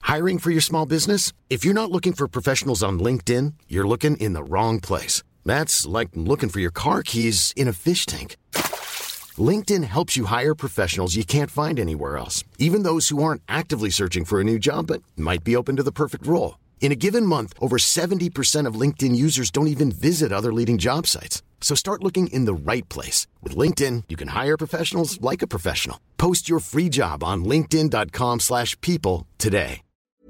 Hiring for your small business? If you're not looking for professionals on LinkedIn, you're looking in the wrong place. That's like looking for your car keys in a fish tank. LinkedIn helps you hire professionals you can't find anywhere else, even those who aren't actively searching for a new job but might be open to the perfect role. In a given month, over 70% of LinkedIn users don't even visit other leading job sites. So start looking in the right place. With LinkedIn, you can hire professionals like a professional. Post your free job on linkedin.com/people today.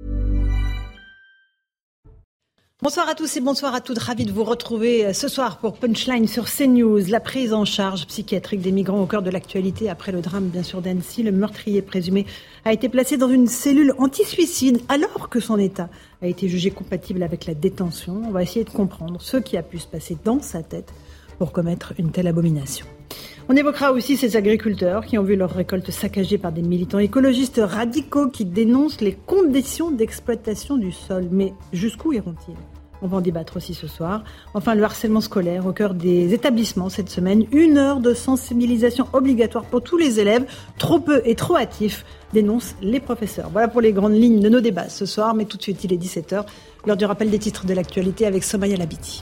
Bonsoir à tous et bonsoir à toutes. Ravi de vous retrouver ce soir pour Punchline sur CNews. La prise en charge psychiatrique des migrants au cœur de l'actualité après le drame bien sûr d'Annecy. Le meurtrier présumé a été placé dans une cellule anti-suicide alors que son état a été jugé compatible avec la détention. On va essayer de comprendre ce qui a pu se passer dans sa tête pour commettre une telle abomination. On évoquera aussi ces agriculteurs qui ont vu leur récolte saccagée par des militants écologistes radicaux qui dénoncent les conditions d'exploitation du sol. Mais jusqu'où iront-ils ? On va en débattre aussi ce soir. Enfin, le harcèlement scolaire au cœur des établissements cette semaine. 1 heure de sensibilisation obligatoire pour tous les élèves. Trop peu et trop hâtifs, dénoncent les professeurs. Voilà pour les grandes lignes de nos débats ce soir. Mais tout de suite, il est 17h. L'heure du rappel des titres de l'actualité avec Somaya Labidi.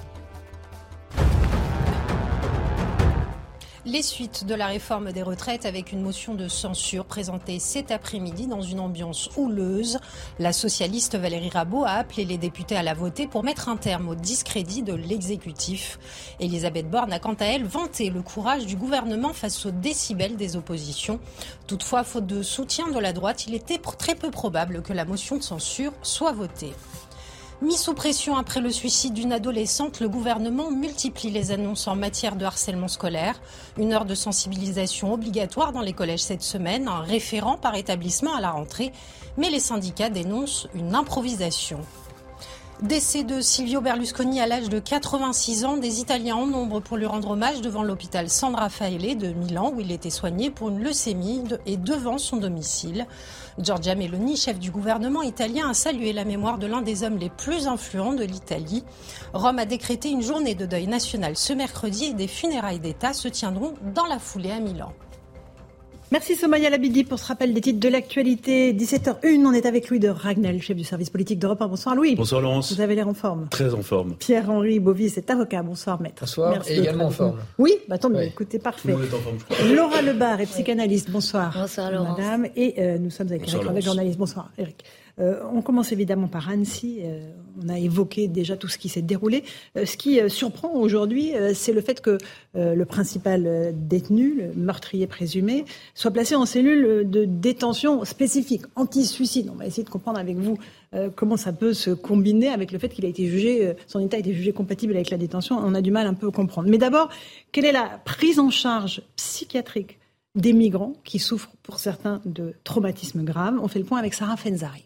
Les suites de la réforme des retraites avec une motion de censure présentée cet après-midi dans une ambiance houleuse. La socialiste Valérie Rabault a appelé les députés à la voter pour mettre un terme au discrédit de l'exécutif. Elisabeth Borne a quant à elle vanté le courage du gouvernement face aux décibels des oppositions. Toutefois, faute de soutien de la droite, il était très peu probable que la motion de censure soit votée. Mis sous pression après le suicide d'une adolescente, le gouvernement multiplie les annonces en matière de harcèlement scolaire. 1 heure de sensibilisation obligatoire dans les collèges cette semaine, un référent par établissement à la rentrée. Mais les syndicats dénoncent une improvisation. Décès de Silvio Berlusconi à l'âge de 86 ans, des Italiens en nombre pour lui rendre hommage devant l'hôpital San Raffaele de Milan où il était soigné pour une leucémie et devant son domicile. Giorgia Meloni, chef du gouvernement italien, a salué la mémoire de l'un des hommes les plus influents de l'Italie. Rome a décrété une journée de deuil national ce mercredi et des funérailles d'État se tiendront dans la foulée à Milan. Merci Somaya Labidi pour ce rappel des titres de l'actualité. 17h01, on est avec Louis de Ragnel, chef du service politique d'Europe 1. Bonsoir Louis. Bonsoir Laurence. Vous avez l'air en forme. Très en forme. Pierre-Henri Bovis est avocat. Bonsoir maître. Bonsoir. Merci et également en forme. Oui, tant mieux. Oui. Écoutez, parfait. Tout le monde est en forme, je crois. Laura Lebar est psychanalyste. Bonsoir. Bonsoir Laurence. Madame. Et nous sommes avec Bonsoir, Eric Revel, Laurence. journaliste. Bonsoir Eric. On commence évidemment par Annecy. On a évoqué déjà tout ce qui s'est déroulé. Ce qui surprend aujourd'hui, c'est le fait que le principal détenu, le meurtrier présumé, soit placé en cellule de détention spécifique, anti-suicide. On va essayer de comprendre avec vous comment ça peut se combiner avec le fait qu'il a été jugé, son état a été jugé compatible avec la détention. On a du mal un peu à comprendre. Mais d'abord, quelle est la prise en charge psychiatrique des migrants qui souffrent pour certains de traumatismes graves? On fait le point avec Sarah Fenzari.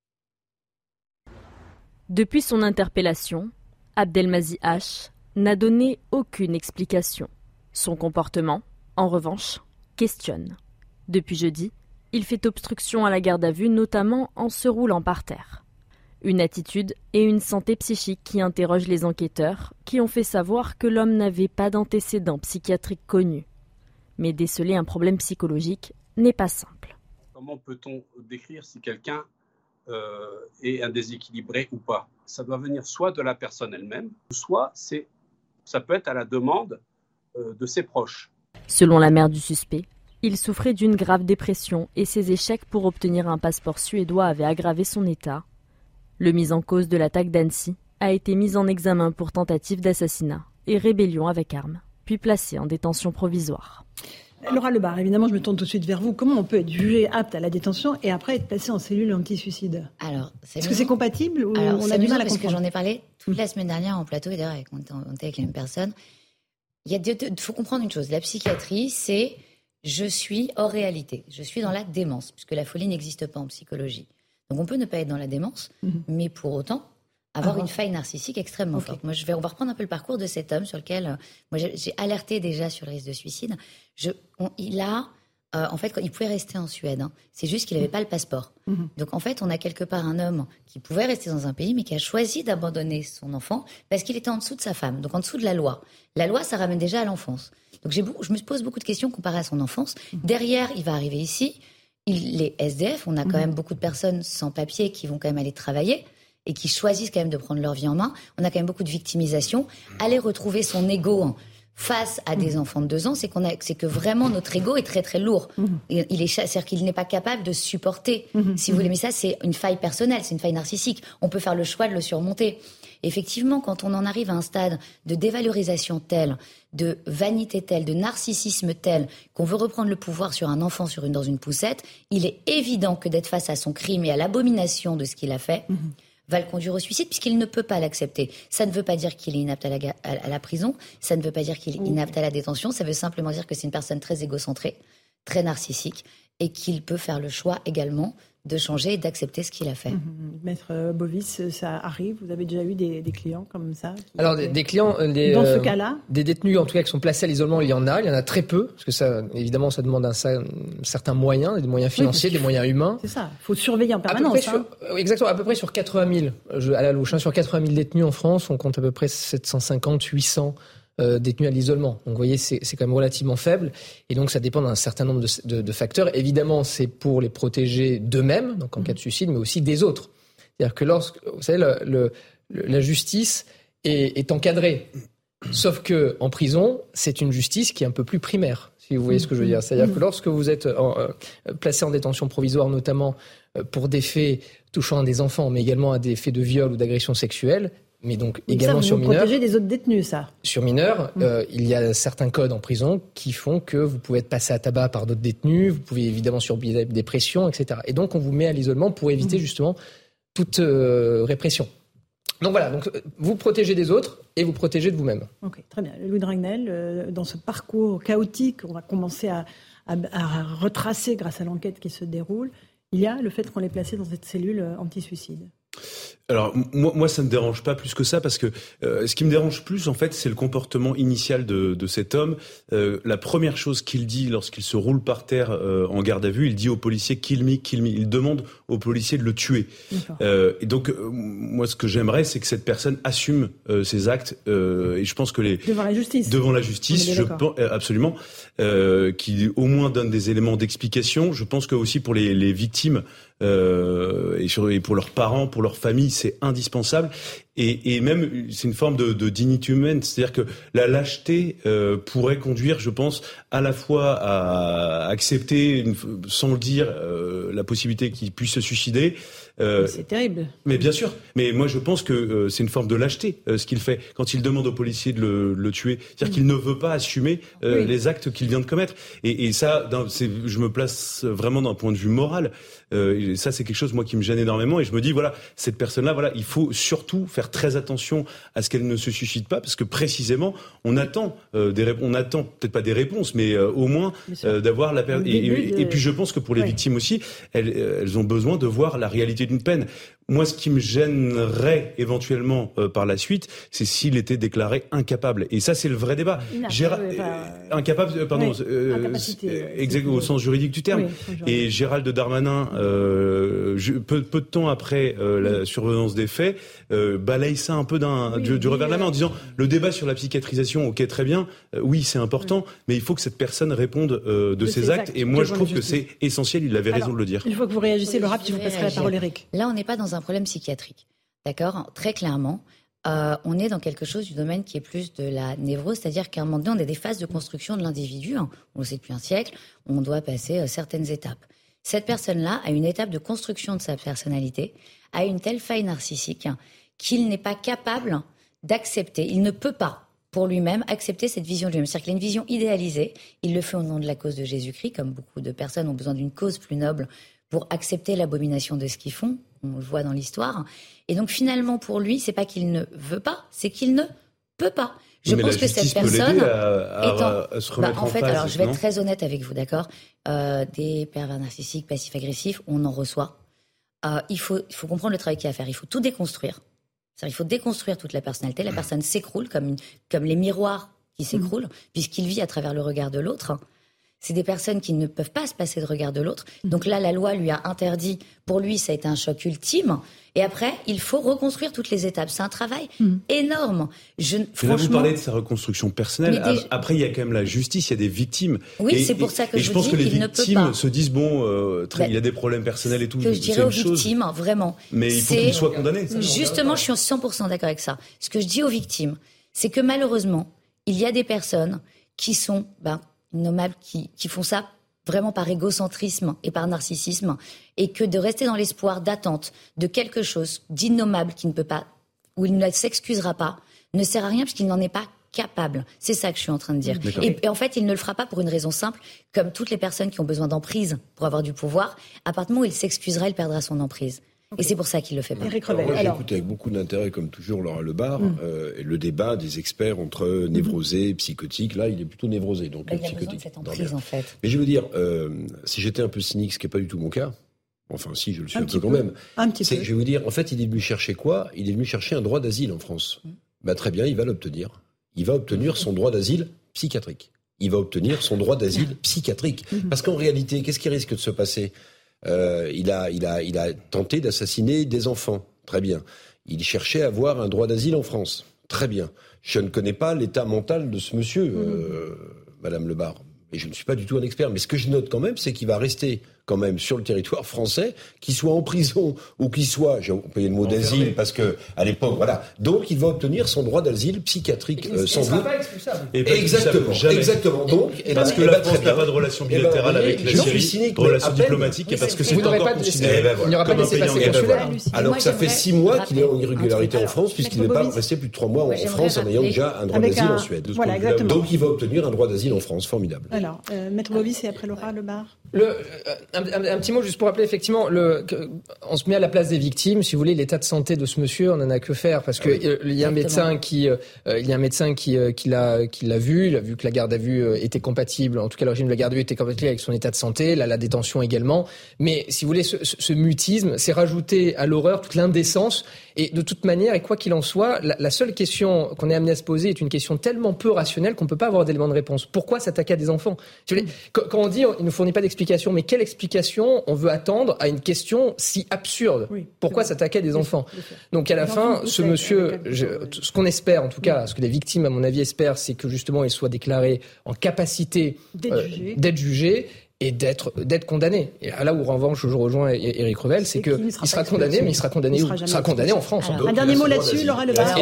Depuis son interpellation, Abdelmazi H n'a donné aucune explication. Son comportement, en revanche, questionne. Depuis jeudi, il fait obstruction à la garde à vue, notamment en se roulant par terre. Une attitude et une santé psychique qui interrogent les enquêteurs, qui ont fait savoir que l'homme n'avait pas d'antécédents psychiatriques connus. Mais déceler un problème psychologique n'est pas simple. Comment peut-on décrire si quelqu'un est un déséquilibré ou pas? Ça doit venir soit de la personne elle-même, soit ça peut être à la demande de ses proches. Selon la mère du suspect, il souffrait d'une grave dépression et ses échecs pour obtenir un passeport suédois avaient aggravé son état. Le mis en cause de l'attaque d'Annecy a été mis en examen pour tentative d'assassinat et rébellion avec arme, puis placé en détention provisoire. Laura Lebar, évidemment, je me tourne tout de suite vers vous. Comment on peut être jugé apte à la détention et après être placé en cellule anti-suicide? Alors, Est-ce que c'est compatible ou Alors, on c'est a du mal à parce comprendre? que j'en ai parlé toute la semaine dernière en plateau, et d'ailleurs, on était avec la même personne. Il faut comprendre une chose. La psychiatrie, c'est je suis hors réalité. Je suis dans la démence, puisque la folie n'existe pas en psychologie. Donc, on peut ne pas être dans la démence, mais pour autant avoir une faille narcissique extrêmement forte. Moi, on va reprendre un peu le parcours de cet homme sur lequel j'ai alerté déjà sur le risque de suicide. En fait, il pouvait rester en Suède. Hein. C'est juste qu'il n'avait pas le passeport. Donc, en fait, on a quelque part un homme qui pouvait rester dans un pays, mais qui a choisi d'abandonner son enfant parce qu'il était en dessous de sa femme, donc en dessous de la loi. La loi, ça ramène déjà à l'enfance. Donc, je me pose beaucoup de questions comparées à son enfance. Derrière, il va arriver ici. les SDF, on a quand même beaucoup de personnes sans papier qui vont quand même aller travailler et qui choisissent quand même de prendre leur vie en main. On a quand même beaucoup de victimisation. Aller retrouver son ego face à des enfants de 2 ans, c'est que vraiment notre ego est très très lourd. C'est-à-dire qu'il n'est pas capable de supporter, si vous voulez. Mais ça, c'est une faille personnelle, c'est une faille narcissique. On peut faire le choix de le surmonter. Effectivement, quand on en arrive à un stade de dévalorisation tel, de vanité telle, de narcissisme tel, qu'on veut reprendre le pouvoir sur un enfant dans une poussette, il est évident que d'être face à son crime et à l'abomination de ce qu'il a fait va le conduire au suicide puisqu'il ne peut pas l'accepter. Ça ne veut pas dire qu'il est inapte à la prison, ça ne veut pas dire qu'il est inapte à la détention, ça veut simplement dire que c'est une personne très égocentrée, très narcissique et qu'il peut faire le choix également de changer et d'accepter ce qu'il a fait. Maître Bovis, ça arrive? Vous avez déjà eu des clients comme ça? Alors, des clients... dans ce cas-là? Des détenus, en tout cas, qui sont placés à l'isolement, il y en a très peu, parce que ça, évidemment, ça demande un certain moyen, des moyens financiers, des moyens humains. C'est ça, il faut surveiller en permanence. Exactement, à peu près sur 80 000, à la louche, sur 80 000 détenus en France, on compte à peu près 750, 800 détenus à l'isolement. Donc vous voyez, c'est quand même relativement faible. Et donc ça dépend d'un certain nombre de facteurs. Évidemment, c'est pour les protéger d'eux-mêmes, donc en cas de suicide, mais aussi des autres. C'est-à-dire que vous savez, la justice est encadrée. Sauf que en prison, c'est une justice qui est un peu plus primaire, si vous voyez ce que je veux dire. C'est-à-dire que lorsque vous êtes placé en détention provisoire, notamment pour des faits touchant à des enfants, mais également à des faits de viol ou d'agression sexuelle, mais donc également sur mineurs. Protéger des autres détenus, ça. Sur mineurs, il y a certains codes en prison qui font que vous pouvez être passé à tabac par d'autres détenus, vous pouvez évidemment subir des pressions, etc. Et donc on vous met à l'isolement pour éviter justement toute répression. Donc voilà, donc vous protégez des autres et vous protégez de vous-même. Ok, très bien. Louis Dragnel, dans ce parcours chaotique, on va commencer à retracer grâce à l'enquête qui se déroule. Il y a le fait qu'on l'ait placé dans cette cellule anti-suicide. Alors moi ça me dérange pas plus que ça parce que ce qui me dérange plus en fait c'est le comportement initial de cet homme. La première chose qu'il dit lorsqu'il se roule par terre en garde à vue, il dit au policier kill me. Il demande au policier de le tuer. Et donc moi ce que j'aimerais c'est que cette personne assume ses actes et je pense que devant la justice je pense absolument qui au moins donne des éléments d'explication. Je pense que aussi pour les victimes et pour leurs parents, pour leur famille, c'est indispensable. Et même, c'est une forme de dignité humaine. C'est-à-dire que la lâcheté pourrait conduire, je pense, à la fois à accepter, sans le dire, la possibilité qu'il puisse se suicider. C'est terrible. Mais bien sûr. Mais moi, je pense que c'est une forme de lâcheté, ce qu'il fait quand il demande au policier de le tuer. C'est-à-dire qu'il ne veut pas assumer les actes qu'il vient de commettre. Et ça, je me place vraiment d'un point de vue moral. Ça, c'est quelque chose, moi, qui me gêne énormément. Et je me dis, voilà, cette personne-là, voilà, il faut surtout faire très attention à ce qu'elle ne se suicide pas, parce que précisément, on attend peut-être pas des réponses, mais au moins d'avoir la personne. Et puis, je pense que pour les victimes aussi, elles ont besoin de voir la réalité d'une peine. Moi, ce qui me gênerait éventuellement par la suite, c'est s'il était déclaré incapable. Et ça, c'est le vrai débat. Incapable, pardon, au sens juridique du terme. Et Gérald Darmanin, peu de temps après la survenance des faits, balaye ça un peu du revers de la main en disant le débat sur la psychiatrisation, ok, très bien, oui, c'est important, mais il faut que cette personne réponde de ses actes. Et moi, je trouve que c'est essentiel. Il avait raison de le dire. Une fois que vous réagissez, Laura, puis je vous passerai la parole, Eric. Là, on n'est pas dans un problème psychiatrique, d'accord ? Très clairement, on est dans quelque chose du domaine qui est plus de la névrose, c'est-à-dire qu'à un moment donné, on a des phases de construction de l'individu, on le sait depuis un siècle, on doit passer certaines étapes. Cette personne-là a une étape de construction de sa personnalité, a une telle faille narcissique qu'il n'est pas capable d'accepter, il ne peut pas, pour lui-même, accepter cette vision de lui-même. C'est-à-dire qu'il a une vision idéalisée, il le fait au nom de la cause de Jésus-Christ, comme beaucoup de personnes ont besoin d'une cause plus noble pour accepter l'abomination de ce qu'ils font, on le voit dans l'histoire. Et donc finalement, pour lui, c'est pas qu'il ne veut pas, c'est qu'il ne peut pas. Je pense que cette personne à se remettre en fait, phase, alors je vais être très honnête avec vous, d'accord ? Des pervers narcissiques, passifs-agressifs, on en reçoit. Il faut comprendre le travail qu'il y a à faire. Il faut tout déconstruire. C'est-à-dire, il faut déconstruire toute la personnalité. La personne s'écroule comme les miroirs qui s'écroulent, puisqu'il vit à travers le regard de l'autre. C'est des personnes qui ne peuvent pas se passer de regard de l'autre. Donc là, la loi lui a interdit. Pour lui, ça a été un choc ultime. Et après, il faut reconstruire toutes les étapes. C'est un travail énorme. Franchement, vous parlez de sa reconstruction personnelle. Après, il y a quand même la justice, il y a des victimes. Oui, c'est pour ça que je pense que les victimes se disent il a des problèmes personnels et tout. Que je dirais aux victimes, vraiment. Mais il faut qu'ils soient condamnés. Justement, je suis 100% d'accord avec ça. Ce que je dis aux victimes, c'est que malheureusement, il y a des personnes qui sont nommables, qui font ça vraiment par égocentrisme et par narcissisme, et que de rester dans l'espoir d'attente de quelque chose d'innommable qui ne peut pas, où il ne s'excusera pas, ne sert à rien parce qu'il n'en est pas capable. C'est ça que je suis en train de dire. Et en fait, il ne le fera pas pour une raison simple, comme toutes les personnes qui ont besoin d'emprise pour avoir du pouvoir, à partir du moment où il s'excusera, il perdra son emprise. Et c'est pour ça qu'il le fait pas. Moi, j'écoute avec beaucoup d'intérêt, comme toujours, Laura Lebar, le débat des experts entre névrosés et psychotiques. Là, il est plutôt névrosé, donc il psychotique. a besoin de cette emprise, en fait. Mais je veux dire, si j'étais un peu cynique, ce qui n'est pas du tout mon cas, enfin si, je le suis un peu quand même. Je vais vous dire, en fait, il est venu chercher quoi ? Il est venu chercher un droit d'asile en France. Très bien, il va l'obtenir. Il va obtenir son droit d'asile psychiatrique. Il va obtenir son droit d'asile psychiatrique. Parce qu'en réalité, qu'est-ce qui risque de se passer ? Il a tenté d'assassiner des enfants. Très bien. Il cherchait à avoir un droit d'asile en France. Très bien. Je ne connais pas l'état mental de ce monsieur, Madame Lebar. Et je ne suis pas du tout un expert. Mais ce que je note quand même, c'est qu'il va rester quand même sur le territoire français, qu'il soit en prison ou qu'il soit, j'ai employé le mot d'asile parce que à l'époque, voilà. Donc il va obtenir son droit d'asile psychiatrique sans doute. Exactement. Donc parce que la France n'a pas de relation bilatérale avec la Syrie, relation diplomatique, et parce que c'est encore considéré comme un pays engagé. Alors que ça fait 6 mois qu'il est en irrégularité en France, puisqu'il n'est pas resté plus de 3 mois en France en ayant déjà un droit d'asile en Suède. Donc il va obtenir un droit d'asile en France, formidable. Alors, Maître Bovis et après Laura Lebar. Un petit mot juste pour rappeler, effectivement, on se met à la place des victimes. Si vous voulez, l'état de santé de ce monsieur, on n'en a que faire, parce que il y a un médecin qui l'a vu. Il a vu que la garde à vue était compatible. En tout cas, le régime de la garde à vue était compatible avec son état de santé. La détention également. Mais si vous voulez, ce mutisme, c'est rajouter à l'horreur toute l'indécence. Et de toute manière, et quoi qu'il en soit, la seule question qu'on est amené à se poser est une question tellement peu rationnelle qu'on ne peut pas avoir d'éléments de réponse. Pourquoi s'attaquer à des enfants ? Si vous voulez, quand on dit il ne fournit pas d'explication, mais quelle explication on veut attendre à une question si absurde ? Pourquoi s'attaquer à des enfants ? Donc à la fin, ce monsieur, ce qu'on espère en tout cas, ce que les victimes à mon avis espèrent, c'est que justement il soit déclaré en capacité d'être jugé et d'être condamné. Et là où, en revanche, je rejoins Éric Revel, c'est qu'il sera condamné, mais il sera condamné où ? Il sera condamné en France. Alors, un dernier mot là-dessus, Laura Lebar.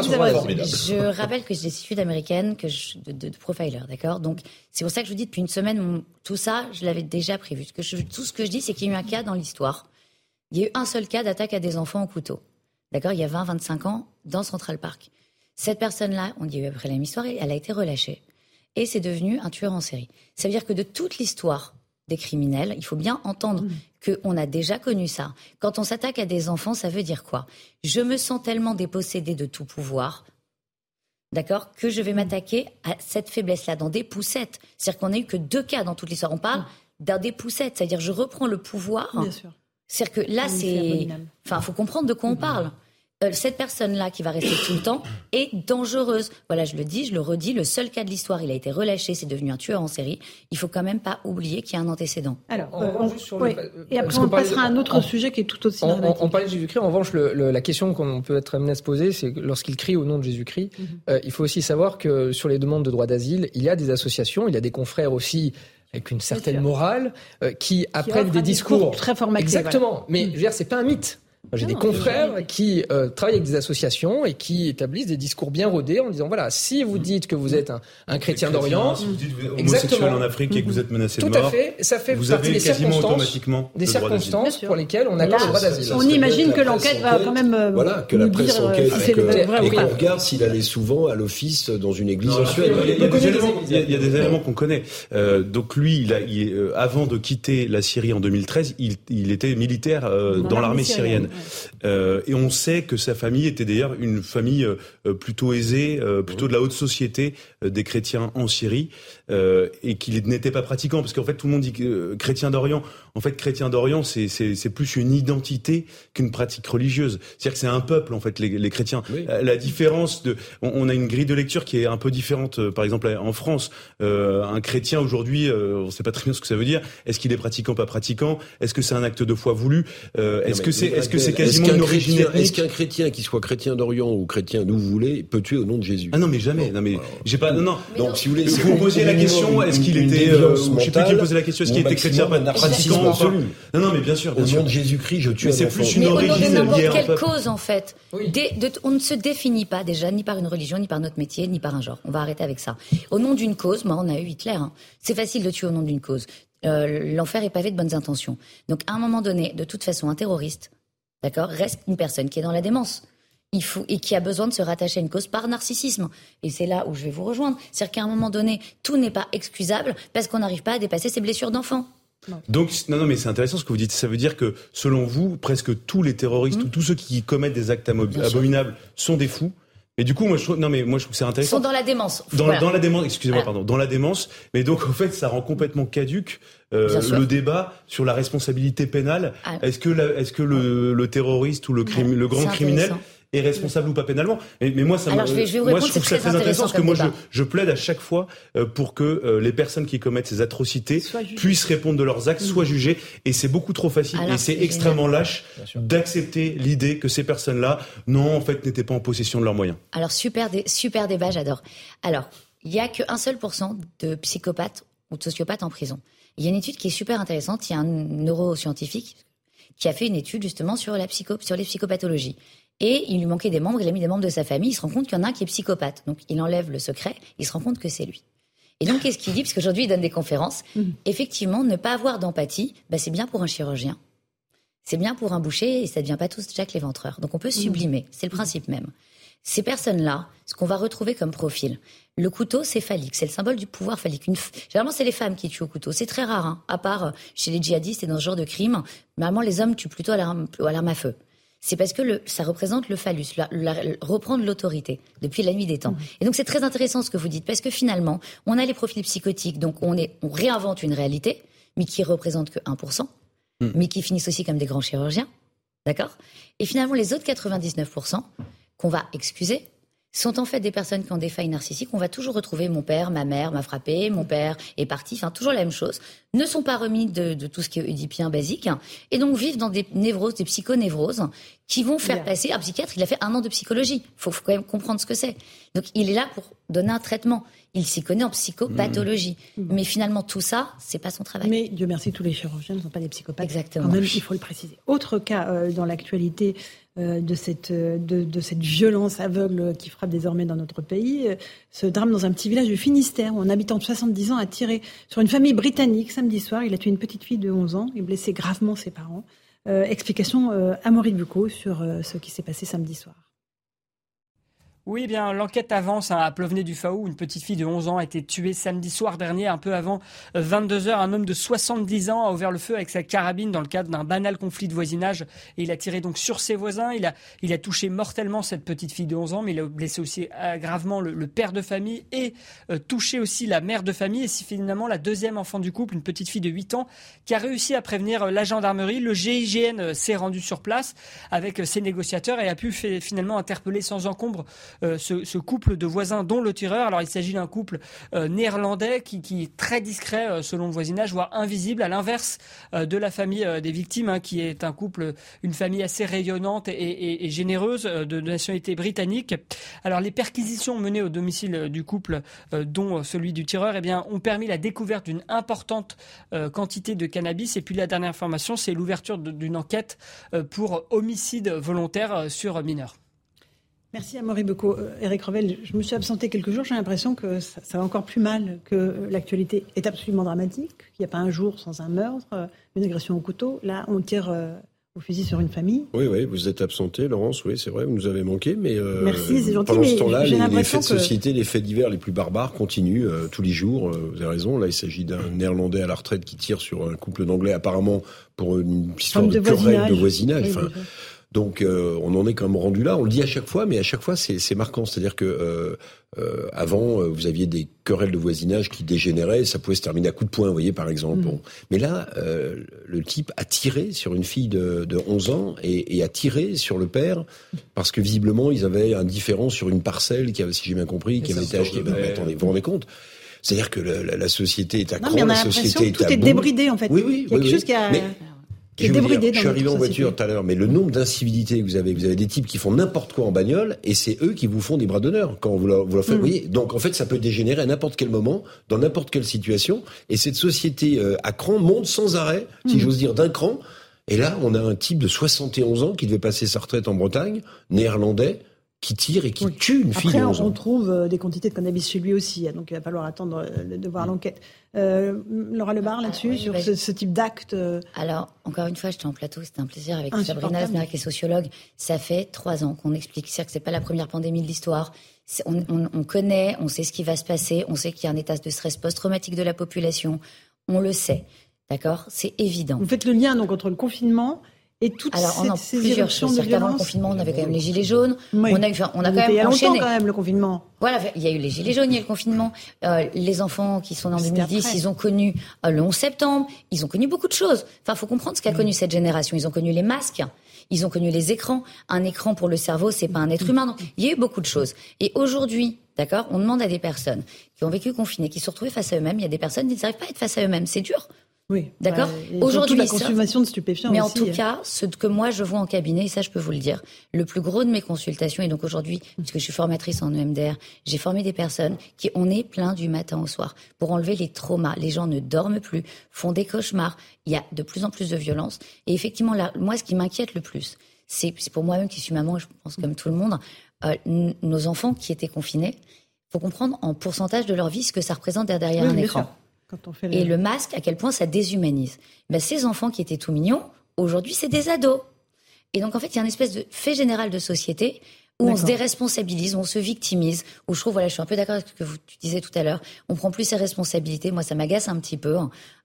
Je rappelle que j'ai des études américaines de profiler, d'accord ? Donc, c'est pour ça que je vous dis, depuis une semaine, tout ça, je l'avais déjà prévu. Tout ce que je dis, c'est qu'il y a eu un cas dans l'histoire. Il y a eu un seul cas d'attaque à des enfants au couteau. D'accord ? Il y a 20-25 ans, dans Central Park. Cette personne-là, on dit après la même histoire, elle a été relâchée. Et c'est devenu un tueur en série. Ça veut dire que de toute l'histoire des criminels, il faut bien entendre qu'on a déjà connu ça. Quand on s'attaque à des enfants, ça veut dire quoi ? Je me sens tellement dépossédée de tout pouvoir, d'accord, que je vais m'attaquer à cette faiblesse-là dans des poussettes. C'est-à-dire qu'on n'a eu que 2 cas dans toute l'histoire. On parle d'un des poussettes, c'est-à-dire je reprends le pouvoir. Bien sûr. C'est-à-dire que là, il faut comprendre de quoi on parle. Cette personne-là qui va rester tout le temps est dangereuse. Voilà, je le dis, je le redis, le seul cas de l'histoire, il a été relâché, c'est devenu un tueur en série. Il faut quand même pas oublier qu'il y a un antécédent. Alors, et après on passera à un autre sujet qui est tout aussi dramatique. On parlait de Jésus-Christ, en revanche, la question qu'on peut être amené à se poser, c'est que lorsqu'il crie au nom de Jésus-Christ, il faut aussi savoir que sur les demandes de droit d'asile, il y a des associations, il y a des confrères aussi avec une certaine morale, qui apprennent des discours très formatés. Exactement, voilà. Mais je veux dire, c'est pas un mythe. J'ai des confrères qui travaillent avec des associations et qui établissent des discours bien rodés en disant voilà, si vous dites que vous êtes un chrétien d'Orient, si vous dites que vous êtes homosexuel en Afrique et que vous êtes menacé de mort, tout à fait, ça fait vous partie avez des quasiment automatiquement des circonstances pour lesquelles on accorde le droit d'asile. On imagine que l'enquête va quand même que la presse enquête et qu'on regarde s'il allait souvent à l'office dans une église en Suède. Il y a des éléments qu'on connaît. Donc lui, avant de quitter la Syrie en 2013, il était militaire dans l'armée syrienne. chrétienne. Et on sait que sa famille était d'ailleurs une famille plutôt aisée, plutôt de la haute société des chrétiens en Syrie, et qu'il n'était pas pratiquant, parce qu'en fait tout le monde dit chrétien d'Orient. En fait, chrétien d'Orient, c'est plus une identité qu'une pratique religieuse. C'est-à-dire que c'est un peuple, en fait, les chrétiens. Oui. La différence on a une grille de lecture qui est un peu différente. Par exemple, en France, un chrétien aujourd'hui, on ne sait pas très bien ce que ça veut dire. Est-ce qu'il est pratiquant, pas pratiquant? Est-ce que c'est un acte de foi voulu? Est-ce que c'est quasiment une origine ethnique? Est-ce qu'un chrétien, qui soit chrétien d'Orient ou chrétien d'où vous voulez, peut tuer au nom de Jésus? Ah non, mais jamais. Non, mais j'ai pas. Non. Donc, si vous voulez, vous posiez la question, est-ce qu'il était? Je sais plus qui posait la question. Est-ce qu'il était chrétien, pas pratiquant? Non, mais bien sûr. Au nom de Jésus-Christ, je tue un enfant. C'est plus une origine liée à un peuple. Mais au nom de n'importe quelle cause, en fait. Oui. On ne se définit pas déjà ni par une religion, ni par notre métier, ni par un genre. On va arrêter avec ça. Au nom d'une cause, on a eu Hitler. C'est facile de tuer au nom d'une cause. L'enfer est pavé de bonnes intentions. Donc, à un moment donné, de toute façon, un terroriste, d'accord, reste une personne qui est dans la démence. Et qui a besoin de se rattacher à une cause par narcissisme. Et c'est là où je vais vous rejoindre. C'est-à-dire qu'à un moment donné, tout n'est pas excusable parce qu'on n'arrive pas à dépasser ses blessures d'enfant. Donc, non, mais c'est intéressant ce que vous dites. Ça veut dire que, selon vous, presque tous les terroristes ou tous ceux qui commettent des actes abominables sont des fous. Et du coup, moi, je trouve que c'est intéressant. Ils sont dans la démence. Dans la démence, excusez-moi, pardon. Dans la démence. Mais donc, en fait, ça rend complètement caduque, le débat sur la responsabilité pénale. Est-ce que le terroriste ou le grand criminel est responsable ou pas pénalement? Mais moi, je trouve ça très intéressant parce que moi, je plaide à chaque fois pour que les personnes qui commettent ces atrocités puissent répondre de leurs actes, soient jugées. Et c'est beaucoup trop facile et c'est extrêmement lâche d'accepter l'idée que ces personnes-là, non, en fait, n'étaient pas en possession de leurs moyens. Alors, super débat, j'adore. Alors, il n'y a qu'un seul % de psychopathes ou de sociopathes en prison. Il y a une étude qui est super intéressante. Il y a un neuroscientifique qui a fait une étude justement sur les psychopathologies. Et il lui manquait des membres, il a mis des membres de sa famille, il se rend compte qu'il y en a un qui est psychopathe. Donc il enlève le secret, il se rend compte que c'est lui. Et donc qu'est-ce qu'il dit? Parce qu'aujourd'hui il donne des conférences. Effectivement, ne pas avoir d'empathie, c'est bien pour un chirurgien. C'est bien pour un boucher et ça ne devient pas tous Jack l'Éventreur. Donc on peut sublimer, c'est le principe même. Ces personnes-là, ce qu'on va retrouver comme profil, le couteau c'est phallique, c'est le symbole du pouvoir phallique. Généralement c'est les femmes qui tuent au couteau, c'est très rare, à part chez les djihadistes et dans ce genre de crime. Normalement les hommes tuent plutôt à l'arme à feu. C'est parce que ça représente le phallus, reprendre l'autorité depuis la nuit des temps. Et donc c'est très intéressant ce que vous dites, parce que finalement, on a les profils psychotiques, donc on réinvente une réalité, mais qui représente que 1%, mais qui finissent aussi comme des grands chirurgiens, d'accord? Et finalement, les autres 99% qu'on va excuser sont en fait des personnes qui ont des failles narcissiques. On va toujours retrouver mon père, ma mère m'a frappé, mon père est parti, enfin toujours la même chose. Ne sont pas remis de tout ce qui est oedipien basique et donc vivent dans des névroses, des psychonévroses qui vont faire passer un psychiatre. Il a fait 1 an de psychologie. Faut quand même comprendre ce que c'est. Donc il est là pour donner un traitement. Il s'y connaît en psychopathologie. Mais finalement tout ça, c'est pas son travail. Mais Dieu merci, tous les chirurgiens ne sont pas des psychopathes. Exactement. Quand même, il faut le préciser. Autre cas dans l'actualité de cette violence aveugle qui frappe désormais dans notre pays, ce drame dans un petit village du Finistère où un habitant de 70 ans a tiré sur une famille britannique samedi soir. Il a tué une petite fille de 11 ans et blessé gravement ses parents. Explication Amaury Bucco sur ce qui s'est passé samedi soir. Oui, bien, l'enquête avance à Plevenay-du-Faou. Une petite fille de 11 ans a été tuée samedi soir dernier, un peu avant 22h. Un homme de 70 ans a ouvert le feu avec sa carabine dans le cadre d'un banal conflit de voisinage. Et il a tiré donc sur ses voisins. Il a touché mortellement cette petite fille de 11 ans, mais il a blessé aussi gravement le père de famille et touché aussi la mère de famille. Et c'est finalement la deuxième enfant du couple, une petite fille de 8 ans, qui a réussi à prévenir la gendarmerie. Le GIGN s'est rendu sur place avec ses négociateurs et a pu finalement interpeller sans encombre ce couple de voisins, dont le tireur. Alors il s'agit d'un couple néerlandais qui est très discret selon le voisinage, voire invisible, à l'inverse de la famille des victimes, qui est un couple, une famille assez rayonnante et généreuse de nationalité britannique. Alors les perquisitions menées au domicile du couple, dont celui du tireur, ont permis la découverte d'une importante quantité de cannabis. Et puis la dernière information, c'est l'ouverture d'une enquête pour homicide volontaire sur mineur. Merci Amaury Bucco. Éric Revel, je me suis absentée quelques jours, j'ai l'impression que ça va encore plus mal, que l'actualité est absolument dramatique, qu'il n'y a pas un jour sans un meurtre, une agression au couteau. Là, on tire au fusil sur une famille. Oui, vous êtes absentée, Laurence, oui, c'est vrai, vous nous avez manqué, mais merci, c'est gentil, pendant ce temps-là, les faits de société, les faits divers les plus barbares continuent tous les jours, vous avez raison. Là, il s'agit d'un Néerlandais à la retraite qui tire sur un couple d'Anglais, apparemment pour une histoire de querelle de voisinage. Oui, Donc on en est quand même rendu là. On le dit à chaque fois, mais à chaque fois c'est marquant. C'est-à-dire que avant vous aviez des querelles de voisinage qui dégénéraient, ça pouvait se terminer à coups de poing, vous voyez par exemple. Bon. Mais là, le type a tiré sur une fille de 11 ans et a tiré sur le père parce que visiblement ils avaient un différend sur une parcelle qui avait, si j'ai bien compris, qui avait été achetée. Attendez, vous vous rendez compte ? C'est-à-dire que la société est à cran, la société est à bout. Tout est débridé en fait. Oui, il y a quelque chose qui a... Je suis arrivé en voiture tout à l'heure, mais le nombre d'incivilités que vous avez des types qui font n'importe quoi en bagnole, et c'est eux qui vous font des bras d'honneur quand vous leur faites. Vous voyez, donc en fait, ça peut dégénérer à n'importe quel moment, dans n'importe quelle situation, et cette société à cran monte sans arrêt, si j'ose dire, d'un cran. Et là, on a un type de 71 ans qui devait passer sa retraite en Bretagne, néerlandais, qui tire et qui tue une fille de 11 ans. On trouve des quantités de cannabis chez lui aussi, donc il va falloir attendre de voir l'enquête. Laura Lebar, là-dessus, sur ce type d'acte. Alors, encore une fois, j'étais en plateau, c'était un plaisir avec Sabrina Aznar, qui est sociologue. Ça fait 3 ans qu'on explique, c'est-à-dire que c'est pas la première pandémie de l'histoire. On connaît, on sait ce qui va se passer, on sait qu'il y a un état de stress post-traumatique de la population, on le sait, d'accord ? C'est évident. Vous faites le lien donc entre le confinement et toutes ces plusieurs choses. C'est-à-dire qu'avant le confinement, on avait quand même les gilets jaunes. Oui. On a quand même il y a enchaîné. longtemps quand même le confinement. Voilà, il y a eu les gilets jaunes, il y a eu le confinement. Les enfants qui sont nés en 2010, ils ont connu le 11 septembre. Ils ont connu beaucoup de choses. Enfin, faut comprendre ce qu'a connu cette génération. Ils ont connu les masques. Ils ont connu les écrans. Un écran pour le cerveau, c'est pas un être humain. Donc, il y a eu beaucoup de choses. Et aujourd'hui, d'accord, on demande à des personnes qui ont vécu confinées, qui se sont retrouvées face à eux-mêmes. Il y a des personnes qui n'arrivent pas à être face à eux-mêmes. C'est dur. Oui, d'accord. Aujourd'hui, la consommation de stupéfiants. Mais aussi, en tout cas, ce que moi je vois en cabinet, et ça je peux vous le dire, le plus gros de mes consultations, et donc aujourd'hui, puisque je suis formatrice en EMDR, j'ai formé des personnes qui on est plein du matin au soir pour enlever les traumas. Les gens ne dorment plus, font des cauchemars. Il y a de plus en plus de violence. Et effectivement, là, moi, ce qui m'inquiète le plus, c'est pour moi-même qui suis maman, je pense comme tout le monde, nos enfants qui étaient confinés. Faut comprendre en pourcentage de leur vie ce que ça représente derrière un écran. Sûr. Et le masque, à quel point ça déshumanise. Ces enfants qui étaient tout mignons, aujourd'hui, c'est des ados. Et donc, en fait, il y a une espèce de fait général de société où on se déresponsabilise, où on se victimise, où je trouve, je suis un peu d'accord avec ce que tu disais tout à l'heure, on prend plus ses responsabilités. Moi, ça m'agace un petit peu.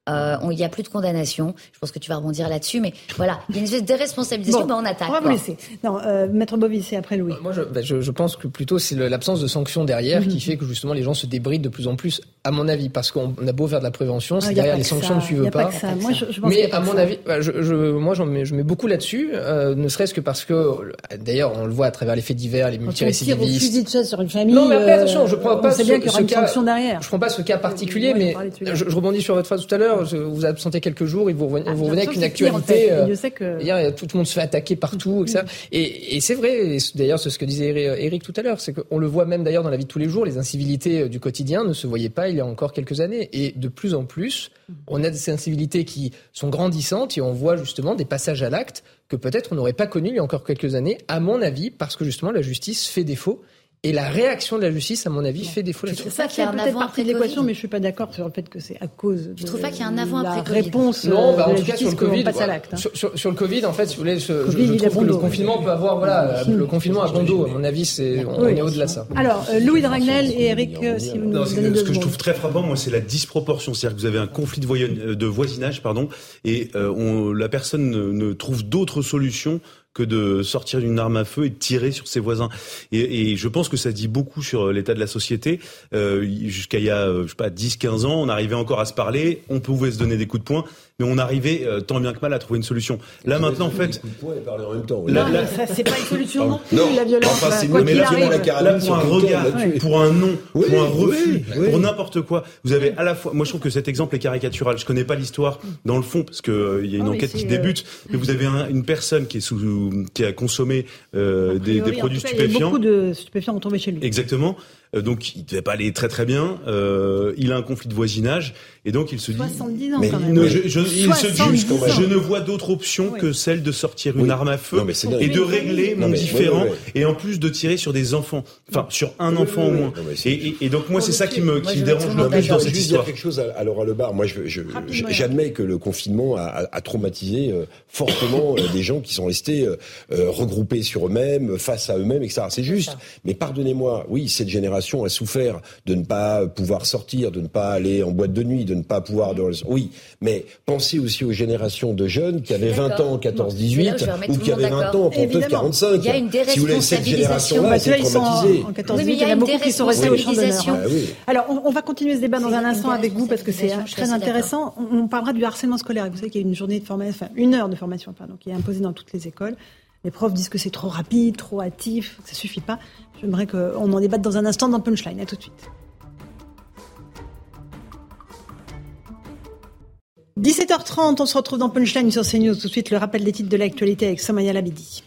Il n'y a plus de condamnation. Je pense que tu vas rebondir là-dessus, mais voilà, il y a une espèce de déresponsabilisation, on attaque. On va vous laisser. Non, Maître Bovis, c'est après Louis. Moi, je pense que plutôt c'est l'absence de sanctions derrière qui fait que justement les gens se débrident de plus en plus, à mon avis, parce qu'on a beau faire de la prévention, si derrière les sanctions ne suivent pas. Moi, je pense mais à mon avis, je mets beaucoup là-dessus, ne serait-ce que parce que, d'ailleurs, on le voit à travers les faits divers, les multirécidivistes. Quand on tire au fusil de chasse sur une famille. Non, mais après, attention, je prends pas ce cas. Je prends pas ce cas particulier, mais je rebondis sur votre phrase tout à l'heure. Vous absentez quelques jours et vous revenez avec une actualité. Hier, tout le monde se fait attaquer partout, etc. Et c'est vrai. D'ailleurs, c'est ce que disait Eric tout à l'heure, c'est qu'on le voit même d'ailleurs dans la vie de tous les jours. Les incivilités du quotidien ne se voyaient pas il y a encore quelques années. Et de plus en plus, on a des incivilités qui sont grandissantes et on voit justement des passages à l'acte que peut-être on n'aurait pas connus il y a encore quelques années, à mon avis, parce que justement la justice fait défaut. Et la réaction de la justice, à mon avis, fait défaut là-dessus. Ça fait peut-être partie de l'équation, mais je suis pas d'accord sur le fait que c'est à cause de trouve pas qu'il y a un avant la après réponse non, en tout cas, sur le Covid, passe à l'acte. Sur le Covid, en fait, si vous voulez, je trouve que le confinement peut avoir, le confinement à bon dos. À mon avis, on est au-delà de ça. Alors, Louis Dragnel et Eric, si vous nous donnez 2 secondes. Ce que je trouve très frappant, moi, c'est la disproportion. C'est-à-dire que vous avez un conflit de voisinage, et la personne ne trouve d'autres solutions que de sortir une arme à feu et de tirer sur ses voisins. Et je pense que ça dit beaucoup sur l'état de la société. Jusqu'à il y a, 10-15 ans, on arrivait encore à se parler, on pouvait se donner des coups de poing, mais on arrivait tant bien que mal à trouver une solution. Là, maintenant, en fait... Coups de poing et parler en même temps. Ça, c'est pas une solution non plus, la violence. Enfin, c'est quoi qu'il arrive. Là, pour un regard, pour un non, pour un refus, pour n'importe quoi, vous avez à la fois... Moi, je trouve que cet exemple est caricatural. Je connais pas l'histoire dans le fond, parce que il y a une enquête qui débute, mais vous avez une personne qui a consommé des produits stupéfiants. Il y a beaucoup de stupéfiants tombés chez lui. Exactement. Donc, il devait pas aller très très bien. Il a un conflit de voisinage. Et donc, il se dit... 70 ans quand même. Je ne vois d'autre option que celle de sortir une arme à feu et de régler mon différend. Et en plus de tirer sur des enfants. Enfin, sur un enfant au moins. Et donc, moi, c'est ça qui me dérange le plus dans cette histoire. Je vais dire quelque chose à Laura Lebar. Moi, j'admets que le confinement a traumatisé fortement des gens qui sont restés regroupés sur eux-mêmes, face à eux-mêmes, etc. C'est juste. Mais pardonnez-moi, oui, cette génération a souffert de ne pas pouvoir sortir, de ne pas aller en boîte de nuit, de ne pas pouvoir... Oui, mais pensez aussi aux générations de jeunes qui avaient 20 ans en 14-18 ou qui avaient 20 ans en 39-45. Il y a une déresponsabilisation. Si vous voulez, cette génération-là, c'est traumatisé. Oui, mais il y a une déresponsabilisation. Alors, on va continuer ce débat dans un instant avec vous parce que c'est très intéressant. On parlera du harcèlement scolaire. Vous savez qu'il y a une journée de formation, une heure de formation, qui est imposée dans toutes les écoles. Les profs disent que c'est trop rapide, trop hâtif, que ça suffit pas. J'aimerais qu'on en débatte dans un instant dans Punchline. À tout de suite. 17h30, on se retrouve dans Punchline sur CNews. Tout de suite, le rappel des titres de l'actualité avec Somaya Labidi.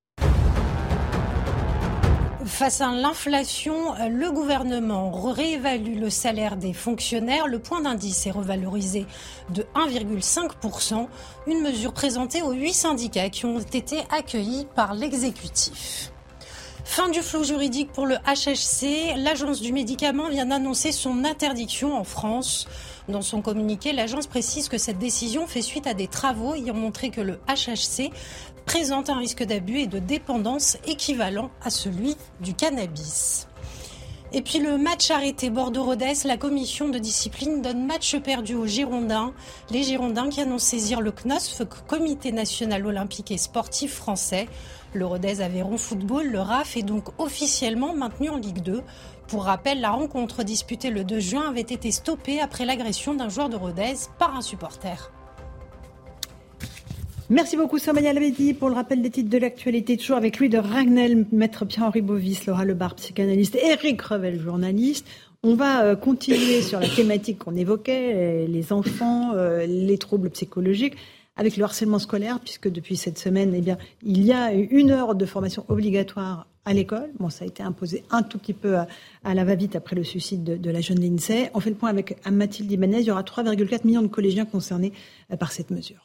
Face à l'inflation, le gouvernement réévalue le salaire des fonctionnaires. Le point d'indice est revalorisé de 1,5%. Une mesure présentée aux 8 syndicats qui ont été accueillis par l'exécutif. Fin du flou juridique pour le HHC. L'Agence du médicament vient d'annoncer son interdiction en France. Dans son communiqué, l'agence précise que cette décision fait suite à des travaux ayant montré que le HHC présente un risque d'abus et de dépendance équivalent à celui du cannabis. Et puis le match arrêté Bordeaux-Rodez, la commission de discipline donne match perdu aux Girondins. Les Girondins qui annoncent saisir le CNOSF, Comité national olympique et sportif français. Le Rodez Aveyron Football, le RAF, est donc officiellement maintenu en Ligue 2. Pour rappel, la rencontre disputée le 2 juin avait été stoppée après l'agression d'un joueur de Rodez par un supporter. Merci beaucoup Somaya Labedi pour le rappel des titres de l'actualité. Toujours avec lui de Ragnel, maître Pierre-Henri Bovis, Laura Lebar, psychanalyste, Éric Revel, journaliste. On va continuer sur la thématique qu'on évoquait, les enfants, les troubles psychologiques, avec le harcèlement scolaire, puisque depuis cette semaine, il y a 1 heure de formation obligatoire à l'école. Bon, ça a été imposé un tout petit peu à la va-vite après le suicide de la jeune Lindsay. On fait le point avec Mathilde Ibanez. Il y aura 3,4 millions de collégiens concernés par cette mesure.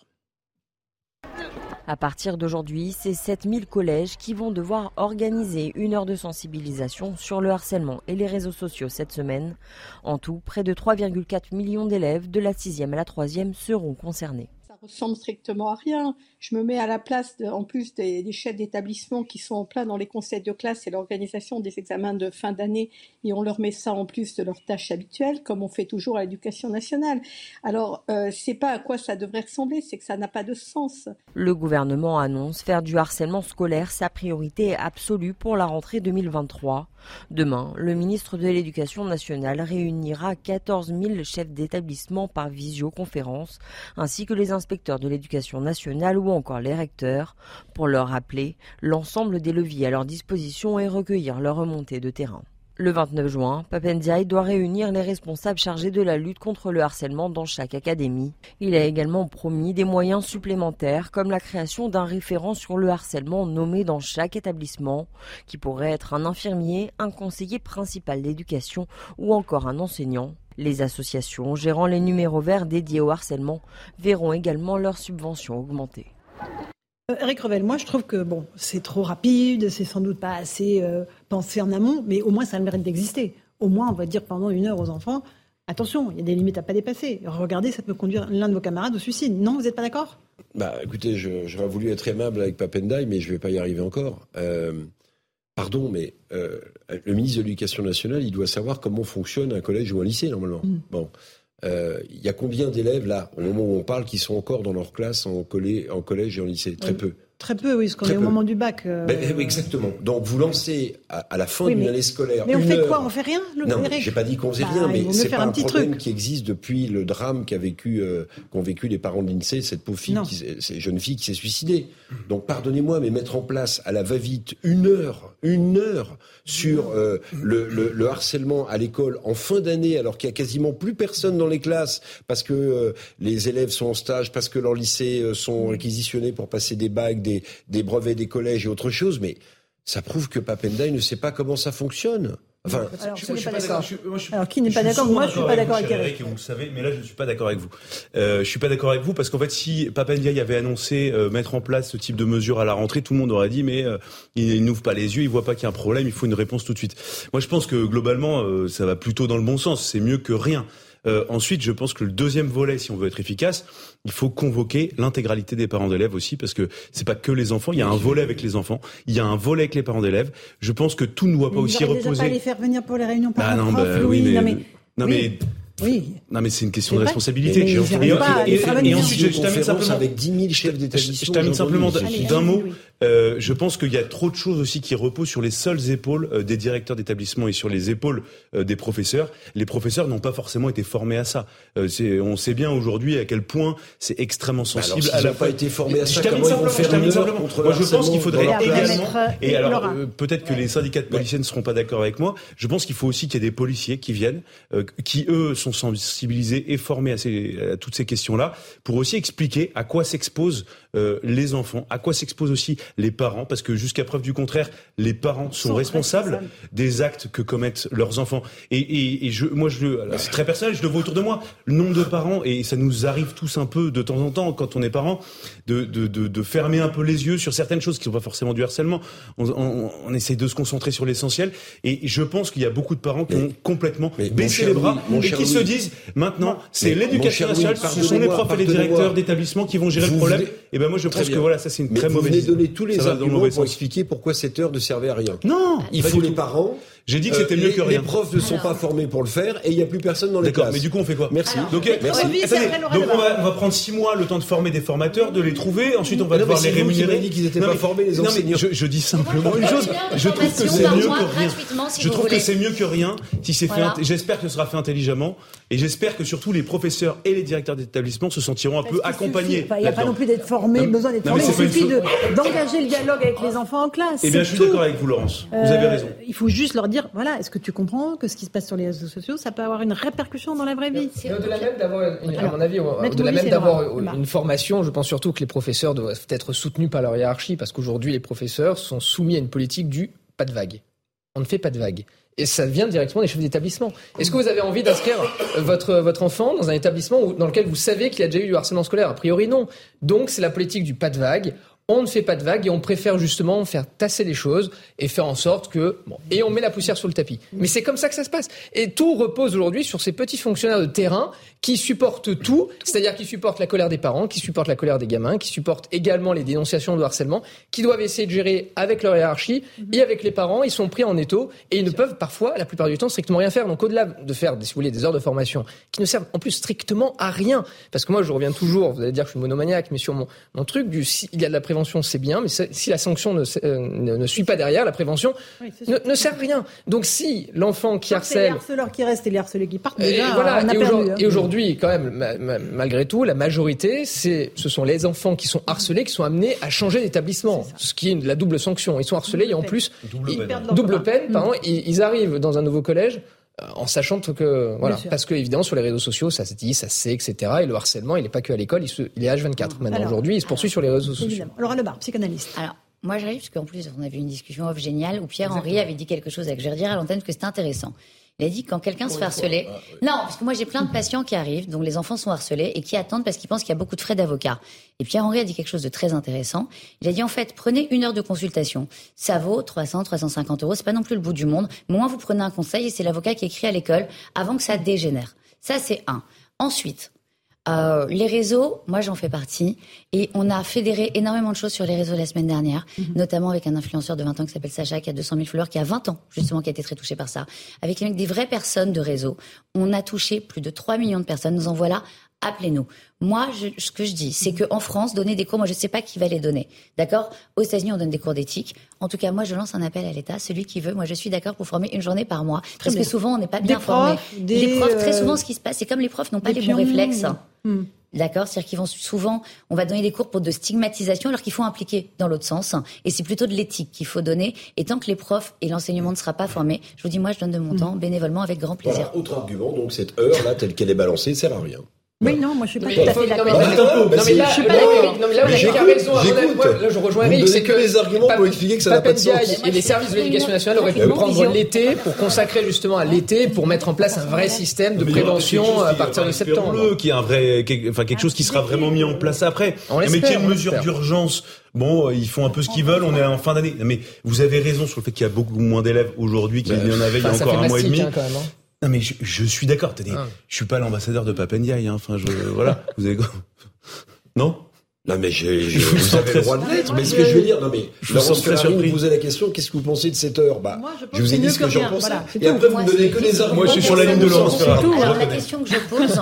À partir d'aujourd'hui, c'est 7000 collèges qui vont devoir organiser 1 heure de sensibilisation sur le harcèlement et les réseaux sociaux cette semaine. En tout, près de 3,4 millions d'élèves de la 6e à la 3e seront concernés. Ça ressemble strictement à rien. Je me mets à la place, en plus des chefs d'établissement qui sont en plein dans les conseils de classe et l'organisation des examens de fin d'année, et on leur met ça en plus de leurs tâches habituelles, comme on fait toujours à l'éducation nationale. Alors, c'est pas à quoi ça devrait ressembler, c'est que ça n'a pas de sens. Le gouvernement annonce faire du harcèlement scolaire sa priorité absolue pour la rentrée 2023. Demain, le ministre de l'Éducation nationale réunira 14 000 chefs d'établissement par visioconférence, ainsi que les inspecteurs de l'Éducation nationale ou encore les recteurs, pour leur rappeler l'ensemble des leviers à leur disposition et recueillir leur remontée de terrain. Le 29 juin, Pape Ndiaye doit réunir les responsables chargés de la lutte contre le harcèlement dans chaque académie. Il a également promis des moyens supplémentaires, comme la création d'un référent sur le harcèlement nommé dans chaque établissement, qui pourrait être un infirmier, un conseiller principal d'éducation ou encore un enseignant. Les associations gérant les numéros verts dédiés au harcèlement verront également leurs subventions augmenter. Éric Revel, moi je trouve que c'est trop rapide, c'est sans doute pas assez pensé en amont, mais au moins ça a le mérite d'exister. Au moins on va dire pendant 1 heure aux enfants, attention, il y a des limites à pas dépasser. Regardez, ça peut conduire l'un de vos camarades au suicide. Non, vous n'êtes pas d'accord ? Écoutez, j'aurais voulu être aimable avec Pape Ndiaye, mais je vais pas y arriver encore. Pardon, mais le ministre de l'Éducation nationale, il doit savoir comment fonctionne un collège ou un lycée normalement. Bon. Il y a combien d'élèves, là, au moment où on parle, qui sont encore dans leur classe en collège et en lycée ? Très peu. Très peu, oui, parce qu'on est au moment du bac. Oui, exactement. Donc vous lancez à la fin d'une année scolaire. Mais on fait quoi ? On fait rien ? Non, j'ai pas dit qu'on faisait rien, mais c'est pas un problème qui existe depuis le drame qu'ont vécu les parents de Lindsay, cette pauvre fille, cette jeune fille qui s'est suicidée. Donc pardonnez-moi, mais mettre en place à la va-vite 1 heure sur le harcèlement à l'école en fin d'année, alors qu'il y a quasiment plus personne dans les classes parce que les élèves sont en stage, parce que leurs lycées sont réquisitionnés pour passer des bacs, des brevets des collèges et autre chose, mais ça prouve que Pape Ndiaye ne sait pas comment ça fonctionne. Enfin, alors, je suis pas d'accord. Alors, qui n'est pas d'accord ? Moi, je suis pas d'accord avec Eric. Vous le savez, mais là, je ne suis pas d'accord avec vous. Je suis pas d'accord avec vous parce qu'en fait, si Pape Ndiaye avait annoncé mettre en place ce type de mesures à la rentrée, tout le monde aurait dit mais il n'ouvre pas les yeux, il voit pas qu'il y a un problème, il faut une réponse tout de suite. Moi, je pense que globalement, ça va plutôt dans le bon sens. C'est mieux que rien. Ensuite, je pense que le deuxième volet, si on veut être efficace, il faut convoquer l'intégralité des parents d'élèves aussi, parce que c'est pas que les enfants. Il y a un volet avec les enfants, il y a un volet avec les parents d'élèves. Je pense que tout ne doit pas aussi reposer. Vous n'allez pas les faire venir pour les réunions parents-prof, mais Oui. Non, mais c'est une question de responsabilité. Et ensuite, je termine simplement avec 10 000 chefs d'établissement. Je termine simplement d'un mot. Je pense qu'il y a trop de choses aussi qui reposent sur les seules épaules des directeurs d'établissement et sur les épaules des professeurs. Les professeurs n'ont pas forcément été formés à ça. On sait bien aujourd'hui à quel point c'est extrêmement sensible. Alors, s'ils n'ont pas été formés à ça, je termine simplement. Moi, je pense qu'il faudrait également, et alors peut-être que les syndicats de policiers ne seront pas d'accord avec moi, je pense qu'il faut aussi qu'il y ait des policiers qui viennent, qui eux sont sensibilisés et formés à toutes ces questions-là, pour aussi expliquer à quoi s'exposent les enfants, à quoi s'exposent aussi les parents, parce que jusqu'à preuve du contraire, les parents sont responsables des actes que commettent leurs enfants. Et c'est très personnel, je le vois autour de moi, le nombre de parents, et ça nous arrive tous un peu de temps en temps quand on est parents, de fermer un peu les yeux sur certaines choses qui ne sont pas forcément du harcèlement. On essaye de se concentrer sur l'essentiel, et je pense qu'il y a beaucoup de parents qui ont complètement baissé les bras et qui se disent maintenant c'est l'éducation nationale, ce sont les profs et les directeurs d'établissement qui vont gérer le problème. Et ben moi je pense que voilà, ça c'est une très mauvaise idée. Vous venez donner tous les arguments pour expliquer pourquoi cette heure ne servait à rien. Non, il faut les parents. J'ai dit que c'était mieux que rien. Les profs ne sont pas formés pour le faire et il n'y a plus personne dans les classes. D'accord, mais du coup on fait quoi? Merci. Donc on va prendre 6 mois le temps de former des formateurs, de les trouver, ensuite on va devoir les rémunérer. Dit qu'ils n'étaient pas formés les enseignants. Je dis simplement une chose, je trouve que c'est mieux que rien. Je trouve que c'est mieux que rien si c'est fait. J'espère que ce sera fait intelligemment et j'espère que surtout les professeurs et les directeurs d'établissement se sentiront un peu accompagnés. Il n'y a pas non plus d'être formé, besoin d'être formé. Il suffit d'engager le dialogue avec les enfants en classe. Eh bien, je suis d'accord avec vous, Laurence. Vous avez raison. Il faut juste leur dire, voilà, est-ce que tu comprends que ce qui se passe sur les réseaux sociaux, ça peut avoir une répercussion dans la vraie vie? Au-delà même d'avoir, à mon avis, au-delà même d'avoir une formation, je pense surtout que les professeurs doivent être soutenus par leur hiérarchie, parce qu'aujourd'hui, les professeurs sont soumis à une politique du pas de vague. On ne fait pas de vague. Et ça vient directement des chefs d'établissement. Est-ce que vous avez envie d'inscrire votre enfant dans un établissement dans lequel vous savez qu'il y a déjà eu du harcèlement scolaire? A priori, non. Donc, c'est la politique du pas de vague. On ne fait pas de vagues et on préfère justement faire tasser les choses et faire en sorte que... et on met la poussière sur le tapis. Mais c'est comme ça que ça se passe. Et tout repose aujourd'hui sur ces petits fonctionnaires de terrain qui supportent tout, c'est-à-dire qui supportent la colère des parents, qui supportent la colère des gamins, qui supportent également les dénonciations de harcèlement, qui doivent essayer de gérer avec leur hiérarchie et avec les parents. Ils sont pris en étau et ils ne peuvent parfois, la plupart du temps, strictement rien faire. Donc au-delà de faire, si vous voulez, des heures de formation qui ne servent en plus strictement à rien, parce que moi je reviens toujours, vous allez dire que je suis monomaniaque, mais sur mon truc, il y a de la prévention, c'est bien, mais si la sanction ne suit pas derrière, la prévention ne sert à rien. Donc si l'enfant qui harcèle... C'est les harceleurs qui restent et les harcelés qui partent, déjà, on a perdu. Et aujourd'hui, quand même, malgré tout, la majorité, ce sont les enfants qui sont harcelés qui sont amenés à changer d'établissement, ce qui est la double sanction. Ils sont harcelés et en plus... Double peine, pardon. Ils arrivent dans un nouveau collège en sachant que voilà, parce que évidemment sur les réseaux sociaux ça se dit, ça se sait, etc. Et le harcèlement, il est pas que à l'école, il est H24 maintenant. Aujourd'hui, il se poursuit sur les réseaux sociaux. Laura Lebar, psychanalyste. Alors moi j'arrive parce qu'en plus on avait une discussion off géniale où Pierre-Henri avait dit quelque chose que je vais redire à l'antenne parce que c'était intéressant. Il a dit quand quelqu'un se fait harceler... Non, parce que moi j'ai plein de patients qui arrivent, dont les enfants sont harcelés et qui attendent parce qu'ils pensent qu'il y a beaucoup de frais d'avocat. Et Pierre-Henri a dit quelque chose de très intéressant. Il a dit en fait, prenez 1 heure de consultation. Ça vaut 300, 350 €. C'est pas non plus le bout du monde. Mais au moins vous prenez un conseil et c'est l'avocat qui écrit à l'école avant que ça dégénère. Ça c'est un. Ensuite... les réseaux, moi j'en fais partie et on a fédéré énormément de choses sur les réseaux la semaine dernière, notamment avec un influenceur de 20 ans qui s'appelle Sacha, qui a 200 000 followers, qui a 20 ans justement, qui a été très touché par ça. Avec des vraies personnes de réseau, on a touché plus de 3 millions de personnes, nous en voilà, appelez-nous. Moi, ce que je dis, c'est qu'en France, donner des cours, moi je ne sais pas qui va les donner, d'accord? Aux États-Unis, on donne des cours d'éthique. En tout cas, moi je lance un appel à l'État, celui qui veut, moi je suis d'accord pour former 1 journée par mois, parce que souvent on n'est pas bien formés. Les profs, très souvent ce qui se passe, c'est comme les profs n'ont pas les bons réflexes. D'accord, c'est-à-dire qu'ils vont souvent, on va donner des cours pour de stigmatisation alors qu'il faut impliquer dans l'autre sens. Et c'est plutôt de l'éthique qu'il faut donner. Et tant que les profs et l'enseignement ne sera pas formé, je vous dis, moi, je donne de mon temps bénévolement avec grand plaisir. Voilà, autre argument, donc cette heure-là, telle qu'elle est balancée, sert à rien. Oui, non, moi je suis pas tout à fait d'accord. Non, mais là, je rejoins Eric, c'est que les arguments pour expliquer que ça n'a pas de sens. Et les services de l'éducation nationale auraient pu prendre l'été pour consacrer justement à l'été pour mettre en place un vrai système de prévention à partir de septembre. Qui est quelque chose qui sera vraiment mis en place après. Mais qui est une mesure d'urgence. Bon, ils font un peu ce qu'ils veulent, on est en fin d'année. Mais vous avez raison sur le fait qu'il y a beaucoup moins d'élèves aujourd'hui qu'il y en avait il y a encore un mois et demi. Non mais je suis d'accord. Je suis pas l'ambassadeur de Papendiaï. Enfin, voilà. Vous avez quoi? Non. Non mais vous avez le droit de l'être, mais ce que je veux dire, non mais Laurence Ferrari vous posait la question, qu'est-ce que vous pensez de cette heure ? Moi, je vous ai dit ce que j'en pensais. Voilà, et après, vous me donnez que les arguments. Moi, je suis sur la ligne de Laurence Ferrari. Alors, la question que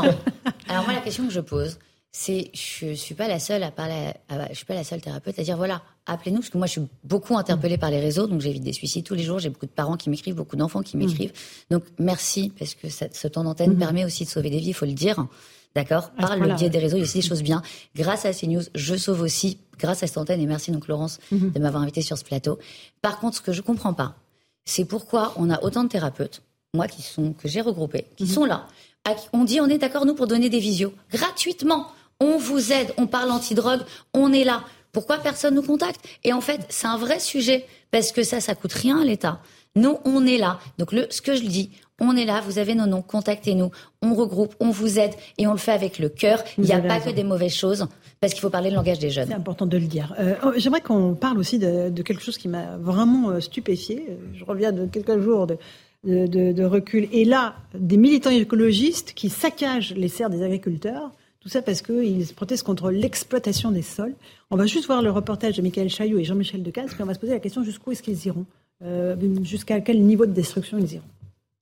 je pose, c'est, je suis pas la seule je suis pas la seule thérapeute à dire voilà, appelez-nous, parce que moi, je suis beaucoup interpellée par les réseaux, donc j'évite des suicides tous les jours, j'ai beaucoup de parents qui m'écrivent, beaucoup d'enfants qui m'écrivent. Donc, merci, parce que ce temps d'antenne permet aussi de sauver des vies, il faut le dire. D'accord. Par le biais des réseaux, il y a aussi des choses bien. Grâce à CNews, je sauve aussi, grâce à cette antenne, et merci donc Laurence de m'avoir invité sur ce plateau. Par contre, ce que je comprends pas, c'est pourquoi on a autant de thérapeutes, moi que j'ai regroupés, qui sont là. On dit, on est d'accord, nous, pour donner des visios. Gratuitement. On vous aide, on parle anti-drogue, on est là. Pourquoi personne nous contacte ? Et en fait, c'est un vrai sujet, parce que ça coûte rien à l'État. Nous, on est là. Donc, ce que je dis, on est là, vous avez nos noms, contactez-nous, on regroupe, on vous aide et on le fait avec le cœur. Il n'y a pas que des mauvaises choses, parce qu'il faut parler le langage des jeunes. C'est important de le dire. J'aimerais qu'on parle aussi de quelque chose qui m'a vraiment stupéfiée. Je reviens de quelques jours de recul. Et là, des militants écologistes qui saccagent les serres des agriculteurs, tout ça parce qu'ils protestent contre l'exploitation des sols. On va juste voir le reportage de Michael Chailloux et Jean-Michel Decaze, puis on va se poser la question jusqu'où est-ce qu'ils iront, jusqu'à quel niveau de destruction ils iront.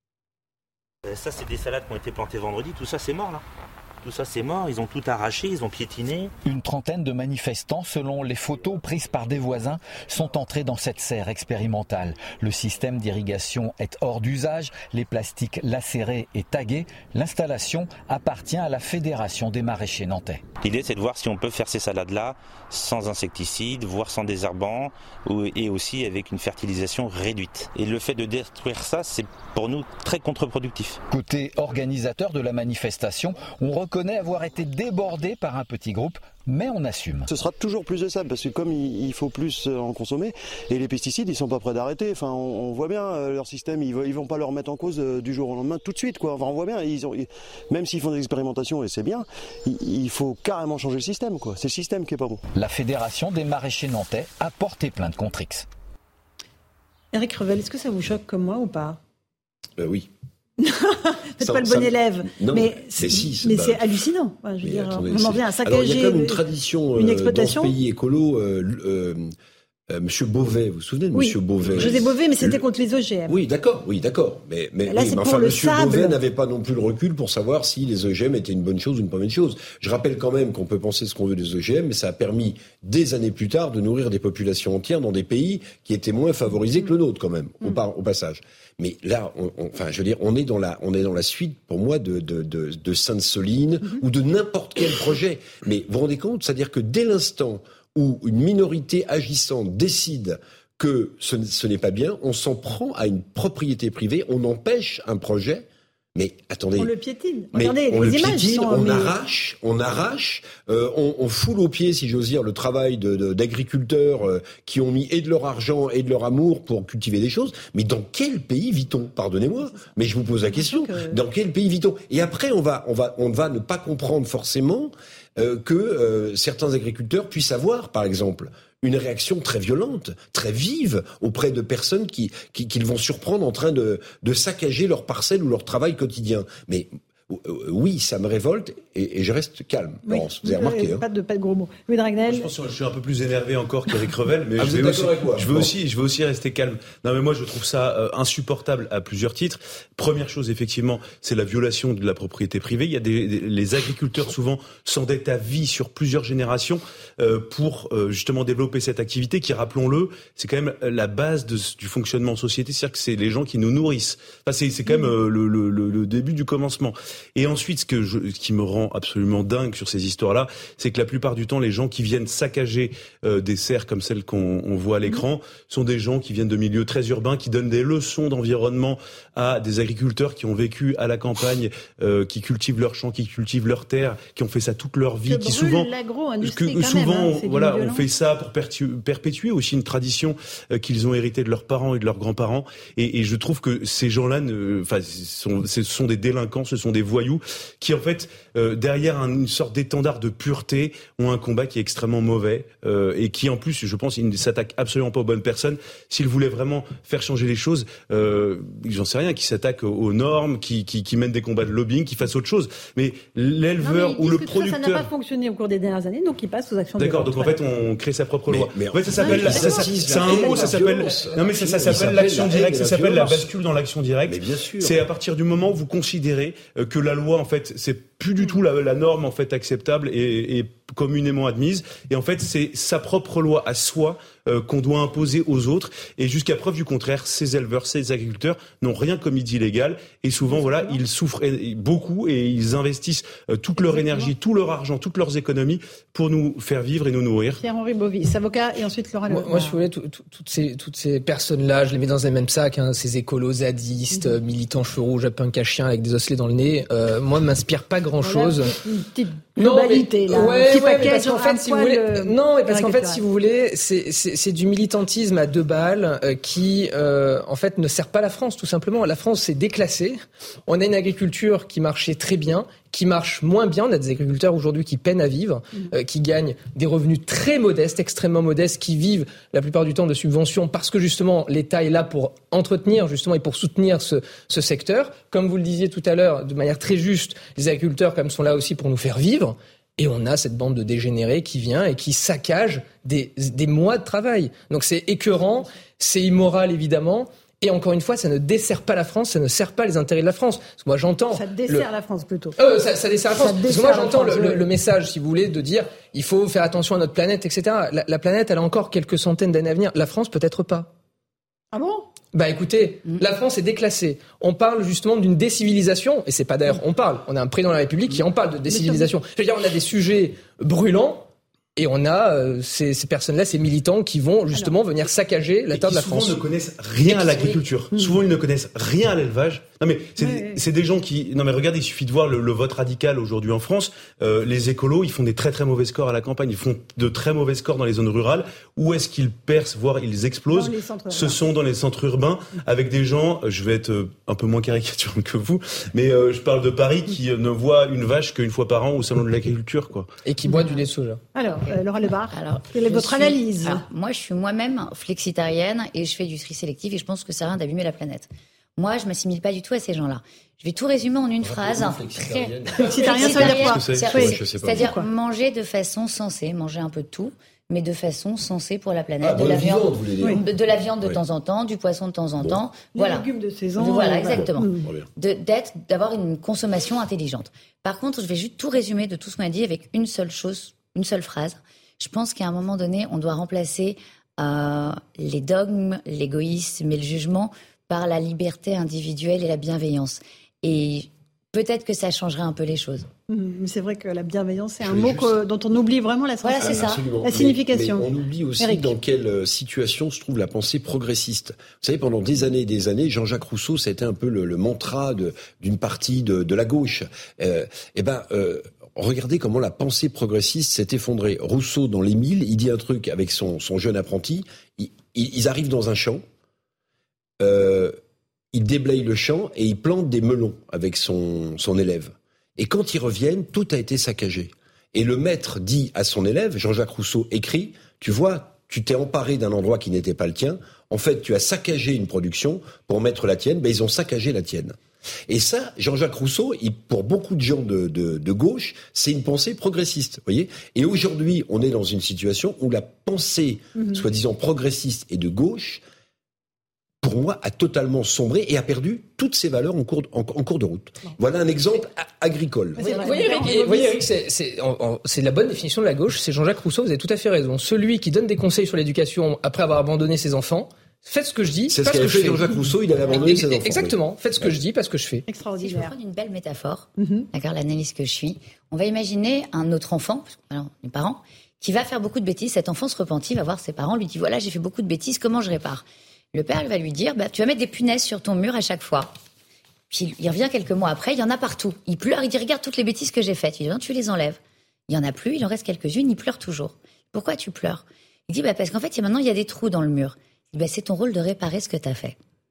Ça, c'est des salades qui ont été plantées vendredi. Tout ça, c'est mort, là. Tout ça, c'est mort. Ils ont tout arraché, ils ont piétiné. Une trentaine de manifestants, selon les photos prises par des voisins, sont entrés dans cette serre expérimentale. Le système d'irrigation est hors d'usage, les plastiques lacérés et tagués. L'installation appartient à la Fédération des maraîchers nantais. L'idée, c'est de voir si on peut faire ces salades-là sans insecticides, voire sans désherbants, et aussi avec une fertilisation réduite. Et le fait de détruire ça, c'est pour nous très contre-productif. Côté organisateur de la manifestation, on reconnaît avoir été débordé par un petit groupe, mais on assume. Ce sera toujours plus de sable parce que comme il faut plus en consommer, et les pesticides ils sont pas prêts d'arrêter. Enfin, on voit bien leur système, ils vont pas le remettre en cause du jour au lendemain tout de suite, quoi. Enfin, on voit bien, même s'ils font des expérimentations et c'est bien, il faut carrément changer le système, quoi. C'est le système qui est pas bon. La Fédération des maraîchers nantais a porté plainte contre X. Éric Revel, est-ce que ça vous choque comme moi ou pas ? Oui. Faites pas le bon élève. Non, mais c'est hallucinant. Je veux dire, on en vient à saccager. Alors, il y a quand même une tradition une exploitation. dans ce pays écolo. Monsieur Beauvais, vous vous souvenez de Monsieur Beauvais ? José Beauvais, mais c'était contre les OGM. Oui, d'accord. Mais là, enfin, Monsieur Beauvais n'avait pas non plus le recul pour savoir si les OGM étaient une bonne chose ou une pas bonne chose. Je rappelle quand même qu'on peut penser ce qu'on veut des OGM, mais ça a permis, des années plus tard, de nourrir des populations entières dans des pays qui étaient moins favorisés que le nôtre, quand même, au passage. Mais là, on est dans la suite, pour moi, de Sainte-Soline ou de n'importe quel projet. Mais vous vous rendez compte, c'est-à-dire que dès l'instant où une minorité agissante décide que ce n'est pas bien, on s'en prend à une propriété privée, on empêche un projet. Mais attendez, on le piétine. Regardez, les images on arrache, on foule aux pieds, si j'ose dire, le travail d'agriculteurs qui ont mis et de leur argent et de leur amour pour cultiver des choses. Mais dans quel pays vit-on ? Pardonnez-moi, mais je vous pose la question. Dans quel pays vit-on ? Et après, on va ne pas comprendre forcément que certains agriculteurs puissent avoir, par exemple, une réaction très violente, très vive auprès de personnes qu'ils vont surprendre en train de saccager leur parcelle ou leur travail quotidien. Mais oui, ça me révolte et je reste calme. Oui, Laurence, vous avez remarqué. Pas de gros mots. Louis Dragnel. Je pense que je suis un peu plus énervé encore qu'Éric Revel, mais je veux aussi rester calme. Non, mais moi je trouve ça insupportable à plusieurs titres. Première chose, effectivement, c'est la violation de la propriété privée. Il y a les agriculteurs souvent s'endettent à vie sur plusieurs générations pour justement développer cette activité qui, rappelons-le, c'est quand même la base du fonctionnement en société. C'est-à-dire que c'est les gens qui nous nourrissent. Enfin, c'est quand même le début du commencement. Et ensuite, ce qui me rend absolument dingue sur ces histoires-là, c'est que la plupart du temps, les gens qui viennent saccager des serres comme celles qu'on voit à l'écran sont des gens qui viennent de milieux très urbains, qui donnent des leçons d'environnement à des agriculteurs qui ont vécu à la campagne, qui cultivent leurs champs, qui cultivent leurs terres, qui ont fait ça toute leur vie, qui souvent on fait ça pour perpétuer aussi une tradition qu'ils ont héritée de leurs parents et de leurs grands-parents. Et je trouve que ces gens-là, ce sont des délinquants, ce sont des voyous, qui en fait, derrière une sorte d'étendard de pureté, ont un combat qui est extrêmement mauvais, et qui en plus, je pense, ils ne s'attaquent absolument pas aux bonnes personnes. S'ils voulaient vraiment faire changer les choses, j'en sais rien, qui s'attaquent aux normes, qui mènent des combats de lobbying, qui fassent autre chose. Mais l'éleveur ou le producteur... Ça n'a pas fonctionné au cours des dernières années, donc ils passent aux actions de D'accord, donc en fait, on crée sa propre loi. En fait, ça s'appelle... C'est un mot, ça s'appelle... Non, mais ça s'appelle l'action directe, ça s'appelle la bascule dans l'action directe. Mais bien sûr. C'est à partir du moment où vous considérez que la loi, en fait, c'est plus du tout la norme, en fait, acceptable et communément admise. Et en fait, c'est sa propre loi à soi qu'on doit imposer aux autres. Et jusqu'à preuve du contraire, ces éleveurs, ces agriculteurs n'ont rien commis d'illégal. Et souvent, voilà, ils souffrent beaucoup et ils investissent toute leur énergie, tout leur argent, toutes leurs économies pour nous faire vivre et nous nourrir. Pierre-Henri Bovis, avocat, et ensuite Laura Lebar. Moi, je voulais toutes ces personnes-là, je les mets dans un même sac, hein, ces écolos zadistes, militants cheveux rouges à punk à chien avec des osselets dans le nez. Moi, ne m'inspire pas grand-chose. Voilà, une petite globalité, là. Parce qu'en fait, si vous voulez, parce qu'en fait, si vous voulez, c'est du militantisme à deux balles qui, en fait, ne sert pas la France, tout simplement. La France s'est déclassée. On a une agriculture qui marchait très bien, qui marche moins bien. On a des agriculteurs aujourd'hui qui peinent à vivre, qui gagnent des revenus très modestes, extrêmement modestes, qui vivent la plupart du temps de subventions parce que justement l'État est là pour entretenir justement et pour soutenir ce secteur. Comme vous le disiez tout à l'heure, de manière très juste, les agriculteurs comme sont là aussi pour nous faire vivre. Et on a cette bande de dégénérés qui vient et qui saccage des mois de travail. Donc c'est écœurant, c'est immoral évidemment. Et encore une fois, ça ne dessert pas la France, ça ne sert pas les intérêts de la France. Parce que moi, j'entends... Ça dessert la France, plutôt. Ça dessert la France. Parce que moi, j'entends le message, si vous voulez, de dire il faut faire attention à notre planète, etc. La planète, elle a encore quelques centaines d'années à venir. La France, peut-être pas. Ah bon ? Bah écoutez, la France est déclassée. On parle justement d'une décivilisation, et c'est pas d'ailleurs on parle. On a un président de la République qui en parle de décivilisation. Je veux dire, on a des sujets brûlants. Et on a ces personnes-là, ces militants qui vont justement venir saccager la terre de la France. Souvent ne connaissent rien à l'agriculture. Souvent ils ne connaissent rien à l'élevage. Non mais c'est des gens qui... Non mais regardez, il suffit de voir le vote radical aujourd'hui en France. Les écolos, ils font des très très mauvais scores à la campagne. Ils font de très mauvais scores dans les zones rurales. Où est-ce qu'ils percent, voire ils explosent ? Ce sont dans les centres urbains avec des gens, je vais être un peu moins caricatural que vous, mais je parle de Paris qui ne voit une vache qu'une fois par an au salon de l'agriculture, quoi. Et qui boit du lait de soja. Alors, Laura Lebar, quelle est votre analyse ? Moi, je suis moi-même flexitarienne et je fais du tri sélectif et je pense que ça sert à rien d'abîmer la planète. Moi, je m'assimile pas du tout à ces gens-là. Je vais tout résumer en une phrase. Flexitarien, ça veut dire quoi ? C'est-à-dire manger de façon sensée, manger un peu de tout, mais de façon sensée pour la planète. De la viande de temps en temps, du poisson de temps en temps. Les légumes de saison. Voilà, exactement. D'avoir une consommation intelligente. Par contre, je vais juste tout résumer de tout ce qu'on a dit avec une seule chose, une seule phrase. Je pense qu'à un moment donné, on doit remplacer les dogmes, l'égoïsme et le jugement par la liberté individuelle et la bienveillance. Et peut-être que ça changerait un peu les choses. Mais c'est vrai que la bienveillance, c'est un mot dont on oublie vraiment la signification. Mais on oublie aussi dans quelle situation se trouve la pensée progressiste. Vous savez, pendant des années et des années, Jean-Jacques Rousseau, ça a été un peu le mantra d'une partie de la gauche. Regardez comment la pensée progressiste s'est effondrée. Rousseau, dans l'Émile, il dit un truc avec son jeune apprenti. Ils arrivent dans un champ. Il déblaye le champ et il plante des melons avec son élève. Et quand ils reviennent, tout a été saccagé. Et le maître dit à son élève, Jean-Jacques Rousseau écrit, tu vois, tu t'es emparé d'un endroit qui n'était pas le tien. En fait, tu as saccagé une production pour mettre la tienne. Ben, ils ont saccagé la tienne. Et ça, Jean-Jacques Rousseau, pour beaucoup de gens de gauche, c'est une pensée progressiste, voyez. Et aujourd'hui, on est dans une situation où la pensée, soi-disant progressiste et de gauche, pour moi, a totalement sombré et a perdu toutes ses valeurs en cours de route. Voilà un exemple agricole. Vous voyez, Eric, c'est la bonne définition de la gauche. C'est Jean-Jacques Rousseau, vous avez tout à fait raison. Celui qui donne des conseils sur l'éducation après avoir abandonné ses enfants. Faites ce que je dis, c'est ce qu'avait fait Jean-Jacques Rousseau, il avait abandonné ses enfants. Exactement, faites ce que je dis, pas ce que je fais. Extraordinaire. Si je peux prendre une belle métaphore, d'accord, l'analyse que je suis, on va imaginer un autre enfant, les parents, qui va faire beaucoup de bêtises. Cet enfant se repentit, va voir ses parents, lui dit voilà, j'ai fait beaucoup de bêtises, comment je répare ? Le père va lui dire tu vas mettre des punaises sur ton mur à chaque fois. Puis il revient quelques mois après, il y en a partout. Il pleure, il dit regarde toutes les bêtises que j'ai faites. Il dit non, tu les enlèves. Il y en a plus, il en reste quelques-unes, il pleure toujours. Pourquoi tu pleures ? Il dit parce qu'en fait, maintenant il y a des trous dans le mur. Il dit c'est ton rôle de réparer ce que tu as fait.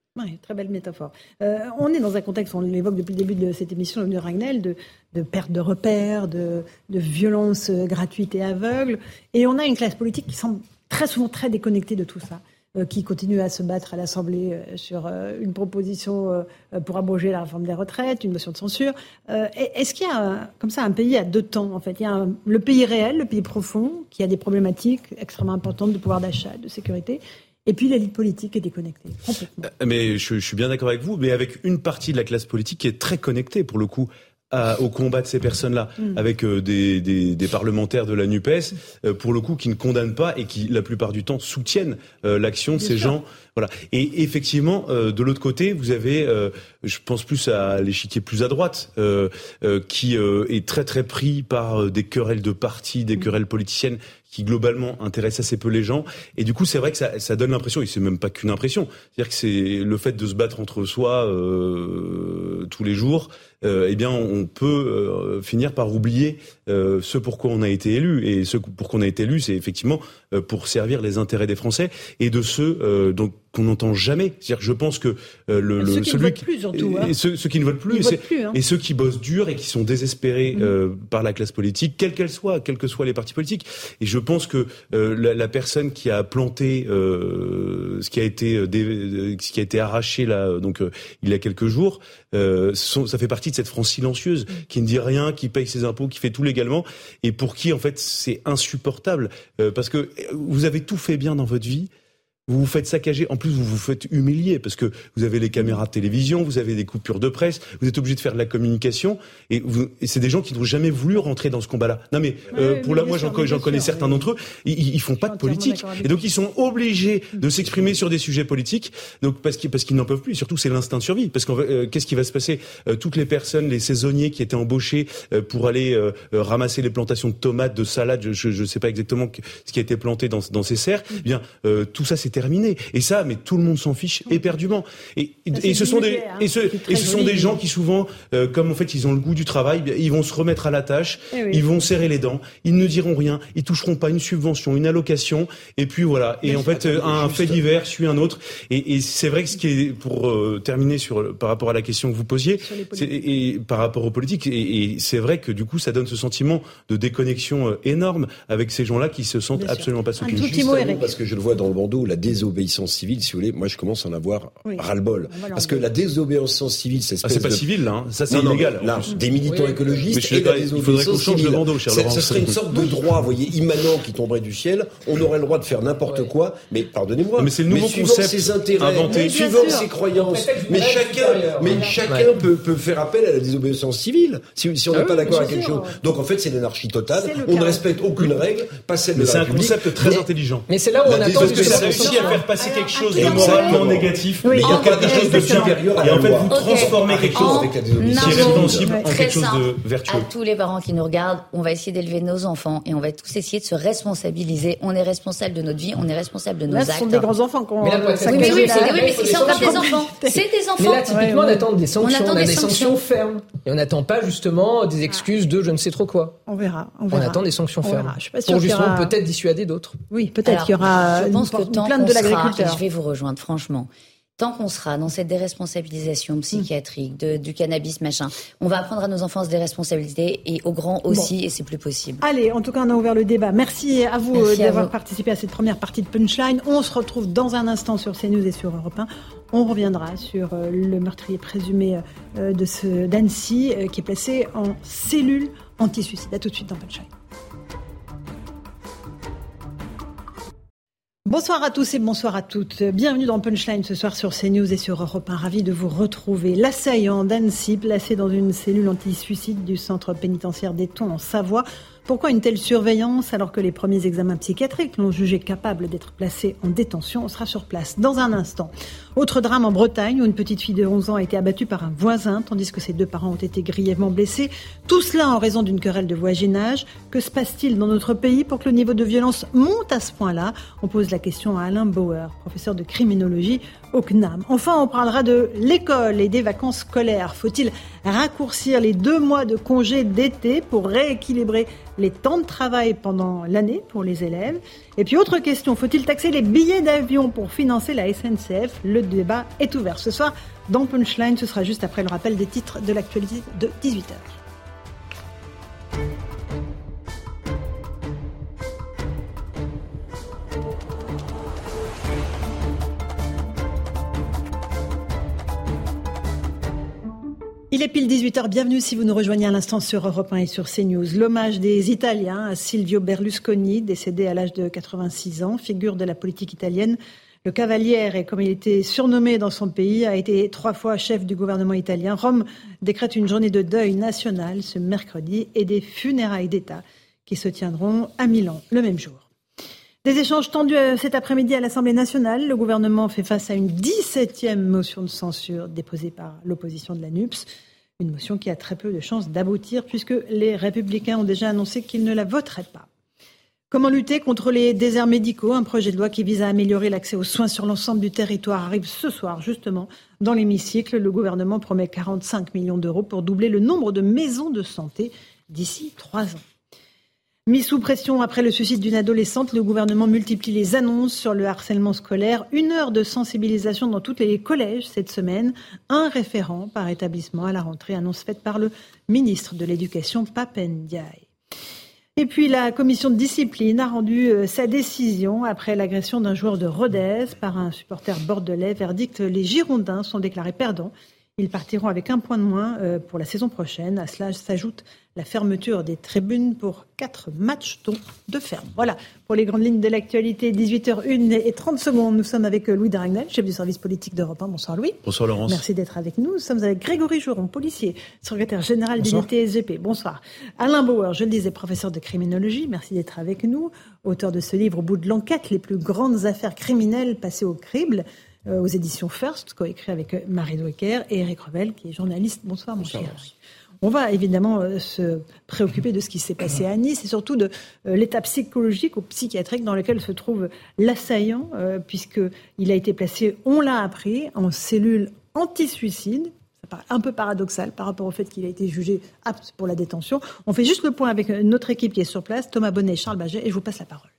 Oui, très belle métaphore. On est dans un contexte, on l'évoque depuis le début de cette émission, de Ragnel, de perte de repères, de violences gratuites et aveugles. Et on a une classe politique qui semble très souvent très déconnectée de tout ça, qui continue à se battre à l'Assemblée sur une proposition pour abroger la réforme des retraites, une motion de censure. Est-ce qu'il y a comme ça un pays à deux temps, en fait? Il y a le pays réel, le pays profond, qui a des problématiques extrêmement importantes de pouvoir d'achat, de sécurité. Et puis l'élite politique est déconnectée, complètement. Mais je suis bien d'accord avec vous, mais avec une partie de la classe politique qui est très connectée, pour le coup, au combat de ces personnes-là, avec des parlementaires de la NUPES, pour le coup, qui ne condamnent pas et qui, la plupart du temps, soutiennent l'action de ces gens. Voilà. Et effectivement, de l'autre côté, vous avez, je pense plus à l'échiquier plus à droite, qui est très très pris par des querelles de partis, des querelles politiciennes, qui globalement intéressent assez peu les gens. Et du coup, c'est vrai que ça donne l'impression, et c'est même pas qu'une impression, c'est-à-dire que c'est le fait de se battre entre soi tous les jours, eh bien, on peut finir par oublier ce pourquoi on a été élu. Et ce pourquoi on a été élu, c'est effectivement pour servir les intérêts des Français et de ceux donc qu'on n'entend jamais. C'est-à-dire que je pense que ceux qui ne votent plus, surtout, hein. ceux qui ne votent plus, et ceux qui bossent dur et qui sont désespérés par la classe politique, quelle qu'elle soit, quels que soient les partis politiques. Et je pense que la personne qui a planté ce qui a été arraché là, donc il y a quelques jours, ça fait partie de cette France silencieuse qui ne dit rien, qui paye ses impôts, qui fait tout légalement, et pour qui en fait c'est insupportable parce que vous avez tout fait bien dans votre vie. Vous vous faites saccager, en plus vous vous faites humilier parce que vous avez les caméras de télévision, vous avez des coupures de presse, vous êtes obligé de faire de la communication et c'est des gens qui n'ont jamais voulu rentrer dans ce combat-là. Non mais moi j'en connais certains d'entre eux, ils font pas de politique et donc ils sont obligés de s'exprimer sur des sujets politiques, donc parce qu'ils n'en peuvent plus. Et surtout c'est l'instinct de survie parce que qu'est-ce qui va se passer? Toutes les personnes, les saisonniers qui étaient embauchés pour aller ramasser les plantations de tomates, de salades, je sais pas exactement ce qui a été planté dans ces serres. Eh bien tout ça c'était terminé. Et ça, mais tout le monde s'en fiche éperdument. Et ce sont des gens qui souvent, comme en fait ils ont le goût du travail, ils vont se remettre à la tâche, ils vont serrer les dents, ils ne diront rien, ils toucheront pas une subvention, une allocation, et puis voilà. Et en fait, un fait divers suit un autre. Et c'est vrai que ce qui est, pour terminer par rapport à la question que vous posiez, et par rapport aux politiques, et c'est vrai que du coup, ça donne ce sentiment de déconnexion énorme avec ces gens-là qui se sentent absolument pas soutenus. Parce que je le vois dans le bandeau, la désobéissance civile, si vous voulez, moi je commence à en avoir ras-le-bol. Parce que la désobéissance civile, c'est c'est pas civil là, hein. Ça c'est illégal. Là, des militants écologistes et la désobéissance il faudrait qu'on change le bandeau, cher Laurent. Ça serait une sorte de droit, vous voyez, immanent qui tomberait du ciel. On aurait le droit de faire n'importe quoi, mais pardonnez-moi. Mais c'est le nouveau concept ses intérêts, inventé, suivant ses croyances. Mais chacun peut faire appel à la désobéissance civile si on n'est pas d'accord avec quelque chose. Donc en fait, c'est l'anarchie totale. On ne respecte aucune règle, pas celle de la République. C'est un concept très intelligent. Mais c'est là où on attend que ça réussit à faire passer quelque chose de moralement négatif, mais il y a quelque chose de supérieur. Et en fait, vous transformez quelque chose qui est répréhensible en quelque chose de vertueux. À tous les parents qui nous regardent, on va essayer d'élever nos enfants et on va tous essayer de se responsabiliser. On est responsable de notre vie, on est responsable de nos actes. Là, ce sont des grands enfants qu'on mais c'est encore des enfants. C'est des enfants. Mais là, typiquement, on attend des sanctions. On a des sanctions fermes. Et on n'attend pas justement des excuses de je ne sais trop quoi. On verra. On attend des sanctions fermes. Pour justement peut-être dissuader d'autres. Oui, peut-être qu'il y aura une plainte de l'agriculteur. Je vais vous rejoindre, franchement. Tant qu'on sera dans cette déresponsabilisation psychiatrique, du cannabis, machin, on va apprendre à nos enfants à se déresponsabiliser et aux grands aussi, et c'est plus possible. Allez, en tout cas, on a ouvert le débat. Merci à vous d'avoir participé à cette première partie de Punchline. On se retrouve dans un instant sur CNews et sur Europe 1. On reviendra sur le meurtrier présumé d'Annecy qui est placé en cellule anti-suicide. À tout de suite dans Punchline. Bonsoir à tous et bonsoir à toutes. Bienvenue dans Punchline ce soir sur CNews et sur Europe 1. Ravi de vous retrouver. L'assaillant d'Annecy, placé dans une cellule anti-suicide du centre pénitentiaire d'Éton en Savoie. Pourquoi une telle surveillance alors que les premiers examens psychiatriques l'ont jugé capable d'être placé en détention? On sera sur place dans un instant. Autre drame en Bretagne où une petite fille de 11 ans a été abattue par un voisin tandis que ses deux parents ont été grièvement blessés. Tout cela en raison d'une querelle de voisinage. Que se passe-t-il dans notre pays pour que le niveau de violence monte à ce point-là? On pose la question à Alain Bauer, professeur de criminologie au CNAM. Enfin, on parlera de l'école et des vacances scolaires. Faut-il raccourcir les 2 mois de congé d'été pour rééquilibrer les temps de travail pendant l'année pour les élèves. Et puis autre question, faut-il taxer les billets d'avion pour financer la SNCF ? Le débat est ouvert. Ce soir, dans Punchline, ce sera juste après le rappel des titres de l'actualité de 18h. Il est pile 18h, bienvenue si vous nous rejoignez à l'instant sur Europe 1 et sur CNews. L'hommage des Italiens à Silvio Berlusconi, décédé à l'âge de 86 ans, figure de la politique italienne. Le Cavaliere, et comme il était surnommé dans son pays, a été 3 fois chef du gouvernement italien. Rome décrète une journée de deuil national ce mercredi et des funérailles d'État qui se tiendront à Milan le même jour. Des échanges tendus cet après-midi à l'Assemblée nationale. Le gouvernement fait face à une 17e motion de censure déposée par l'opposition de la NUPES. Une motion qui a très peu de chances d'aboutir puisque les Républicains ont déjà annoncé qu'ils ne la voteraient pas. Comment lutter contre les déserts médicaux ? Un projet de loi qui vise à améliorer l'accès aux soins sur l'ensemble du territoire arrive ce soir justement dans l'hémicycle. Le gouvernement promet 45 millions d'euros pour doubler le nombre de maisons de santé d'ici 3 ans. Mis sous pression après le suicide d'une adolescente, le gouvernement multiplie les annonces sur le harcèlement scolaire. 1 heure de sensibilisation dans tous les collèges cette semaine. 1 référent par établissement à la rentrée, annonce faite par le ministre de l'Éducation, Pape Ndiaye. Et puis la commission de discipline a rendu sa décision après l'agression d'un joueur de Rodez par un supporter bordelais. Verdict, les Girondins sont déclarés perdants. Ils partiront avec 1 point de moins pour la saison prochaine. À cela s'ajoute la fermeture des tribunes pour 4 matchs dont de ferme. Voilà pour les grandes lignes de l'actualité. 18h01 et 30 secondes. Nous sommes avec Louis Dragnel, chef du service politique d'Europe 1. Bonsoir Louis. Bonsoir Laurence. Merci d'être avec nous. Nous sommes avec Grégory Joron, policier, secrétaire général d'unité SGP. Bonsoir. Alain Bauer, je le disais, professeur de criminologie. Merci d'être avec nous. Auteur de ce livre Au bout de l'enquête, les plus grandes affaires criminelles passées au crible. Aux éditions First, coécrit avec Marie Drucker et Eric Revel, qui est journaliste. Bonsoir, mon cher. On va évidemment se préoccuper de ce qui s'est passé à Nice et surtout de l'état psychologique ou psychiatrique dans lequel se trouve l'assaillant, puisqu'il a été placé, on l'a appris, en cellule anti-suicide. Ça paraît un peu paradoxal par rapport au fait qu'il a été jugé apte pour la détention. On fait juste le point avec notre équipe qui est sur place, Thomas Bonnet et Charles Baget, et je vous passe la parole.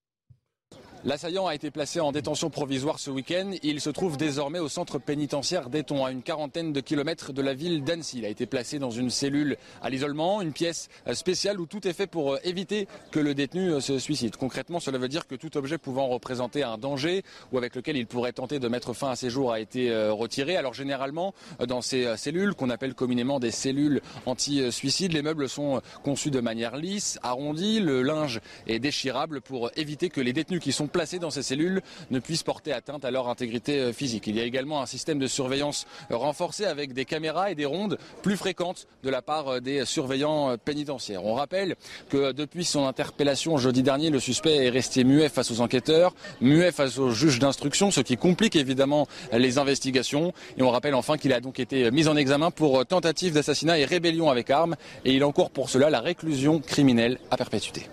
L'assaillant a été placé en détention provisoire ce week-end. Il se trouve désormais au centre pénitentiaire d'Aiton, à une 40aine de kilomètres de la ville d'Annecy. Il a été placé dans une cellule à l'isolement, une pièce spéciale où tout est fait pour éviter que le détenu se suicide. Concrètement, cela veut dire que tout objet pouvant représenter un danger ou avec lequel il pourrait tenter de mettre fin à ses jours a été retiré. Alors généralement, dans ces cellules, qu'on appelle communément des cellules anti-suicide, les meubles sont conçus de manière lisse, arrondie, le linge est déchirable pour éviter que les détenus qui sont placés dans ces cellules ne puissent porter atteinte à leur intégrité physique. Il y a également un système de surveillance renforcé avec des caméras et des rondes plus fréquentes de la part des surveillants pénitentiaires. On rappelle que depuis son interpellation jeudi dernier, le suspect est resté muet face aux enquêteurs, muet face aux juges d'instruction, ce qui complique évidemment les investigations. Et on rappelle enfin qu'il a donc été mis en examen pour tentative d'assassinat et rébellion avec arme et il encourt pour cela la réclusion criminelle à perpétuité.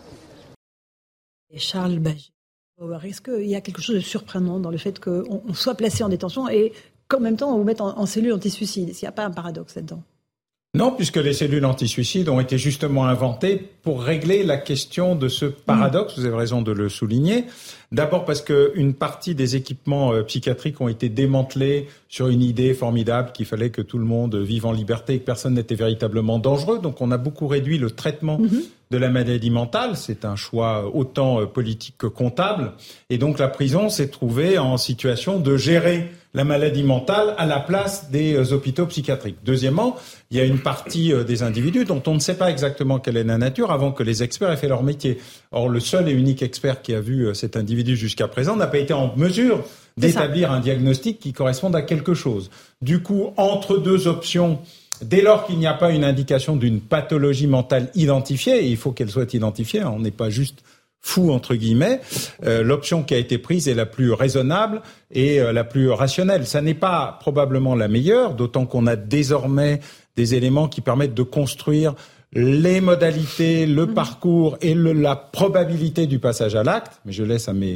Et Charles Baget. Est-ce qu'il y a quelque chose de surprenant dans le fait qu'on soit placé en détention et qu'en même temps on vous mette en cellule anti-suicide ? Est-ce qu'il n'y a pas un paradoxe là-dedans ? Non, puisque les cellules anti-suicide ont été justement inventées pour régler la question de ce paradoxe, vous avez raison de le souligner. D'abord parce qu'une partie des équipements psychiatriques ont été démantelés sur une idée formidable qu'il fallait que tout le monde vive en liberté et que personne n'était véritablement dangereux. Donc on a beaucoup réduit le traitement de la maladie mentale. C'est un choix autant politique que comptable. Et donc la prison s'est trouvée en situation de gérer la maladie mentale à la place des hôpitaux psychiatriques. Deuxièmement, il y a une partie des individus dont on ne sait pas exactement quelle est la nature avant que les experts aient fait leur métier. Or, le seul et unique expert qui a vu cet individu jusqu'à présent n'a pas été en mesure d'établir un diagnostic qui corresponde à quelque chose. Du coup, entre deux options, dès lors qu'il n'y a pas une indication d'une pathologie mentale identifiée, et il faut qu'elle soit identifiée, on n'est pas juste fou entre guillemets, l'option qui a été prise est la plus raisonnable et la plus rationnelle. Ça n'est pas probablement la meilleure, d'autant qu'on a désormais des éléments qui permettent de construire les modalités, le parcours et la probabilité du passage à l'acte. Mais je laisse à mes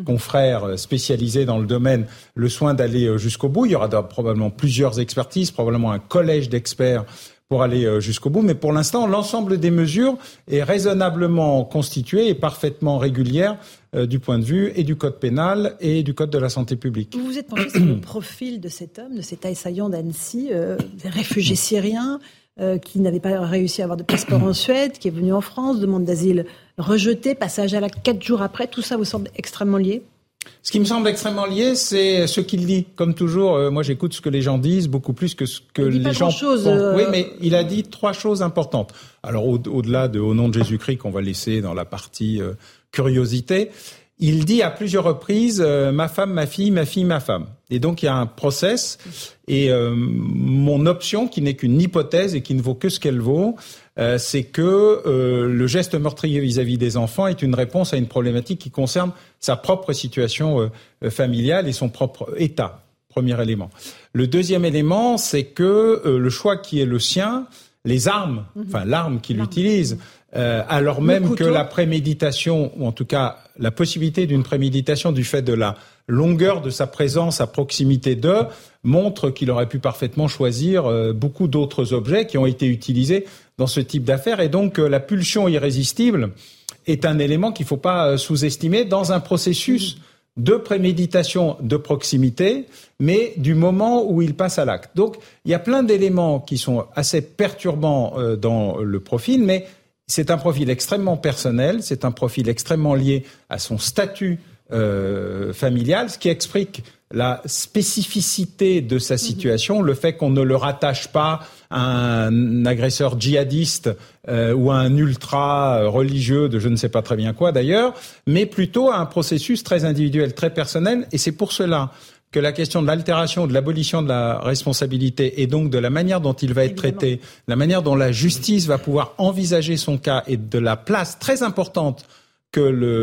confrères spécialisés dans le domaine le soin d'aller jusqu'au bout. Il y aura probablement plusieurs expertises, probablement un collège d'experts pour aller jusqu'au bout. Mais pour l'instant, l'ensemble des mesures est raisonnablement constitué et parfaitement régulière du point de vue et du code pénal et du code de la santé publique. Vous vous êtes penché sur le profil de cet homme, de cet assaillant d'Annecy, réfugié syrien, qui n'avait pas réussi à avoir de passeport en Suède, qui est venu en France, demande d'asile rejetée, passage à l'acte 4 jours après. Tout ça vous semble extrêmement lié ? Ce qui me semble extrêmement lié, c'est ce qu'il dit. Comme toujours, moi j'écoute ce que les gens disent beaucoup plus que ce que les gens pensent. Oui, mais il a dit 3 choses importantes. Alors au-delà de Au nom de Jésus-Christ qu'on va laisser dans la partie curiosité, il dit à plusieurs reprises ma femme, ma fille, ma femme. Et donc il y a un process et mon option, qui n'est qu'une hypothèse et qui ne vaut que ce qu'elle vaut, c'est que le geste meurtrier vis-à-vis des enfants est une réponse à une problématique qui concerne sa propre situation familiale et son propre état. Premier élément. Le deuxième élément, c'est que le choix qui est le sien, les armes, enfin l'arme qu'il utilise, alors même que la préméditation, ou en tout cas la possibilité d'une préméditation du fait de la longueur de sa présence à proximité d'eux, montre qu'il aurait pu parfaitement choisir beaucoup d'autres objets qui ont été utilisés dans ce type d'affaires. Et donc la pulsion irrésistible est un élément qu'il ne faut pas sous-estimer dans un processus de préméditation de proximité, mais du moment où il passe à l'acte. Donc il y a plein d'éléments qui sont assez perturbants dans le profil, mais c'est un profil extrêmement personnel, c'est un profil extrêmement lié à son statut familial, ce qui explique la spécificité de sa situation, le fait qu'on ne le rattache pas à un agresseur djihadiste ou à un ultra religieux de je ne sais pas très bien quoi d'ailleurs, mais plutôt à un processus très individuel, très personnel. Et c'est pour cela que la question de l'altération, de l'abolition de la responsabilité et donc de la manière dont il va être traité, la manière dont la justice va pouvoir envisager son cas et de la place très importante que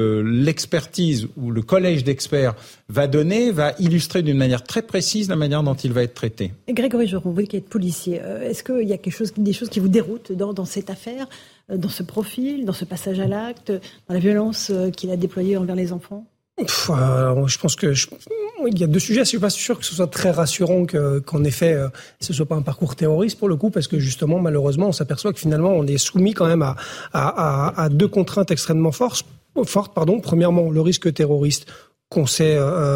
l'expertise ou le collège d'experts va donner, va illustrer d'une manière très précise la manière dont il va être traité. Et Grégory Joron, vous qui êtes policier, est-ce qu'il y a des choses qui vous déroutent dans cette affaire, dans ce profil, dans ce passage à l'acte, dans la violence qu'il a déployée envers les enfants ? Je pense que il y a 2 sujets. Je suis pas sûr que ce soit très rassurant qu'en effet ce soit pas un parcours terroriste pour le coup, parce que justement malheureusement on s'aperçoit que finalement on est soumis quand même à 2 contraintes extrêmement fortes. Premièrement, le risque terroriste qu'on sait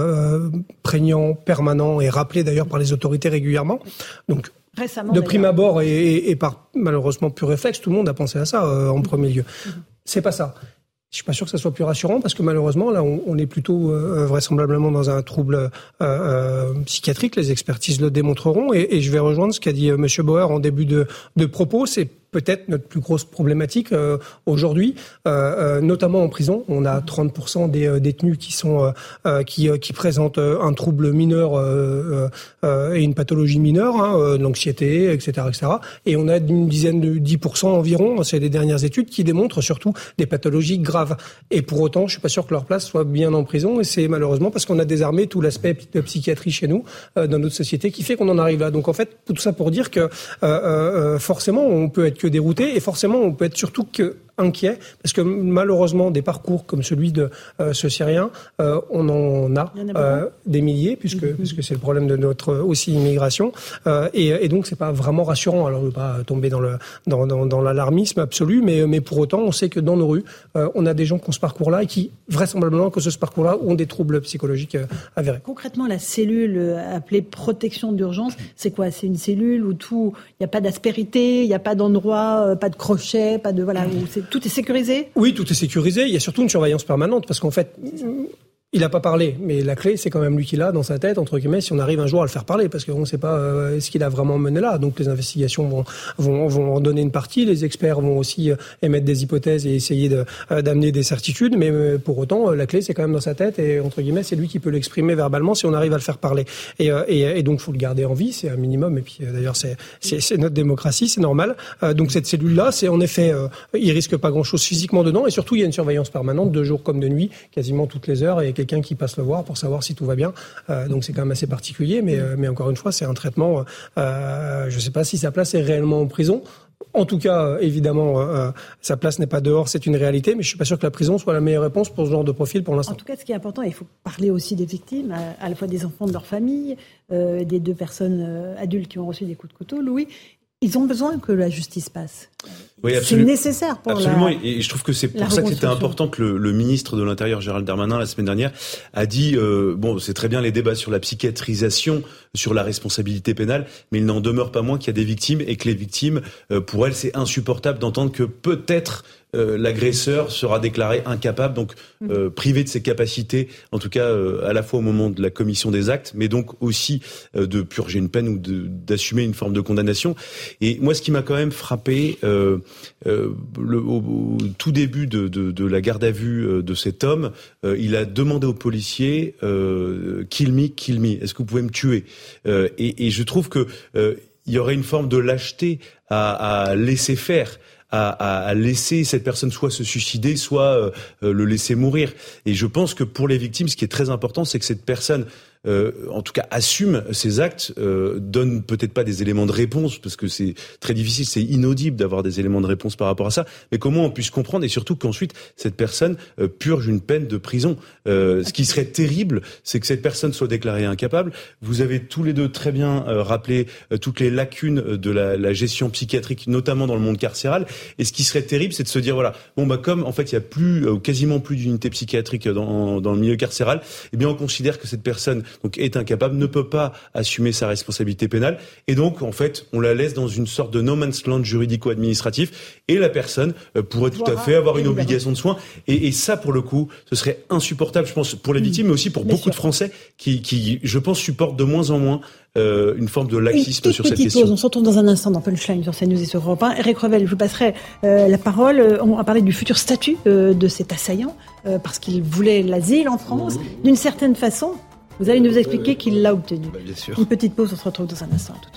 prégnant, permanent et rappelé d'ailleurs par les autorités régulièrement. Donc récemment, de prime abord et par malheureusement pur réflexe, tout le monde a pensé à ça en premier lieu. C'est pas ça. Je suis pas sûr que ça soit plus rassurant parce que malheureusement là on est plutôt vraisemblablement dans un trouble psychiatrique. Les expertises le démontreront et je vais rejoindre ce qu'a dit Monsieur Bauer en début de propos. C'est peut-être notre plus grosse problématique aujourd'hui, notamment en prison. On a 30% des détenus qui sont qui présentent un trouble mineur et une pathologie mineure, l'anxiété, etc., etc. Et on a une dizaine de 10% environ, c'est les dernières études, qui démontrent surtout des pathologies graves. Et pour autant, je suis pas sûr que leur place soit bien en prison. Et c'est malheureusement parce qu'on a désarmé tout l'aspect de psychiatrie chez nous, dans notre société, qui fait qu'on en arrive là. Donc en fait, tout ça pour dire que forcément, on peut être que dérouté et forcément, on peut être surtout que inquiet, parce que malheureusement des parcours comme celui de ce Syrien, on en a des milliers, puisque c'est le problème de notre aussi immigration, et donc c'est pas vraiment rassurant. Alors on ne veut pas tomber dans l'alarmisme absolu, mais pour autant on sait que dans nos rues on a des gens qui ont ce parcours-là et qui vraisemblablement à cause de ce parcours-là ont des troubles psychologiques avérés. Concrètement, la cellule appelée protection d'urgence, c'est quoi? C'est une cellule où il n'y a pas d'aspérité, il n'y a pas d'endroit, pas de crochet, pas de voilà. Tout est sécurisé ? Oui, tout est sécurisé. Il y a surtout une surveillance permanente parce qu'en fait, il n'a pas parlé, mais la clé, c'est quand même lui qui l'a dans sa tête, entre guillemets, si on arrive un jour à le faire parler, parce qu'on ne sait pas ce qu'il a vraiment mené là. Donc les investigations vont en donner une partie, les experts vont aussi émettre des hypothèses et essayer d'amener des certitudes, mais pour autant, la clé, c'est quand même dans sa tête, et entre guillemets, c'est lui qui peut l'exprimer verbalement si on arrive à le faire parler. Et donc, il faut le garder en vie, c'est un minimum, et puis d'ailleurs, c'est notre démocratie, c'est normal. Donc cette cellule-là, c'est en effet, il risque pas grand-chose physiquement dedans, et surtout, il y a une surveillance permanente, de jour comme de nuit, quasiment toutes les heures, et quelqu'un qui passe le voir pour savoir si tout va bien. Donc c'est quand même assez particulier, mais encore une fois, c'est un traitement. Je ne sais pas si sa place est réellement en prison. En tout cas, évidemment, sa place n'est pas dehors, c'est une réalité, mais je suis pas sûr que la prison soit la meilleure réponse pour ce genre de profil pour l'instant. En tout cas, ce qui est important, il faut parler aussi des victimes, à la fois des enfants de leur famille, des 2 personnes adultes qui ont reçu des coups de couteau. Louis, ils ont besoin que la justice passe. Oui, c'est nécessaire pour absolument. Et je trouve que c'est pour ça que c'était important que le ministre de l'Intérieur, Gérald Darmanin, la semaine dernière, a dit c'est très bien les débats sur la psychiatrisation, sur la responsabilité pénale, mais il n'en demeure pas moins qu'il y a des victimes et que les victimes, pour elles, c'est insupportable d'entendre que peut-être l'agresseur sera déclaré incapable, donc privé de ses capacités, en tout cas à la fois au moment de la commission des actes, mais donc aussi de purger une peine ou d'assumer une forme de condamnation. Et moi, ce qui m'a quand même frappé au tout début de la garde à vue de cet homme, il a demandé aux policiers kill me, est-ce que vous pouvez me tuer? Et je trouve que il y aurait une forme de lâcheté à laisser faire, à laisser cette personne soit se suicider, soit le laisser mourir. Et je pense que pour les victimes, ce qui est très important, c'est que cette personne en tout cas assume ses actes, donne peut-être pas des éléments de réponse, parce que c'est très difficile, c'est inaudible d'avoir des éléments de réponse par rapport à ça, mais comment on puisse comprendre, et surtout qu'ensuite cette personne purge une peine de prison. Ce qui serait terrible, c'est que cette personne soit déclarée incapable. Vous avez tous les deux très bien rappelé toutes les lacunes de la gestion psychiatrique, notamment dans le monde carcéral, et ce qui serait terrible, c'est de se dire, voilà, comme en fait il y a quasiment plus d'unités psychiatriques dans le milieu carcéral, eh bien on considère que cette personne donc est incapable, ne peut pas assumer sa responsabilité pénale, et donc en fait on la laisse dans une sorte de no man's land juridico-administratif, et la personne pourrait tout à fait avoir une obligation de soins, et ça pour le coup ce serait insupportable, je pense, pour les victimes, mais aussi pour beaucoup de Français qui je pense supportent de moins en moins une forme de laxisme sur cette question. On se retrouve dans un instant dans Punchline sur CNews et sur Europe 1. Eric Revel, je vous passerai la parole. On va parler du futur statut de cet assaillant, parce qu'il voulait l'asile en France. D'une certaine façon, vous allez nous expliquer qu'il l'a obtenu. Bien sûr. Une petite pause, on se retrouve dans un instant, tout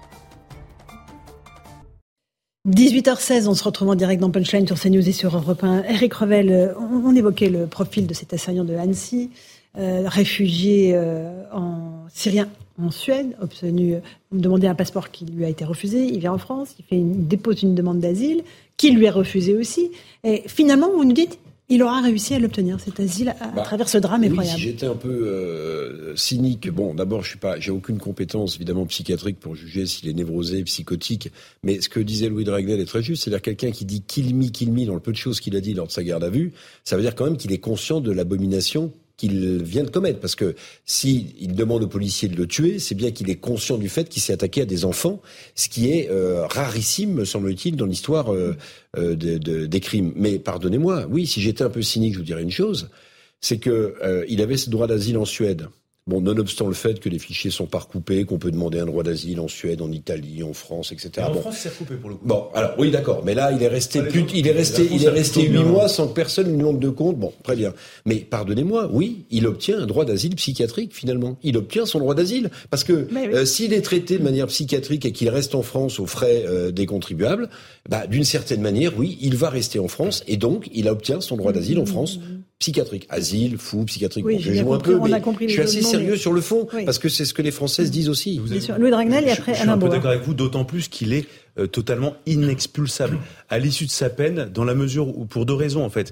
de suite. 18h16, on se retrouve en direct dans Punchline sur CNews et sur Europe 1. Eric Revel, on évoquait le profil de cet assaillant de Annecy, réfugié syrien en Suède, demandé un passeport qui lui a été refusé. Il vient en France, il dépose une demande d'asile qui lui est refusée aussi. Et finalement, vous nous dites, il aura réussi à l'obtenir, cet asile, à travers ce drame effroyable. Si j'étais un peu cynique, d'abord, j'ai aucune compétence, évidemment, psychiatrique pour juger s'il est névrosé, psychotique, mais ce que disait Louis de Ragnel est très juste, c'est-à-dire quelqu'un qui dit kill me, dans le peu de choses qu'il a dit lors de sa garde à vue, ça veut dire quand même qu'il est conscient de l'abomination qu'il vient de commettre, parce que si il demande aux policiers de le tuer, c'est bien qu'il est conscient du fait qu'il s'est attaqué à des enfants, ce qui est rarissime, me semble-t-il, dans l'histoire des crimes. Mais pardonnez-moi, oui, si j'étais un peu cynique, je vous dirais une chose, c'est que il avait ce droit d'asile en Suède. Nonobstant le fait que les fichiers sont pas recoupés, qu'on peut demander un droit d'asile en Suède, en Italie, en France, etc. Et en France, c'est recoupé pour le coup. Alors oui, d'accord. Mais là, il est resté 8 mois sans que personne lui demande de compte. Très bien. Mais pardonnez-moi, oui, il obtient un droit d'asile psychiatrique finalement. Il obtient son droit d'asile parce que s'il est traité de manière psychiatrique et qu'il reste en France aux frais des contribuables, d'une certaine manière, oui, il va rester en France et donc il obtient son droit d'asile en France. Psychiatrique, asile, fou, psychiatrique. Oui, je joue un peu, mais je suis assez sérieux sur le fond, parce que c'est ce que les Françaises disent aussi. Bien sûr. Louis de Ragnel et après Alain Bauer. Je suis un peu d'accord avec vous, d'autant plus qu'il est totalement inexpulsable à l'issue de sa peine, dans la mesure où, pour 2 raisons en fait,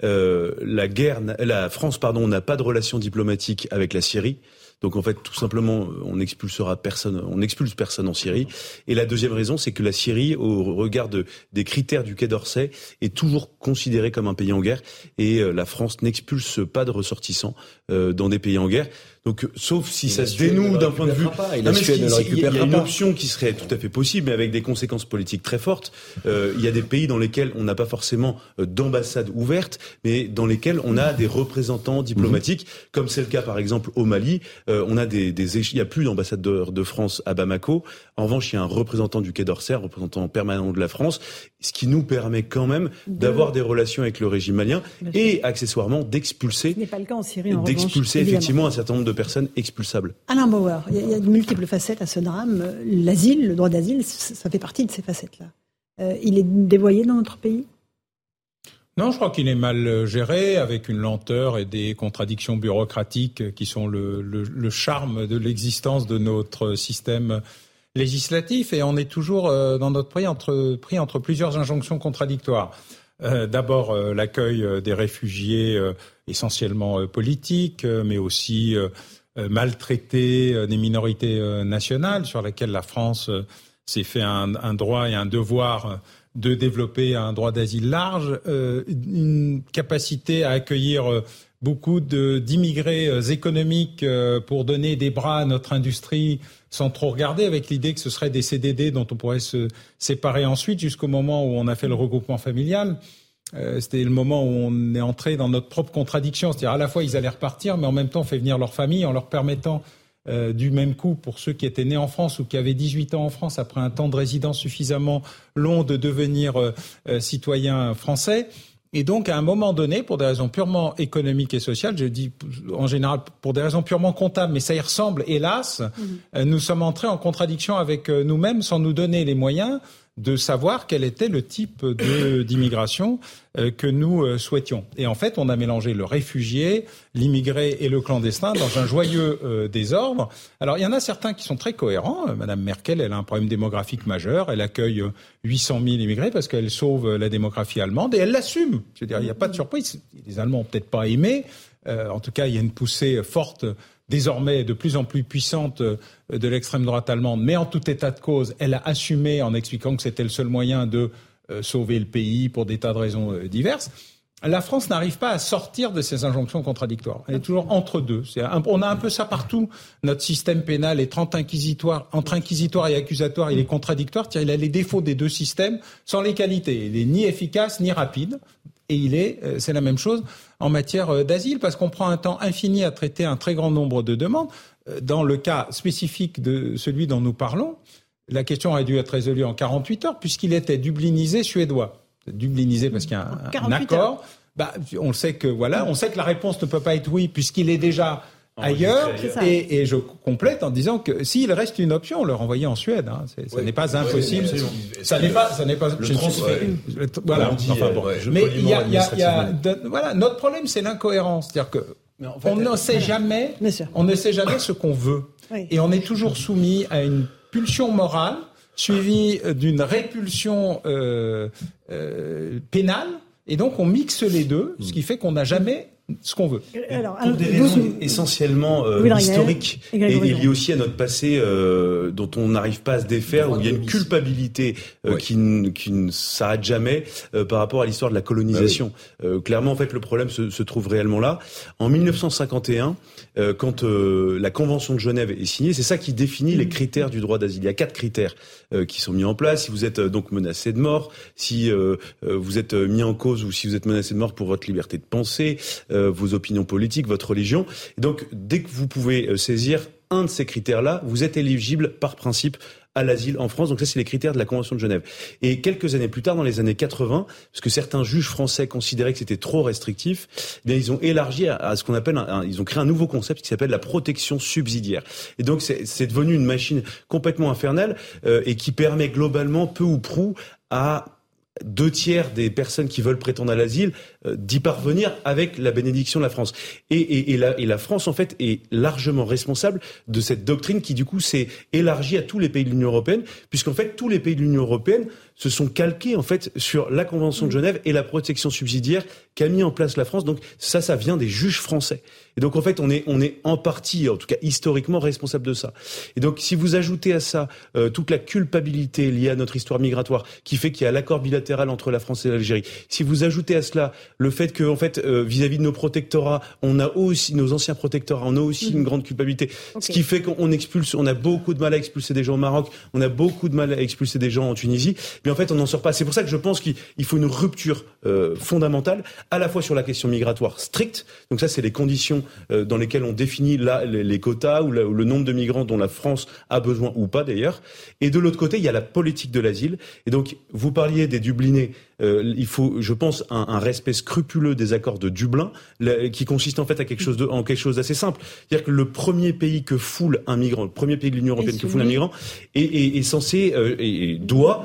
la France n'a pas de relations diplomatiques avec la Syrie. Donc en fait, tout simplement, on expulse personne en Syrie. Et la deuxième raison, c'est que la Syrie, au regard des critères du Quai d'Orsay, est toujours considérée comme un pays en guerre. Et la France n'expulse pas de ressortissants dans des pays en guerre. Donc, sauf si ça se dénoue d'un point de vue... Il y a une option qui serait tout à fait possible, mais avec des conséquences politiques très fortes. Il y a des pays dans lesquels on n'a pas forcément d'ambassade ouverte, mais dans lesquels on a des représentants diplomatiques, comme c'est le cas par exemple au Mali. On a il y a plus d'ambassadeur de France à Bamako. En revanche, il y a un représentant du Quai d'Orsay, un représentant permanent de la France, ce qui nous permet quand même d'avoir des relations avec le régime malien et accessoirement d'expulser. Ce n'est pas le cas en Syrie, en revanche. D'expulser effectivement un certain nombre de personnes expulsables. Alain Bauer, il y a de multiples facettes à ce drame. L'asile, le droit d'asile, ça fait partie de ces facettes-là. Il est dévoyé dans notre pays ? Non, je crois qu'il est mal géré, avec une lenteur et des contradictions bureaucratiques qui sont le charme de l'existence de notre système législatif, et on est toujours dans notre pays pris entre plusieurs injonctions contradictoires. D'abord, l'accueil des réfugiés essentiellement politiques, mais aussi maltraités des minorités nationales, sur lesquelles la France s'est fait un droit et un devoir de développer un droit d'asile large, une capacité à accueillir beaucoup d'immigrés économiques pour donner des bras à notre industrie sans trop regarder, avec l'idée que ce serait des CDD dont on pourrait se séparer ensuite, jusqu'au moment où on a fait le regroupement familial. C'était le moment où on est entré dans notre propre contradiction. C'est-à-dire, à la fois, ils allaient repartir, mais en même temps, on fait venir leur famille en leur permettant du même coup, pour ceux qui étaient nés en France ou qui avaient 18 ans en France, après un temps de résidence suffisamment long, de devenir citoyens français. Et donc, à un moment donné, pour des raisons purement économiques et sociales, je dis en général pour des raisons purement comptables, mais ça y ressemble, hélas, nous sommes entrés en contradiction avec nous-mêmes sans nous donner les moyens de savoir quel était le type d'immigration que nous souhaitions. Et en fait, on a mélangé le réfugié, l'immigré et le clandestin dans un joyeux désordre. Alors, il y en a certains qui sont très cohérents. Madame Merkel, elle a un problème démographique majeur. Elle accueille 800 000 immigrés parce qu'elle sauve la démographie allemande et elle l'assume. Je veux dire, il n'y a pas de surprise. Les Allemands n'ont peut-être pas aimé. En tout cas, il y a une poussée forte, désormais de plus en plus puissante, de l'extrême droite allemande. Mais en tout état de cause, elle a assumé en expliquant que c'était le seul moyen de sauver le pays pour des tas de raisons diverses. La France n'arrive pas à sortir de ces injonctions contradictoires. Elle est toujours entre deux. On a un peu ça partout. Notre système pénal est entre inquisitoire et accusatoire. Il est contradictoire. Il a les défauts des deux systèmes sans les qualités. Il est ni efficace ni rapide. Et c'est la même chose en matière d'asile, parce qu'on prend un temps infini à traiter un très grand nombre de demandes. Dans le cas spécifique de celui dont nous parlons, la question aurait dû être résolue en 48 heures, puisqu'il était dublinisé suédois. Dublinisé parce qu'il y a un accord. On sait que la réponse ne peut pas être oui, puisqu'il est déjà ailleurs. Et je complète en disant que s'il reste une option, le renvoyer en Suède. Ça n'est pas impossible. Ça n'est pas le transfert. Voilà. Mais il y a notre problème, c'est l'incohérence. C'est-à-dire que on ne sait jamais ce qu'on veut. Oui. Et on est toujours soumis à une pulsion morale suivie d'une répulsion pénale. Et donc, on mixe les deux, ce qui fait qu'on n'a jamais ce qu'on veut. Alors, pour des raisons essentiellement historiques et liées aussi à notre passé dont on n'arrive pas à se défaire, où il y a une culpabilité qui ne s'arrête jamais par rapport à l'histoire de la colonisation. Clairement, en fait, le problème se trouve réellement là. En 1951, quand la Convention de Genève est signée, c'est ça qui définit les critères du droit d'asile. Il y a 4 critères qui sont mis en place. Si vous êtes donc menacé de mort, si vous êtes mis en cause ou si vous êtes menacé de mort pour votre liberté de penser, vos opinions politiques, votre religion. Et donc, dès que vous pouvez saisir un de ces critères-là, vous êtes éligible par principe à l'asile en France. Donc ça, c'est les critères de la Convention de Genève. Et quelques années plus tard, dans les années 80, parce que certains juges français considéraient que c'était trop restrictif, eh bien, ils ont élargi à ce qu'on appelle ils ont créé un nouveau concept qui s'appelle la protection subsidiaire. Et donc, c'est devenu une machine complètement infernale et qui permet globalement, peu ou prou, à 2/3 des personnes qui veulent prétendre à l'asile d'y parvenir avec la bénédiction de la France. Et la France, en fait, est largement responsable de cette doctrine qui, du coup, s'est élargie à tous les pays de l'Union européenne, puisqu'en fait, tous les pays de l'Union européenne se sont calqués, en fait, sur la Convention de Genève et la protection subsidiaire qu'a mis en place la France. Donc, ça vient des juges français. Et donc, en fait, on est en partie, en tout cas historiquement, responsable de ça. Et donc, si vous ajoutez à ça toute la culpabilité liée à notre histoire migratoire, qui fait qu'il y a l'accord bilatéral entre la France et l'Algérie, si vous ajoutez à cela le fait que, en fait, vis-à-vis de nos protectorats, on a aussi, nos anciens protectorats, on a aussi une grande culpabilité. Ce qui fait qu'on expulse, on a beaucoup de mal à expulser des gens au Maroc, on a beaucoup de mal à expulser des gens en Tunisie, mais en fait, on n'en sort pas. C'est pour ça que je pense qu'il faut une rupture fondamentale, à la fois sur la question migratoire stricte, donc ça, c'est les conditions dans lesquelles on définit les quotas ou le nombre de migrants dont la France a besoin ou pas d'ailleurs, et de l'autre côté, il y a la politique de l'asile, et donc, vous parliez des Dublinés, il faut, je pense, un respect scrupuleux des accords de Dublin, qui consiste en fait à quelque chose d'assez simple. C'est-à-dire que le premier pays que foule un migrant, le premier pays de l'Union européenne que foule un migrant, est censé et doit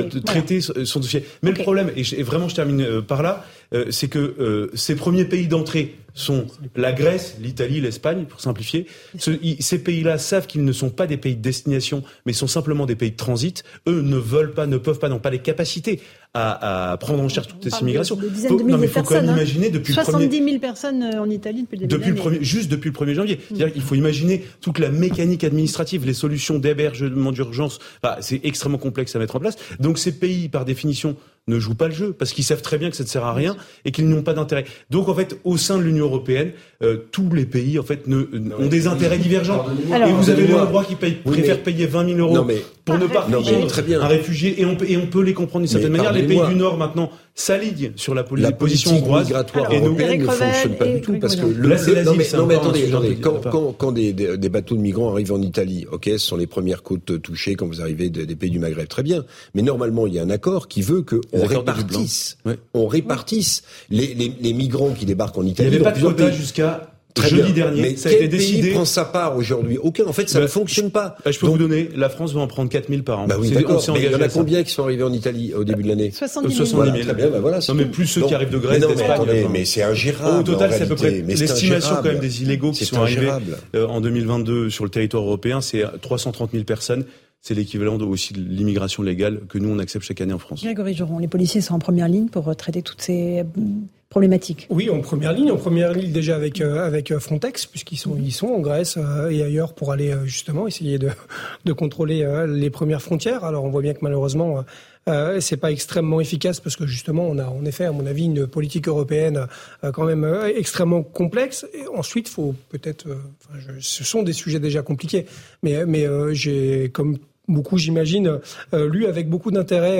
traiter son dossier. Mais le problème, et vraiment je termine par là, c'est que ces premiers pays d'entrée sont la Grèce, l'Italie, l'Espagne, pour simplifier. Ces pays-là savent qu'ils ne sont pas des pays de destination, mais sont simplement des pays de transit. Eux ne veulent pas, ne peuvent pas, n'ont pas les capacités à prendre en charge toute cette immigration. Il faut quand même imaginer depuis 70 000 personnes en Italie depuis le début de l'année. Juste depuis le 1er janvier. C'est-à-dire qu'il faut imaginer toute la mécanique administrative, les solutions d'hébergement d'urgence. C'est extrêmement complexe à mettre en place. Donc ces pays, par définition, ne jouent pas le jeu parce qu'ils savent très bien que ça ne sert à rien et qu'ils n'ont pas d'intérêt. Donc en fait, au sein de l'Union européenne, tous les pays en fait ont des intérêts divergents. Et vous avez les endroits qui préfèrent payer 20 000 euros pour ne pas refuser un réfugié, et on peut les comprendre d'une certaine manière. Les pays du Nord maintenant s'alignent sur la position hongroise migratoire européenne ne fonctionne pas du tout parce que attendez, quand des bateaux de migrants arrivent en Italie, ce sont les premières côtes touchées quand vous arrivez des pays du Maghreb, très bien. Mais normalement, il y a un accord qui veut que on répartisse les migrants qui débarquent en Italie. Il n'y avait pas de quota jusqu'à jeudi dernier. Mais ça a été décidé. Quel pays prend sa part aujourd'hui? Aucun. En fait, ça ne fonctionne pas. Je peux vous donner, la France va en prendre 4 000 par an. Oui, d'accord. Mais il y en a combien qui sont arrivés en Italie au début de l'année? 70 000. Voilà, très bien, voilà, non, mais plus ceux qui arrivent de Grèce, d'Espagne. Mais c'est ingérable. Au total, c'est à peu près l'estimation quand même des illégaux qui sont arrivés en 2022 sur le territoire européen, c'est 330 000 personnes. C'est l'équivalent aussi de l'immigration légale que nous, on accepte chaque année en France. Grégory Joron, les policiers sont en première ligne pour traiter toutes ces problématiques. Oui, en première ligne déjà avec Frontex, puisqu'ils sont en Grèce et ailleurs pour aller justement essayer de contrôler les premières frontières. Alors on voit bien que malheureusement c'est pas extrêmement efficace parce que justement on a en effet à mon avis une politique européenne quand même extrêmement complexe. Et ensuite faut peut-être, ce sont des sujets déjà compliqués, mais j'ai comme beaucoup, j'imagine, lu avec beaucoup d'intérêt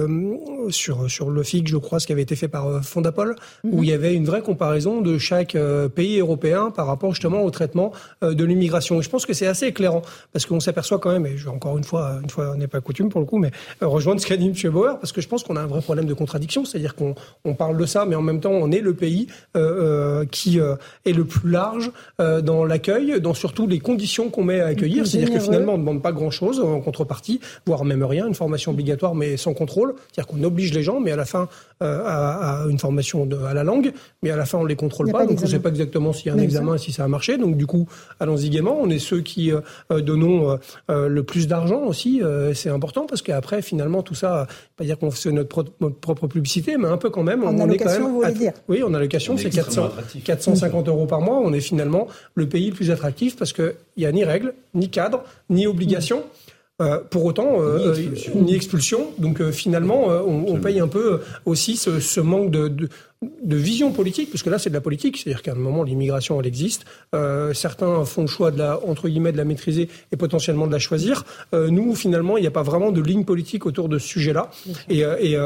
sur le FIC, je crois, ce qui avait été fait par Fondapol, où il y avait une vraie comparaison de chaque pays européen par rapport justement au traitement de l'immigration. Et je pense que c'est assez éclairant, parce qu'on s'aperçoit quand même, et encore une fois n'est pas coutume pour le coup, mais rejoindre ce qu'a dit M. Bauer, parce que je pense qu'on a un vrai problème de contradiction, c'est-à-dire qu'on parle de ça, mais en même temps, on est le pays qui est le plus large dans l'accueil, dans surtout les conditions qu'on met à accueillir, c'est-à-dire que finalement, on ne demande pas grand-chose en contrepartie, voire même rien, une formation obligatoire mais sans contrôle, c'est-à-dire qu'on oblige les gens, mais à la fin à une formation à la langue, mais à la fin on les contrôle pas, donc on ne sait pas exactement s'il y a un examen, si ça a marché, donc du coup allons-y gaiement, on est ceux qui donnons le plus d'argent aussi, c'est important parce qu'après finalement tout ça, pas dire qu'on fait notre propre publicité, mais un peu quand même, en allocation, vous voulez dire? Oui, en allocation, c'est 450 euros par mois, on est finalement le pays le plus attractif parce qu'il n'y a ni règles, ni cadre, ni obligation. Pour autant, ni expulsion. Donc finalement, on paye un peu aussi ce manque de vision politique, parce que là c'est de la politique, c'est-à-dire qu'à un moment l'immigration elle existe, certains font le choix de la maîtriser et potentiellement de la choisir. Nous finalement il n'y a pas vraiment de ligne politique autour de ce sujet-là, et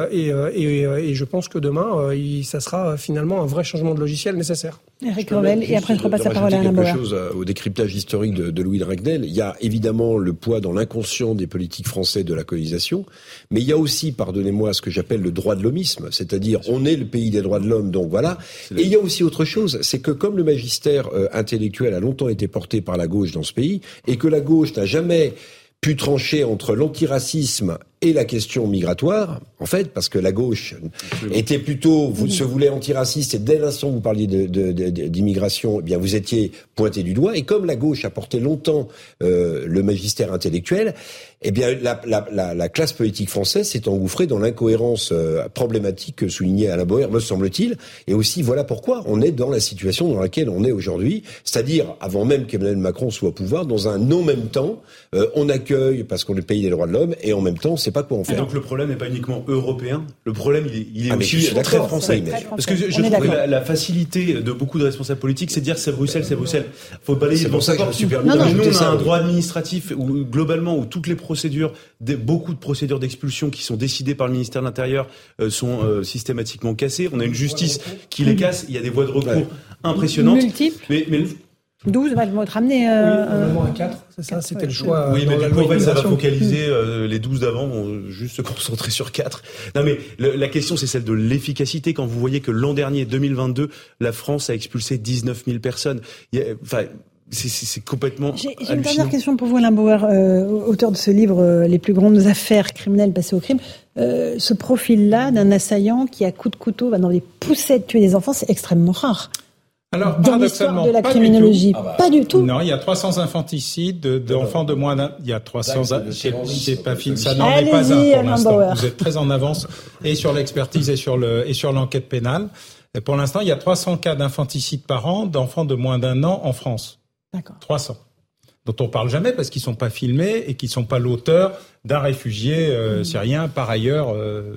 je pense que demain ça sera finalement un vrai changement de logiciel nécessaire. Eric Revel, et après je repasse la parole à Alain Bauer. Quelque chose au décryptage historique de Louis de Ragnel. Il y a évidemment le poids dans l'inconscient des politiques français de la colonisation, mais il y a aussi, pardonnez-moi, ce que j'appelle le droit de l'homisme, c'est-à-dire on est le pays des droits de l'homme, donc voilà. Et il y a aussi autre chose, c'est que comme le magistère intellectuel a longtemps été porté par la gauche dans ce pays, et que la gauche n'a jamais pu trancher entre l'antiracisme et la question migratoire, en fait, parce que la gauche était plutôt, se voulait antiraciste, et dès l'instant où vous parliez d'immigration, eh bien, vous étiez pointé du doigt, et comme la gauche a porté longtemps le magistère intellectuel, eh bien, la classe politique française s'est engouffrée dans l'incohérence problématique que soulignait Alain Bauer, me semble-t-il, et aussi, voilà pourquoi on est dans la situation dans laquelle on est aujourd'hui, c'est-à-dire, avant même qu'Emmanuel Macron soit au pouvoir, dans un en même temps, on accueille parce qu'on est le pays des droits de l'homme, et en même temps, c'est pas quoi on fait. Donc le problème n'est pas uniquement européen, le problème il est aussi très français. Parce que je trouve que la facilité de beaucoup de responsables politiques, c'est de dire c'est Bruxelles. Faut balayer devant ça. Nous on a un droit administratif où globalement où toutes les procédures, beaucoup de procédures d'expulsion qui sont décidées par le ministère de l'Intérieur sont systématiquement cassées. On a une justice qui les casse. Il y a des voies de recours impressionnantes. Multiples. Mais 12 va être ramené normalement à 4, c'est ça, c'était le choix. Oui, mais du coup, en fait, ça va focaliser les 12 d'avant, vont juste se concentrer sur 4. Non, mais la question, c'est celle de l'efficacité. Quand vous voyez que l'an dernier, 2022, la France a expulsé 19 000 personnes. c'est complètement J'ai une dernière question pour vous, Alain Bauer, auteur de ce livre Les plus grandes affaires criminelles passées au crime. Ce profil-là d'un assaillant qui, à coups de couteau, va dans des poussettes tuer des enfants, c'est extrêmement rare. Alors, dans l'histoire de la criminologie, pas du tout. Non, il y a 300 infanticides d'enfants de moins d'un. Il y a 300. C'est pas fini. Ça n'en est pas un pour l'instant. Vous êtes très en avance et sur l'expertise et sur l'enquête pénale. Et pour l'instant, il y a 300 cas d'infanticide par an d'enfants de moins d'un an en France. D'accord. 300. Dont on parle jamais parce qu'ils sont pas filmés et qu'ils sont pas l'auteur d'un réfugié syrien par ailleurs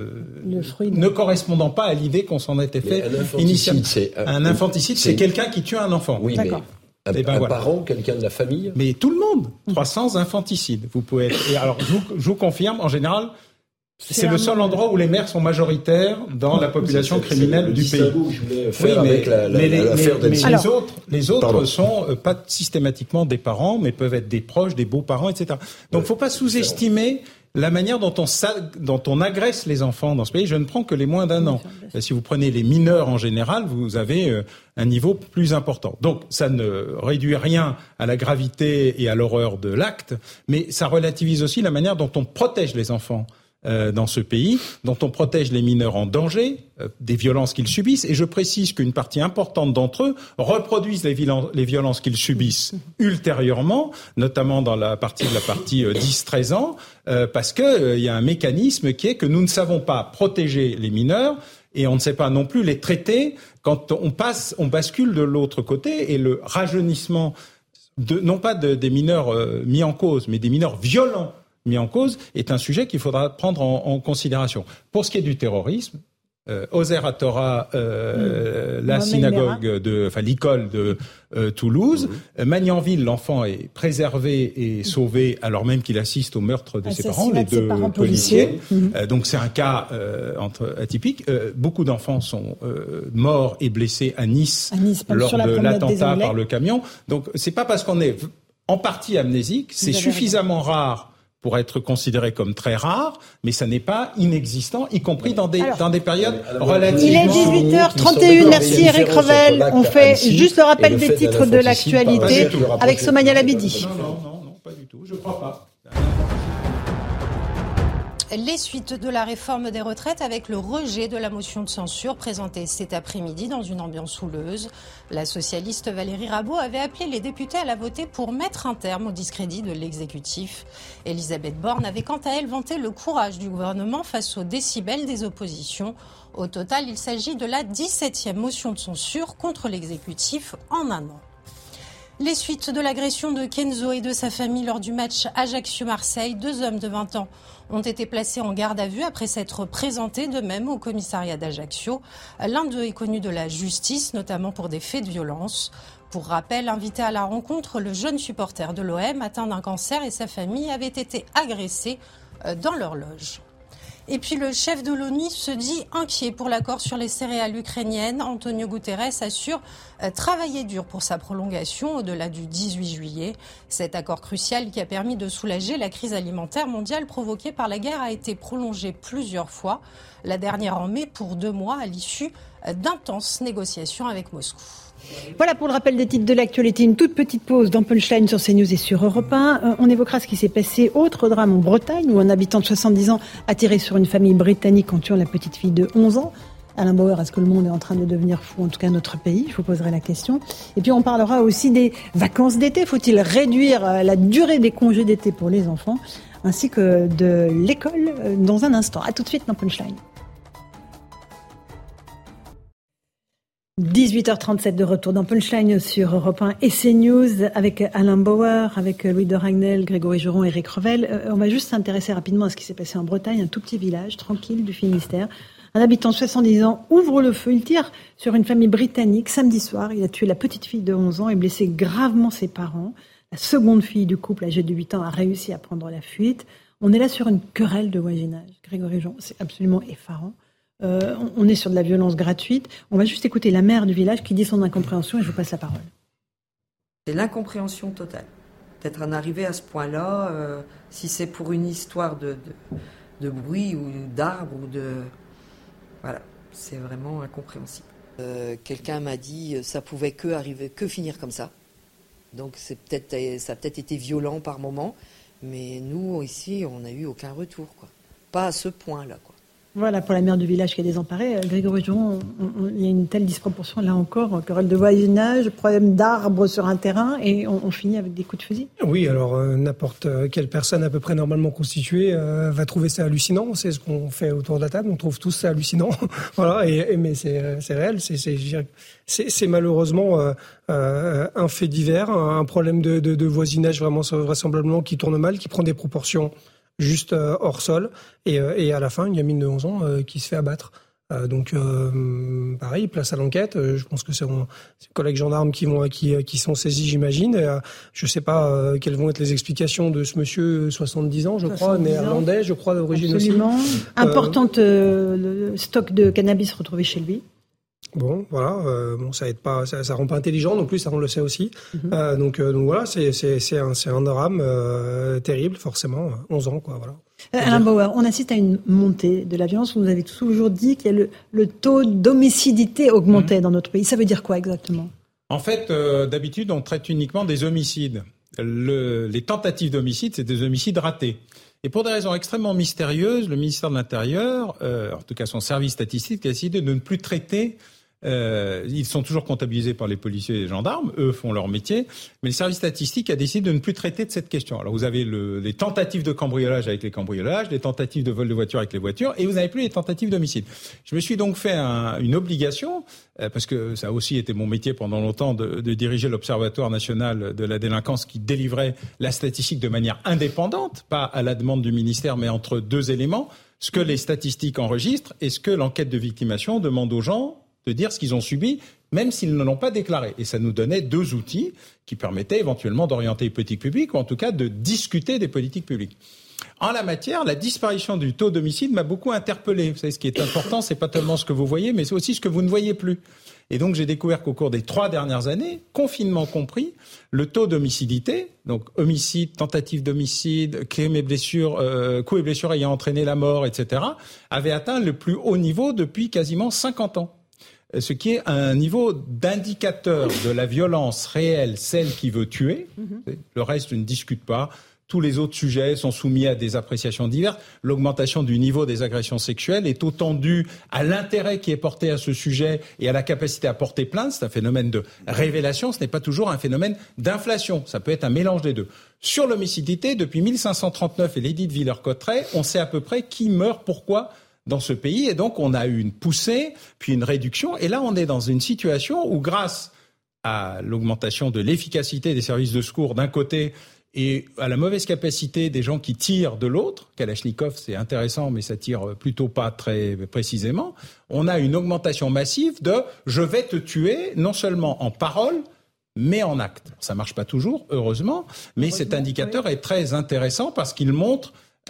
ne correspondant pas à l'idée qu'on s'en était fait initialement. Un infanticide, c'est quelqu'un qui tue un enfant. Oui, d'accord. Mais un parent, quelqu'un de la famille. Mais tout le monde. 300 infanticides. Vous pouvez être. Et alors, je vous confirme, en général, c'est le seul endroit où les mères sont majoritaires dans la population criminelle du pays. Je voulais faire avec l'affaire d'Annecy. Les autres sont pas systématiquement des parents, mais peuvent être des proches, des beaux-parents, etc. Donc, faut pas sous-estimer la manière dont on agresse les enfants dans ce pays. Je ne prends que les moins d'un an. Si vous prenez les mineurs en général, vous avez un niveau plus important. Donc, ça ne réduit rien à la gravité et à l'horreur de l'acte, mais ça relativise aussi la manière dont on protège les enfants dans ce pays, dont on protège les mineurs en danger, des violences qu'ils subissent. Et je précise qu'une partie importante d'entre eux reproduisent les violences qu'ils subissent ultérieurement, notamment dans la partie 10-13 ans, parce que y a un mécanisme qui est que nous ne savons pas protéger les mineurs et on ne sait pas non plus les traiter quand on bascule de l'autre côté. Et le rajeunissement, non pas des mineurs mis en cause, mais des mineurs violents mis en cause, est un sujet qu'il faudra prendre en considération. Pour ce qui est du terrorisme, Ozer HaTorah, la synagogue l'école de Toulouse, Magnanville, l'enfant est préservé et sauvé alors même qu'il assiste au meurtre de ses parents, les deux policiers. Donc c'est un cas atypique. Beaucoup d'enfants sont morts et blessés à Nice lors de l'attentat par le camion. Donc c'est pas parce qu'on est en partie amnésique, c'est suffisamment rare pour être considéré comme très rare, mais ça n'est pas inexistant, y compris dans des périodes relativement... Il est 18h31, merci Eric Revel. On fait juste le rappel des titres de l'actualité avec Somaya Labidi. Non, pas du tout, je crois pas. Les suites de la réforme des retraites avec le rejet de la motion de censure présentée cet après-midi dans une ambiance houleuse. La socialiste Valérie Rabault avait appelé les députés à la voter pour mettre un terme au discrédit de l'exécutif. Elisabeth Borne avait quant à elle vanté le courage du gouvernement face aux décibels des oppositions. Au total, il s'agit de la 17e motion de censure contre l'exécutif en un an. Les suites de l'agression de Kenzo et de sa famille lors du match Ajaccio-Marseille, 2 hommes de 20 ans ont été placés en garde à vue après s'être présentés d'eux-mêmes au commissariat d'Ajaccio. L'un d'eux est connu de la justice, notamment pour des faits de violence. Pour rappel, invité à la rencontre, le jeune supporter de l'OM atteint d'un cancer et sa famille avait été agressés dans leur loge. Et puis le chef de l'ONU se dit inquiet pour l'accord sur les céréales ukrainiennes. Antonio Guterres assure travailler dur pour sa prolongation au-delà du 18 juillet. Cet accord crucial qui a permis de soulager la crise alimentaire mondiale provoquée par la guerre a été prolongé plusieurs fois. La dernière en mai pour 2 mois à l'issue d'intenses négociations avec Moscou. Voilà pour le rappel des titres de l'actualité. Une toute petite pause dans Punchline sur CNews et sur Europe 1. On évoquera ce qui s'est passé, autre drame en Bretagne, où un habitant de 70 ans a tiré sur une famille britannique en tuant la petite fille de 11 ans. Alain Bauer, est-ce que le monde est en train de devenir fou, en tout cas notre pays? Je vous poserai la question. Et puis on parlera aussi des vacances d'été. Faut-il réduire la durée des congés d'été pour les enfants, ainsi que de l'école dans un instant. À tout de suite dans Punchline. 18h37 de retour dans Punchline sur Europe 1 et CNews avec Alain Bauer, avec Louis de Ragnel, Grégory Joron et Eric Revel. On va juste s'intéresser rapidement à ce qui s'est passé en Bretagne, un tout petit village tranquille du Finistère. Un habitant de 70 ans ouvre le feu, il tire sur une famille britannique samedi soir. Il a tué la petite fille de 11 ans et blessé gravement ses parents. La seconde fille du couple, âgée de 8 ans, a réussi à prendre la fuite. On est là sur une querelle de voisinage. Grégory Joron, c'est absolument effarant. On est sur de la violence gratuite. On va juste écouter la maire du village qui dit son incompréhension et je vous passe la parole. C'est l'incompréhension totale. D'être en arrivé à ce point-là, si c'est pour une histoire de bruit ou d'arbres ou de... Voilà, c'est vraiment incompréhensible. Quelqu'un m'a dit ça pouvait que finir comme ça. Donc ça a peut-être été violent par moment, mais nous, ici, on n'a eu aucun retour, quoi. Pas à ce point-là, quoi. Voilà, pour la maire du village qui est désemparée, Grégory Joron, il y a une telle disproportion, là encore, querelle de voisinage, problème d'arbres sur un terrain, et on finit avec des coups de fusil. Oui, alors n'importe quelle personne à peu près normalement constituée va trouver ça hallucinant. C'est ce qu'on fait autour de la table, on trouve tous ça hallucinant. Voilà, mais c'est réel, c'est malheureusement un fait divers, un problème de voisinage vraiment vraisemblablement qui tourne mal, qui prend des proportions juste hors sol, et à la fin, une gamine de 11 ans qui se fait abattre. Donc, pareil, place à l'enquête. Je pense que c'est les collègues gendarmes qui sont saisis, j'imagine. Je ne sais pas quelles vont être les explications de ce monsieur, 70 ans, je crois, néerlandais, je crois, d'origine Absolument. aussi. Importante le stock de cannabis retrouvé chez lui. Bon, voilà, ça aide pas, ça rend pas intelligent non plus, ça on le sait aussi. Donc voilà, c'est un drame terrible, forcément, 11 ans, quoi, voilà. Alain Bauer, on assiste à une montée de la violence. Vous avez toujours dit qu'il y a le taux d'homicidité augmentait dans notre pays. Ça veut dire quoi exactement ? En fait, d'habitude, on traite uniquement des homicides. Les tentatives d'homicide, c'est des homicides ratés. Et pour des raisons extrêmement mystérieuses, le ministère de l'Intérieur, en tout cas son service statistique, a décidé de ne plus traiter. Ils sont toujours comptabilisés par les policiers et les gendarmes, eux font leur métier, mais le service statistique a décidé de ne plus traiter de cette question. Alors vous avez les tentatives de cambriolage avec les cambriolages, les tentatives de vol de voitures avec les voitures, et vous n'avez plus les tentatives d'homicide. Je me suis donc fait une obligation, parce que ça a aussi été mon métier pendant longtemps, de diriger l'Observatoire national de la délinquance qui délivrait la statistique de manière indépendante, pas à la demande du ministère, mais entre deux éléments, ce que les statistiques enregistrent et ce que l'enquête de victimation demande aux gens de dire ce qu'ils ont subi, même s'ils ne l'ont pas déclaré. Et ça nous donnait deux outils qui permettaient éventuellement d'orienter les politiques publiques, ou en tout cas de discuter des politiques publiques. En la matière, la disparition du taux d'homicide m'a beaucoup interpellé. Vous savez, ce qui est important, c'est pas tellement ce que vous voyez, mais c'est aussi ce que vous ne voyez plus. Et donc, j'ai découvert qu'au cours des 3 dernières années, confinement compris, le taux d'homicidité, donc homicide, tentative d'homicide, crimes et blessures, coups et blessures ayant entraîné la mort, etc., avait atteint le plus haut niveau depuis quasiment 50 ans. Ce qui est un niveau d'indicateur de la violence réelle, celle qui veut tuer. Le reste, je ne discute pas. Tous les autres sujets sont soumis à des appréciations diverses. L'augmentation du niveau des agressions sexuelles est autant due à l'intérêt qui est porté à ce sujet et à la capacité à porter plainte. C'est un phénomène de révélation, ce n'est pas toujours un phénomène d'inflation. Ça peut être un mélange des deux. Sur l'homicidité, depuis 1539 et l'édit de Villers-Cotterêts, on sait à peu près qui meurt, pourquoi dans ce pays. Et donc, on a eu une poussée, puis une réduction. Et là, on est dans une situation où, grâce à l'augmentation de l'efficacité des services de secours d'un côté et à la mauvaise capacité des gens qui tirent de l'autre, Kalachnikov, c'est intéressant, mais ça tire plutôt pas très précisément, on a une augmentation massive de « je vais te tuer », non seulement en parole, mais en acte. Ça marche pas toujours, heureusement, mais cet indicateur est très intéressant parce qu'il montre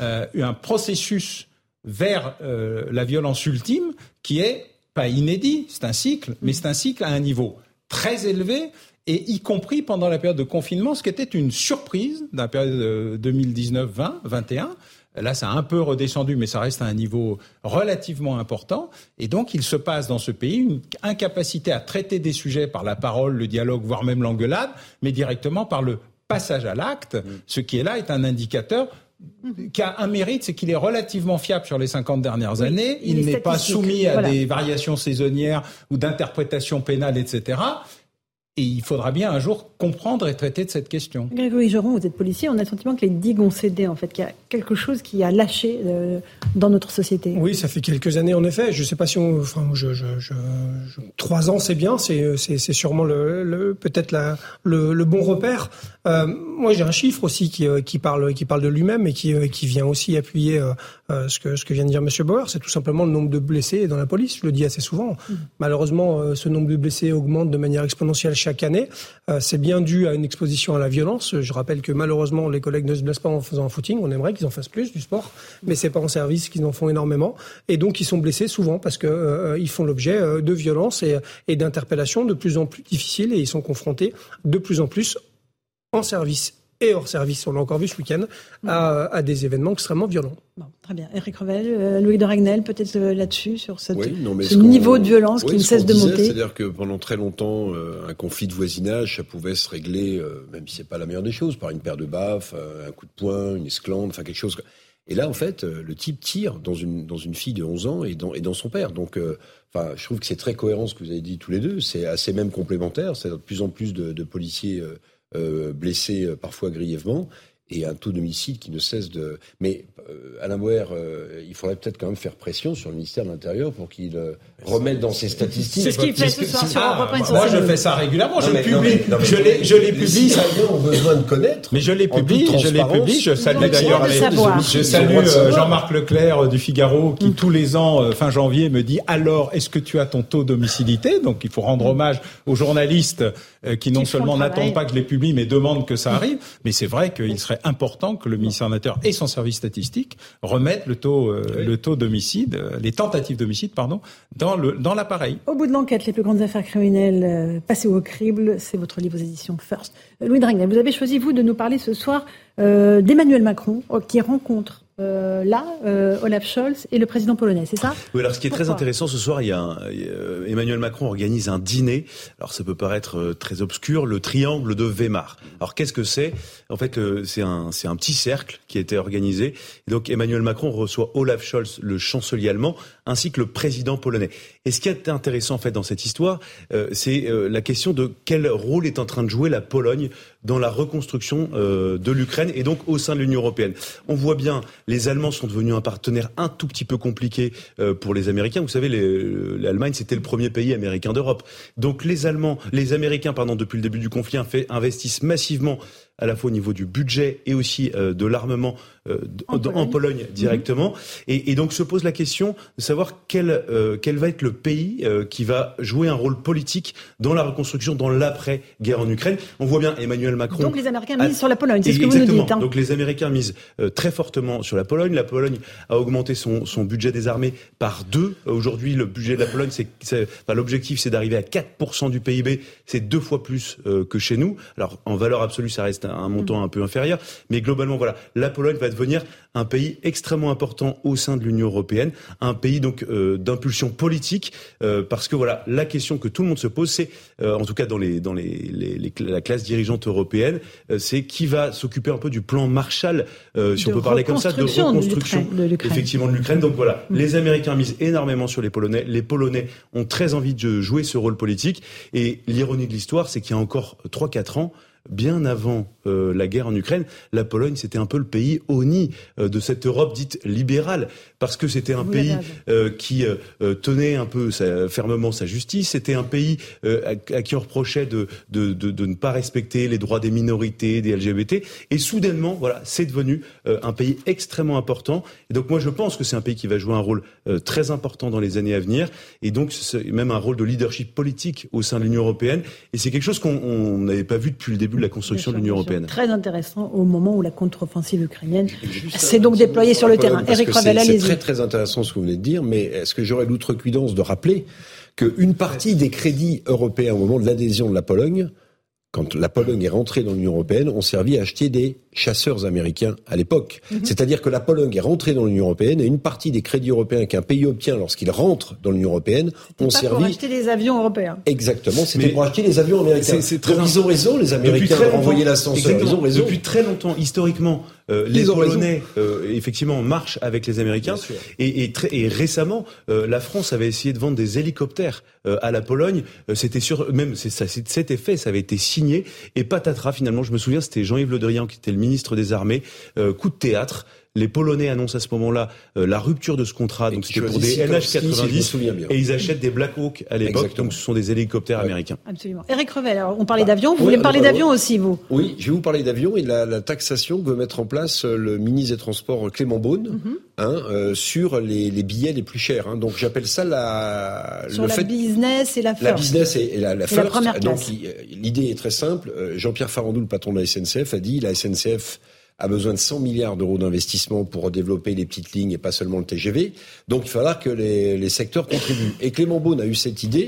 un processus vers la violence ultime qui est pas inédit, c'est un cycle, mais c'est un cycle à un niveau très élevé, et y compris pendant la période de confinement, ce qui était une surprise dans la période 2019-20, 21. Là, ça a un peu redescendu, mais ça reste à un niveau relativement important. Et donc, il se passe dans ce pays une incapacité à traiter des sujets par la parole, le dialogue, voire même l'engueulade, mais directement par le passage à l'acte. Ce qui est là est un indicateur qui a un mérite, c'est qu'il est relativement fiable sur les 50 dernières années. Il n'est pas soumis à des variations saisonnières ou d'interprétations pénales, etc. Et il faudra bien un jour comprendre et traiter de cette question. Grégory Joron, vous êtes policier, on a le sentiment que les digues ont cédé, en fait, qu'il y a quelque chose qui a lâché dans notre société. Oui, ça fait quelques années, en effet. Je ne sais pas si 3 ans, c'est bien, c'est sûrement peut-être le bon repère. Moi, j'ai un chiffre aussi qui parle de lui-même et qui vient aussi appuyer ce que vient de dire M. Bauer. C'est tout simplement le nombre de blessés dans la police. Je le dis assez souvent. Malheureusement, ce nombre de blessés augmente de manière exponentielle chaque année. C'est bien dû à une exposition à la violence. Je rappelle que malheureusement, les collègues ne se blessent pas en faisant un footing. On aimerait qu'ils en fassent plus du sport, mais c'est pas en service qu'ils en font énormément. Et donc, ils sont blessés souvent parce que ils font l'objet de violences et d'interpellations de plus en plus difficiles, et ils sont confrontés de plus en plus en service et hors service, on l'a encore vu ce week-end, à des événements extrêmement violents. Bon, très bien. Éric Revel, Loïc de Ragnel, peut-être là-dessus, sur ce niveau de violence qui ne cesse de monter. C'est-à-dire que pendant très longtemps, un conflit de voisinage, ça pouvait se régler, même si c'est pas la meilleure des choses, par une paire de baffes, un coup de poing, une esclandre, enfin quelque chose. Et là, en fait, le type tire dans une fille de 11 ans et dans son père. Donc, je trouve que c'est très cohérent ce que vous avez dit tous les deux. C'est assez même complémentaire. C'est de plus en plus de policiers blessés, parfois grièvement, et un taux d'homicide qui ne cesse de... Mais Alain Boer, il faudrait peut-être quand même faire pression sur le ministère de l'Intérieur pour qu'il remette dans ses statistiques. C'est ce qu'il fait ce soir sur Europe 1. Moi, je fais ça régulièrement. Je les publie. Les citoyens ont besoin de connaître. Mais je les publie. Je salue d'ailleurs Jean-Marc Leclerc du Figaro qui tous les ans, fin janvier, me dit alors, est-ce que tu as ton taux d'homicilité ? Donc, il faut rendre hommage aux journalistes qui non seulement n'attendent pas que je les publie, mais demandent que ça arrive. Mais c'est vrai qu'il serait important que le ministère de l'Intérieur et son service statistique remettent le taux d'homicide, les tentatives d'homicide, dans l'appareil. Au bout de l'enquête, les plus grandes affaires criminelles passées au crible, c'est votre livre aux éditions First. Louis de Ragnel, vous avez choisi, vous, de nous parler ce soir d'Emmanuel Macron, qui rencontre Olaf Scholz et le président polonais, c'est ça ? Oui, alors ce qui est très intéressant ce soir, Emmanuel Macron organise un dîner. Alors ça peut paraître très obscur, le triangle de Weimar. Alors qu'est-ce que c'est ? En fait, c'est un petit cercle qui a été organisé. Et donc Emmanuel Macron reçoit Olaf Scholz, le chancelier allemand, ainsi que le président polonais. Et ce qui est intéressant en fait dans cette histoire, c'est la question de quel rôle est en train de jouer la Pologne dans la reconstruction de l'Ukraine et donc au sein de l'Union européenne. On voit bien, les Allemands sont devenus un partenaire un tout petit peu compliqué pour les Américains. Vous savez, l'Allemagne, c'était le premier pays américain d'Europe. Donc les Américains, depuis le début du conflit, investissent massivement à la fois au niveau du budget et aussi de l'armement en Pologne directement. Et donc se pose la question de savoir quel va être le pays qui va jouer un rôle politique dans la reconstruction, dans l'après-guerre en Ukraine. On voit bien Emmanuel Macron... Donc les Américains misent sur la Pologne, c'est ce que vous nous dites. Donc les Américains misent très fortement sur la Pologne. La Pologne a augmenté son budget des armées par 2. Aujourd'hui, le budget de la Pologne, l'objectif, c'est d'arriver à 4% du PIB. C'est 2 fois plus que chez nous. Alors en valeur absolue, ça reste un montant un peu inférieur. Mais globalement, voilà, la Pologne va devenir un pays extrêmement important au sein de l'Union européenne, un pays donc d'impulsion politique, parce que voilà, la question que tout le monde se pose, c'est, en tout cas dans la classe dirigeante européenne, c'est qui va s'occuper un peu du plan Marshall, si on peut parler comme ça, de reconstruction effectivement de l'Ukraine. Donc voilà, les Américains misent énormément sur les Polonais. Les Polonais ont très envie de jouer ce rôle politique. Et l'ironie de l'histoire, c'est qu'il y a encore 3-4 ans, bien avant la guerre en Ukraine, la Pologne, c'était un peu le pays honni de cette Europe dite libérale, parce que c'était un pays qui tenait un peu fermement sa justice, c'était un pays à qui on reprochait de ne pas respecter les droits des minorités, des LGBT, et soudainement, voilà, c'est devenu un pays extrêmement important. Et donc moi, je pense que c'est un pays qui va jouer un rôle très important dans les années à venir, et donc c'est même un rôle de leadership politique au sein de l'Union européenne, et c'est quelque chose qu'on n'avait pas vu depuis le début de la construction de l'Union européenne. Très intéressant au moment où la contre-offensive ukrainienne s'est donc déployée sur le terrain. Éric Revel, allez-y. C'est très très intéressant ce que vous venez de dire, mais est-ce que j'aurais l'outrecuidance de rappeler qu'une partie des crédits européens au moment de l'adhésion de la Pologne, quand la Pologne est rentrée dans l'Union européenne, ont servi à acheter des chasseurs américains à l'époque. C'est-à-dire que la Pologne est rentrée dans l'Union européenne et une partie des crédits européens qu'un pays obtient lorsqu'il rentre dans l'Union européenne ont servi... pour acheter des avions européens. Exactement, c'était pour acheter les avions américains. Donc ils ont raison, les Américains, de renvoyer l'ascenseur. Ils ont raison. Depuis très longtemps, historiquement, les Polonais, effectivement, marchent avec les Américains. Et récemment, la France avait essayé de vendre des hélicoptères à la Pologne. C'était c'était fait, ça avait été signé. Et patatras, finalement, je me souviens, c'était Jean-Yves Le Drian qui était le ministre des Armées. Coup de théâtre. Les Polonais annoncent à ce moment-là la rupture de ce contrat, donc c'était pour des NH-90, et ils achètent des Black Hawk à l'époque, donc ce sont des hélicoptères américains. Absolument. Éric Revel, alors on parlait d'avions, vous voulez me parler d'avions aussi, vous ? Oui, je vais vous parler d'avions et de la taxation que veut mettre en place le ministre des Transports Clément Beaune sur les billets les plus chers. Donc j'appelle ça la business et la first. La business et la first. La première donc classe. l'idée est très simple. Jean-Pierre Farandou, le patron de la SNCF, a dit la SNCF a besoin de 100 milliards d'euros d'investissement pour développer les petites lignes et pas seulement le TGV. Donc il faudra que les secteurs contribuent. Et Clément Beaune a eu cette idée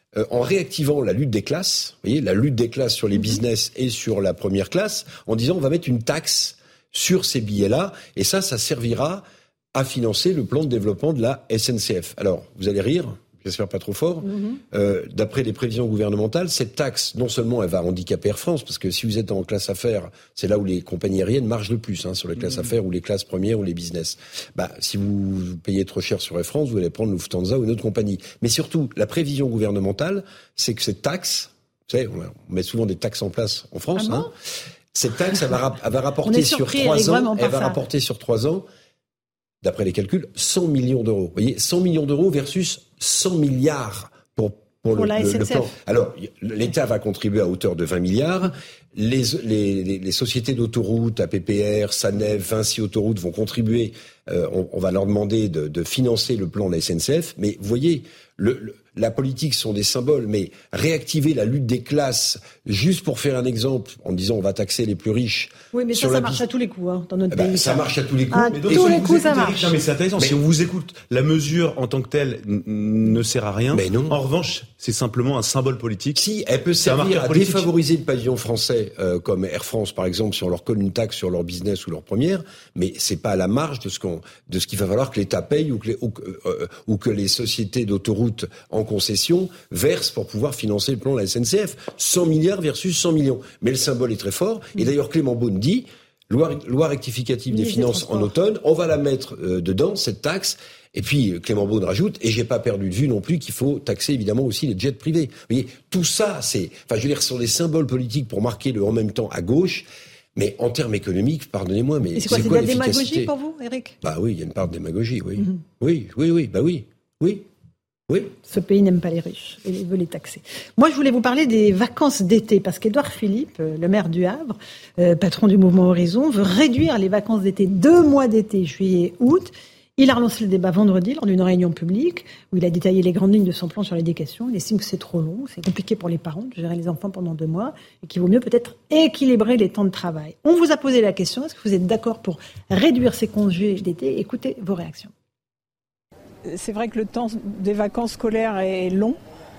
en réactivant la lutte des classes, vous voyez, la lutte des classes sur les business et sur la première classe, en disant on va mettre une taxe sur ces billets-là, et ça servira à financer le plan de développement de la SNCF. Alors, vous allez rire, j'espère pas trop fort, d'après les prévisions gouvernementales, cette taxe, non seulement elle va handicaper Air France, parce que si vous êtes en classe affaires, c'est là où les compagnies aériennes marchent le plus, sur les classes affaires ou les classes premières ou les business. Si vous payez trop cher sur Air France, vous allez prendre Lufthansa ou une autre compagnie. Mais surtout, la prévision gouvernementale, c'est que cette taxe, vous savez, on met souvent des taxes en place en France, cette taxe, elle va rapporter sur 3 ans, rapporter sur 3 ans, d'après les calculs, 100 millions d'euros. Vous voyez, 100 millions d'euros versus 100 milliards pour le plan. Alors, l'État va contribuer à hauteur de 20 milliards. Les sociétés d'autoroutes, APPR, SANEF, Vinci Autoroutes vont contribuer. On va leur demander de financer le plan de la SNCF. Mais vous voyez, la politique sont des symboles, mais réactiver la lutte des classes juste pour faire un exemple en disant on va taxer les plus riches. Oui, mais ça marche à tous les coups dans notre pays. Ça marche à tous les coups. À tous les coups, ça marche. Non, mais c'est intéressant. Si on vous écoute, la mesure en tant que telle ne sert à rien. Mais non. En revanche, c'est simplement un symbole politique. Si, elle peut servir à défavoriser le pavillon français, comme Air France par exemple, si on leur colle une taxe sur leur business ou leur première, mais c'est pas à la marge de ce qu'il va falloir que l'État paye ou que les sociétés d'autoroutes en concession versent pour pouvoir financer le plan de la SNCF. 100 milliards versus 100 millions. Mais le symbole est très fort. Et d'ailleurs, Clément Beaune dit, loi rectificative des finances en automne, on va la mettre dedans, cette taxe. Et puis, Clément Beaune rajoute, et j'ai pas perdu de vue non plus qu'il faut taxer évidemment aussi les jets privés. Vous voyez, tout ça, ce sont des symboles politiques pour marquer le en même temps à gauche. Mais en termes économiques, pardonnez-moi, mais c'est quoi de la démagogie pour vous, Eric ? Oui, il y a une part de démagogie, oui. Oui. Ce pays n'aime pas les riches et veut les taxer. Moi, je voulais vous parler des vacances d'été, parce qu'Édouard Philippe, le maire du Havre, patron du mouvement Horizon, veut réduire les vacances d'été, 2 mois d'été, juillet, août. Il a relancé le débat vendredi lors d'une réunion publique où il a détaillé les grandes lignes de son plan sur l'éducation. Il estime que c'est trop long, c'est compliqué pour les parents de gérer les enfants pendant 2 mois et qu'il vaut mieux peut-être équilibrer les temps de travail. On vous a posé la question, est-ce que vous êtes d'accord pour réduire ces congés d'été ? Écoutez vos réactions. C'est vrai que le temps des vacances scolaires est long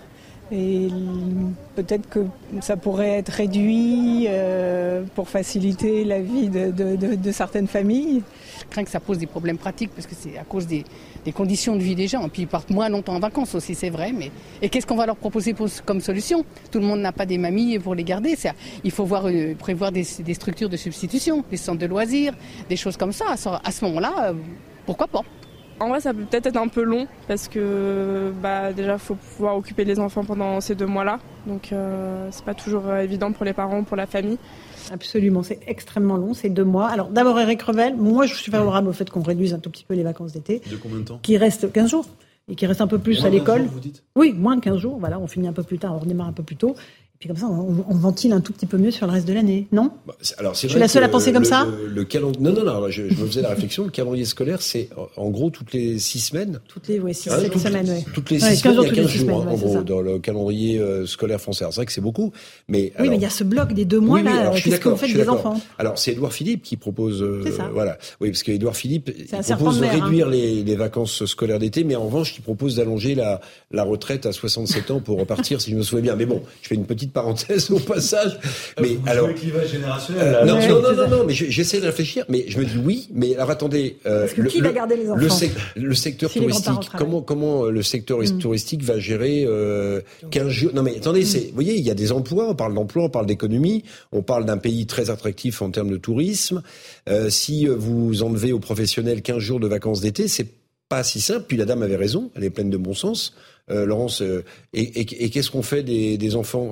et peut-être que ça pourrait être réduit pour faciliter la vie de certaines familles. Je crains que ça pose des problèmes pratiques parce que c'est à cause des conditions de vie des gens. Et puis ils partent moins longtemps en vacances aussi, c'est vrai. Et qu'est-ce qu'on va leur proposer comme solution ? Tout le monde n'a pas des mamies pour les garder. Il faut prévoir des structures de substitution, des centres de loisirs, des choses comme ça. À ce moment-là, pourquoi pas ? En vrai, ça peut peut-être être un peu long parce que déjà, il faut pouvoir occuper les enfants pendant ces 2 mois-là. Donc, c'est pas toujours évident pour les parents, pour la famille. Absolument, c'est extrêmement long, c'est 2 mois. Alors d'abord, Éric Revel, moi je suis favorable au fait qu'on réduise un tout petit peu les vacances d'été. De combien de temps ? Qui reste 15 jours. Et qui reste un peu plus à l'école. Vous dites ? Oui, moins de 15 jours. Voilà, on finit un peu plus tard, on redémarre un peu plus tôt. Puis comme ça, on ventile un tout petit peu mieux sur le reste de l'année, non ? Alors, c'est je suis la seule à penser comme ça ? Non, je me faisais la réflexion, le calendrier scolaire, c'est en gros toutes les 6 semaines. Toutes les 6 semaines, oui. Toutes les 6 semaines, il y a 15 jours, en gros, dans le calendrier scolaire français. Alors, c'est vrai que c'est beaucoup, mais... Oui, mais il y a ce bloc des 2 mois, là, qu'est-ce que vous faites des enfants ? Alors, c'est Édouard Philippe qui propose... c'est ça. Voilà. Oui, parce qu'Édouard Philippe propose de réduire les vacances scolaires d'été, mais en revanche, il propose d'allonger la retraite à 67 ans pour repartir, si je me souviens bien. Mais bon, je fais une petite parenthèse au passage. Mais alors, le clivage générationnel. Non, mais j'essaie de réfléchir. Mais je me dis oui. Mais alors attendez. Parce que qui va garder les enfants ? Le secteur touristique. Comment le secteur touristique va gérer 15 jours ? Non, mais attendez. Vous voyez, il y a des emplois. On parle d'emploi, on parle d'économie. On parle d'un pays très attractif en termes de tourisme. Si vous enlevez aux professionnels 15 jours de vacances d'été, c'est pas si simple. Puis la dame avait raison. Elle est pleine de bon sens. Laurence, et qu'est-ce qu'on fait des enfants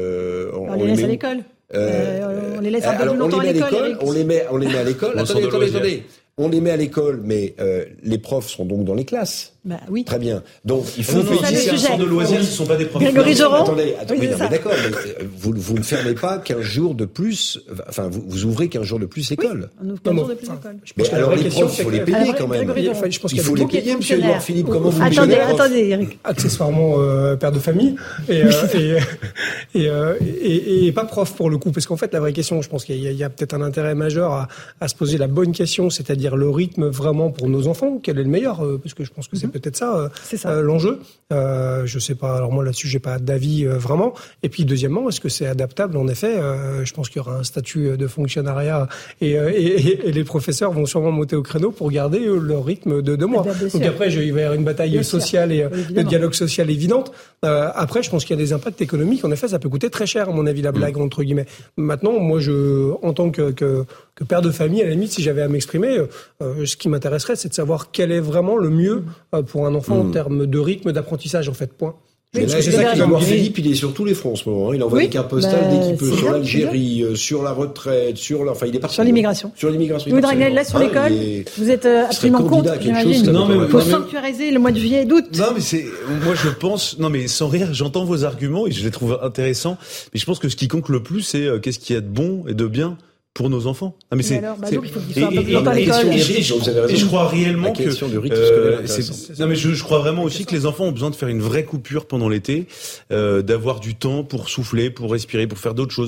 on les laisse à l'école. On les laisse un peu plus longtemps à l'école. On les met à l'école. Attendez. On les met à l'école, mais les profs sont donc dans les classes. Oui. Très bien. Donc il faut payer. C'est un centre de loisirs, ce ne sont pas des profs. Grégory Joron. Attendez, mais d'accord. Mais vous ne fermez pas 15 jours de plus. Enfin, vous ouvrez 15 jours de plus l'école. On ouvre 15 jours de plus l'école. Mais alors les profs, il faut les payer quand même. Il faut les payer, monsieur Édouard Philippe. Comment vous Attendez, Eric. Accessoirement père de famille et pas prof pour le coup, parce qu'en fait la vraie question, je pense qu'il y a peut-être un intérêt majeur à se poser la bonne question, c'est-à-dire le rythme vraiment pour nos enfants, quel est le meilleur, parce que je pense que c'est peut-être ça, l'enjeu. Je sais pas. Alors moi là-dessus, j'ai pas d'avis vraiment. Et puis deuxièmement, est-ce que c'est adaptable? En effet, je pense qu'il y aura un statut de fonctionnariat et les professeurs vont sûrement monter au créneau pour garder leur rythme de 2 mois. Donc après, il va y avoir une bataille sociale et de dialogue social évidente. Après, je pense qu'il y a des impacts économiques. En effet, ça peut coûter très cher, à mon avis, la blague entre guillemets. Maintenant, moi, en tant que père de famille, à la limite, si j'avais à m'exprimer, ce qui m'intéresserait, c'est de savoir quel est vraiment le mieux pour un enfant en termes de rythme d'apprentissage, en fait. Point. Mais là, c'est ça qu'il envoie. Philippe, il est sur tous les fronts en ce moment. Il envoie des cartes postales dès qu'il peut sur l'Algérie, sur la retraite, il est parti. Sur l'immigration. Louis Dragnel, là, sur l'école, vous êtes absolument contre, j'imagine. Il faut sanctuariser le mois de juillet et d'août. Non, mais moi je pense, mais sans rire, j'entends vos arguments et je les trouve intéressants. Mais je pense que ce qui compte le plus, c'est qu'est-ce qu'il y a de bon et de bien pour nos enfants. Ah, mais donc il faut qu'ils soient un peu plus longtemps à l'école. Et je crois réellement que je crois vraiment aussi que les enfants ont besoin de faire une vraie coupure pendant l'été, d'avoir du temps pour souffler, pour respirer, pour faire d'autres choses,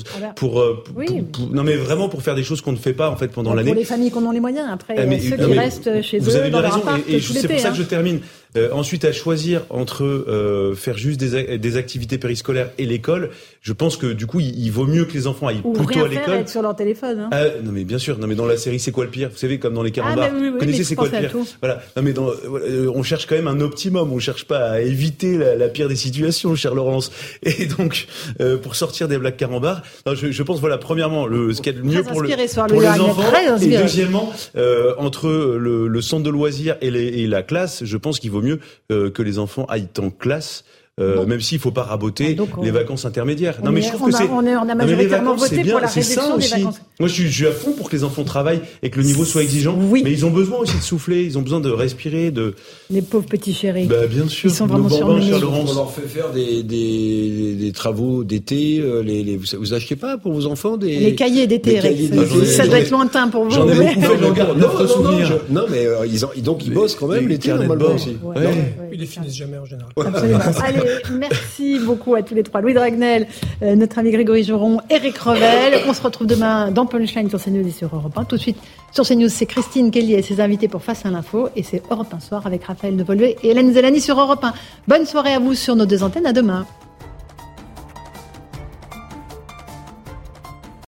non mais vraiment pour faire des choses qu'on ne fait pas en fait pendant l'année. Pour les familles qui en ont les moyens. Après, ceux qui restent chez eux. Vous avez bien raison. Et c'est pour ça que je termine. Ensuite, à choisir entre faire juste des activités périscolaires et l'école, je pense que du coup, il vaut mieux que les enfants aillent plutôt à l'école. Être sur leur téléphone. Non mais bien sûr. Non mais dans la série, c'est quoi le pire? Vous savez, comme dans les carambars. Vous connaissez c'est quoi le pire? Voilà. Non mais on cherche quand même un optimum. On cherche pas à éviter la pire des situations, cher Laurence. Et donc, pour sortir des blagues carambars, je pense premièrement ce qu'il y a de mieux pour les enfants. Et deuxièmement, entre le centre de loisirs et la classe, je pense qu'il vaut mieux que les enfants aillent en classe. Même s'il faut pas raboter les vacances intermédiaires. Non mais je trouve que on a majoritairement voté pour la réduction des vacances. Moi je suis à fond pour que les enfants travaillent et que le niveau soit exigeant. Oui. Mais ils ont besoin aussi de souffler, ils ont besoin de respirer, les pauvres petits chéris. Bien sûr. Ils sont vraiment surmenés. On leur fait faire des travaux d'été. Vous achetez pas pour vos enfants les cahiers d'été. Ça doit être lointain pour vous. J'en ai beaucoup fait. Non mais ils bossent quand même l'été normalement aussi. Ils les finissent jamais en général. Absolument. Allez. Merci beaucoup à tous les trois. Louis Dragnel, notre ami Grégory Joron, Éric Revel. On se retrouve demain dans Punchline sur CNews et sur Europe 1. Tout de suite sur CNews, c'est Christine Kelly et ses invités pour Face à l'info. Et c'est Europe 1 Soir avec Raphaël Devolvé et Hélène Zélani sur Europe 1. Bonne soirée à vous sur nos 2 antennes. À demain.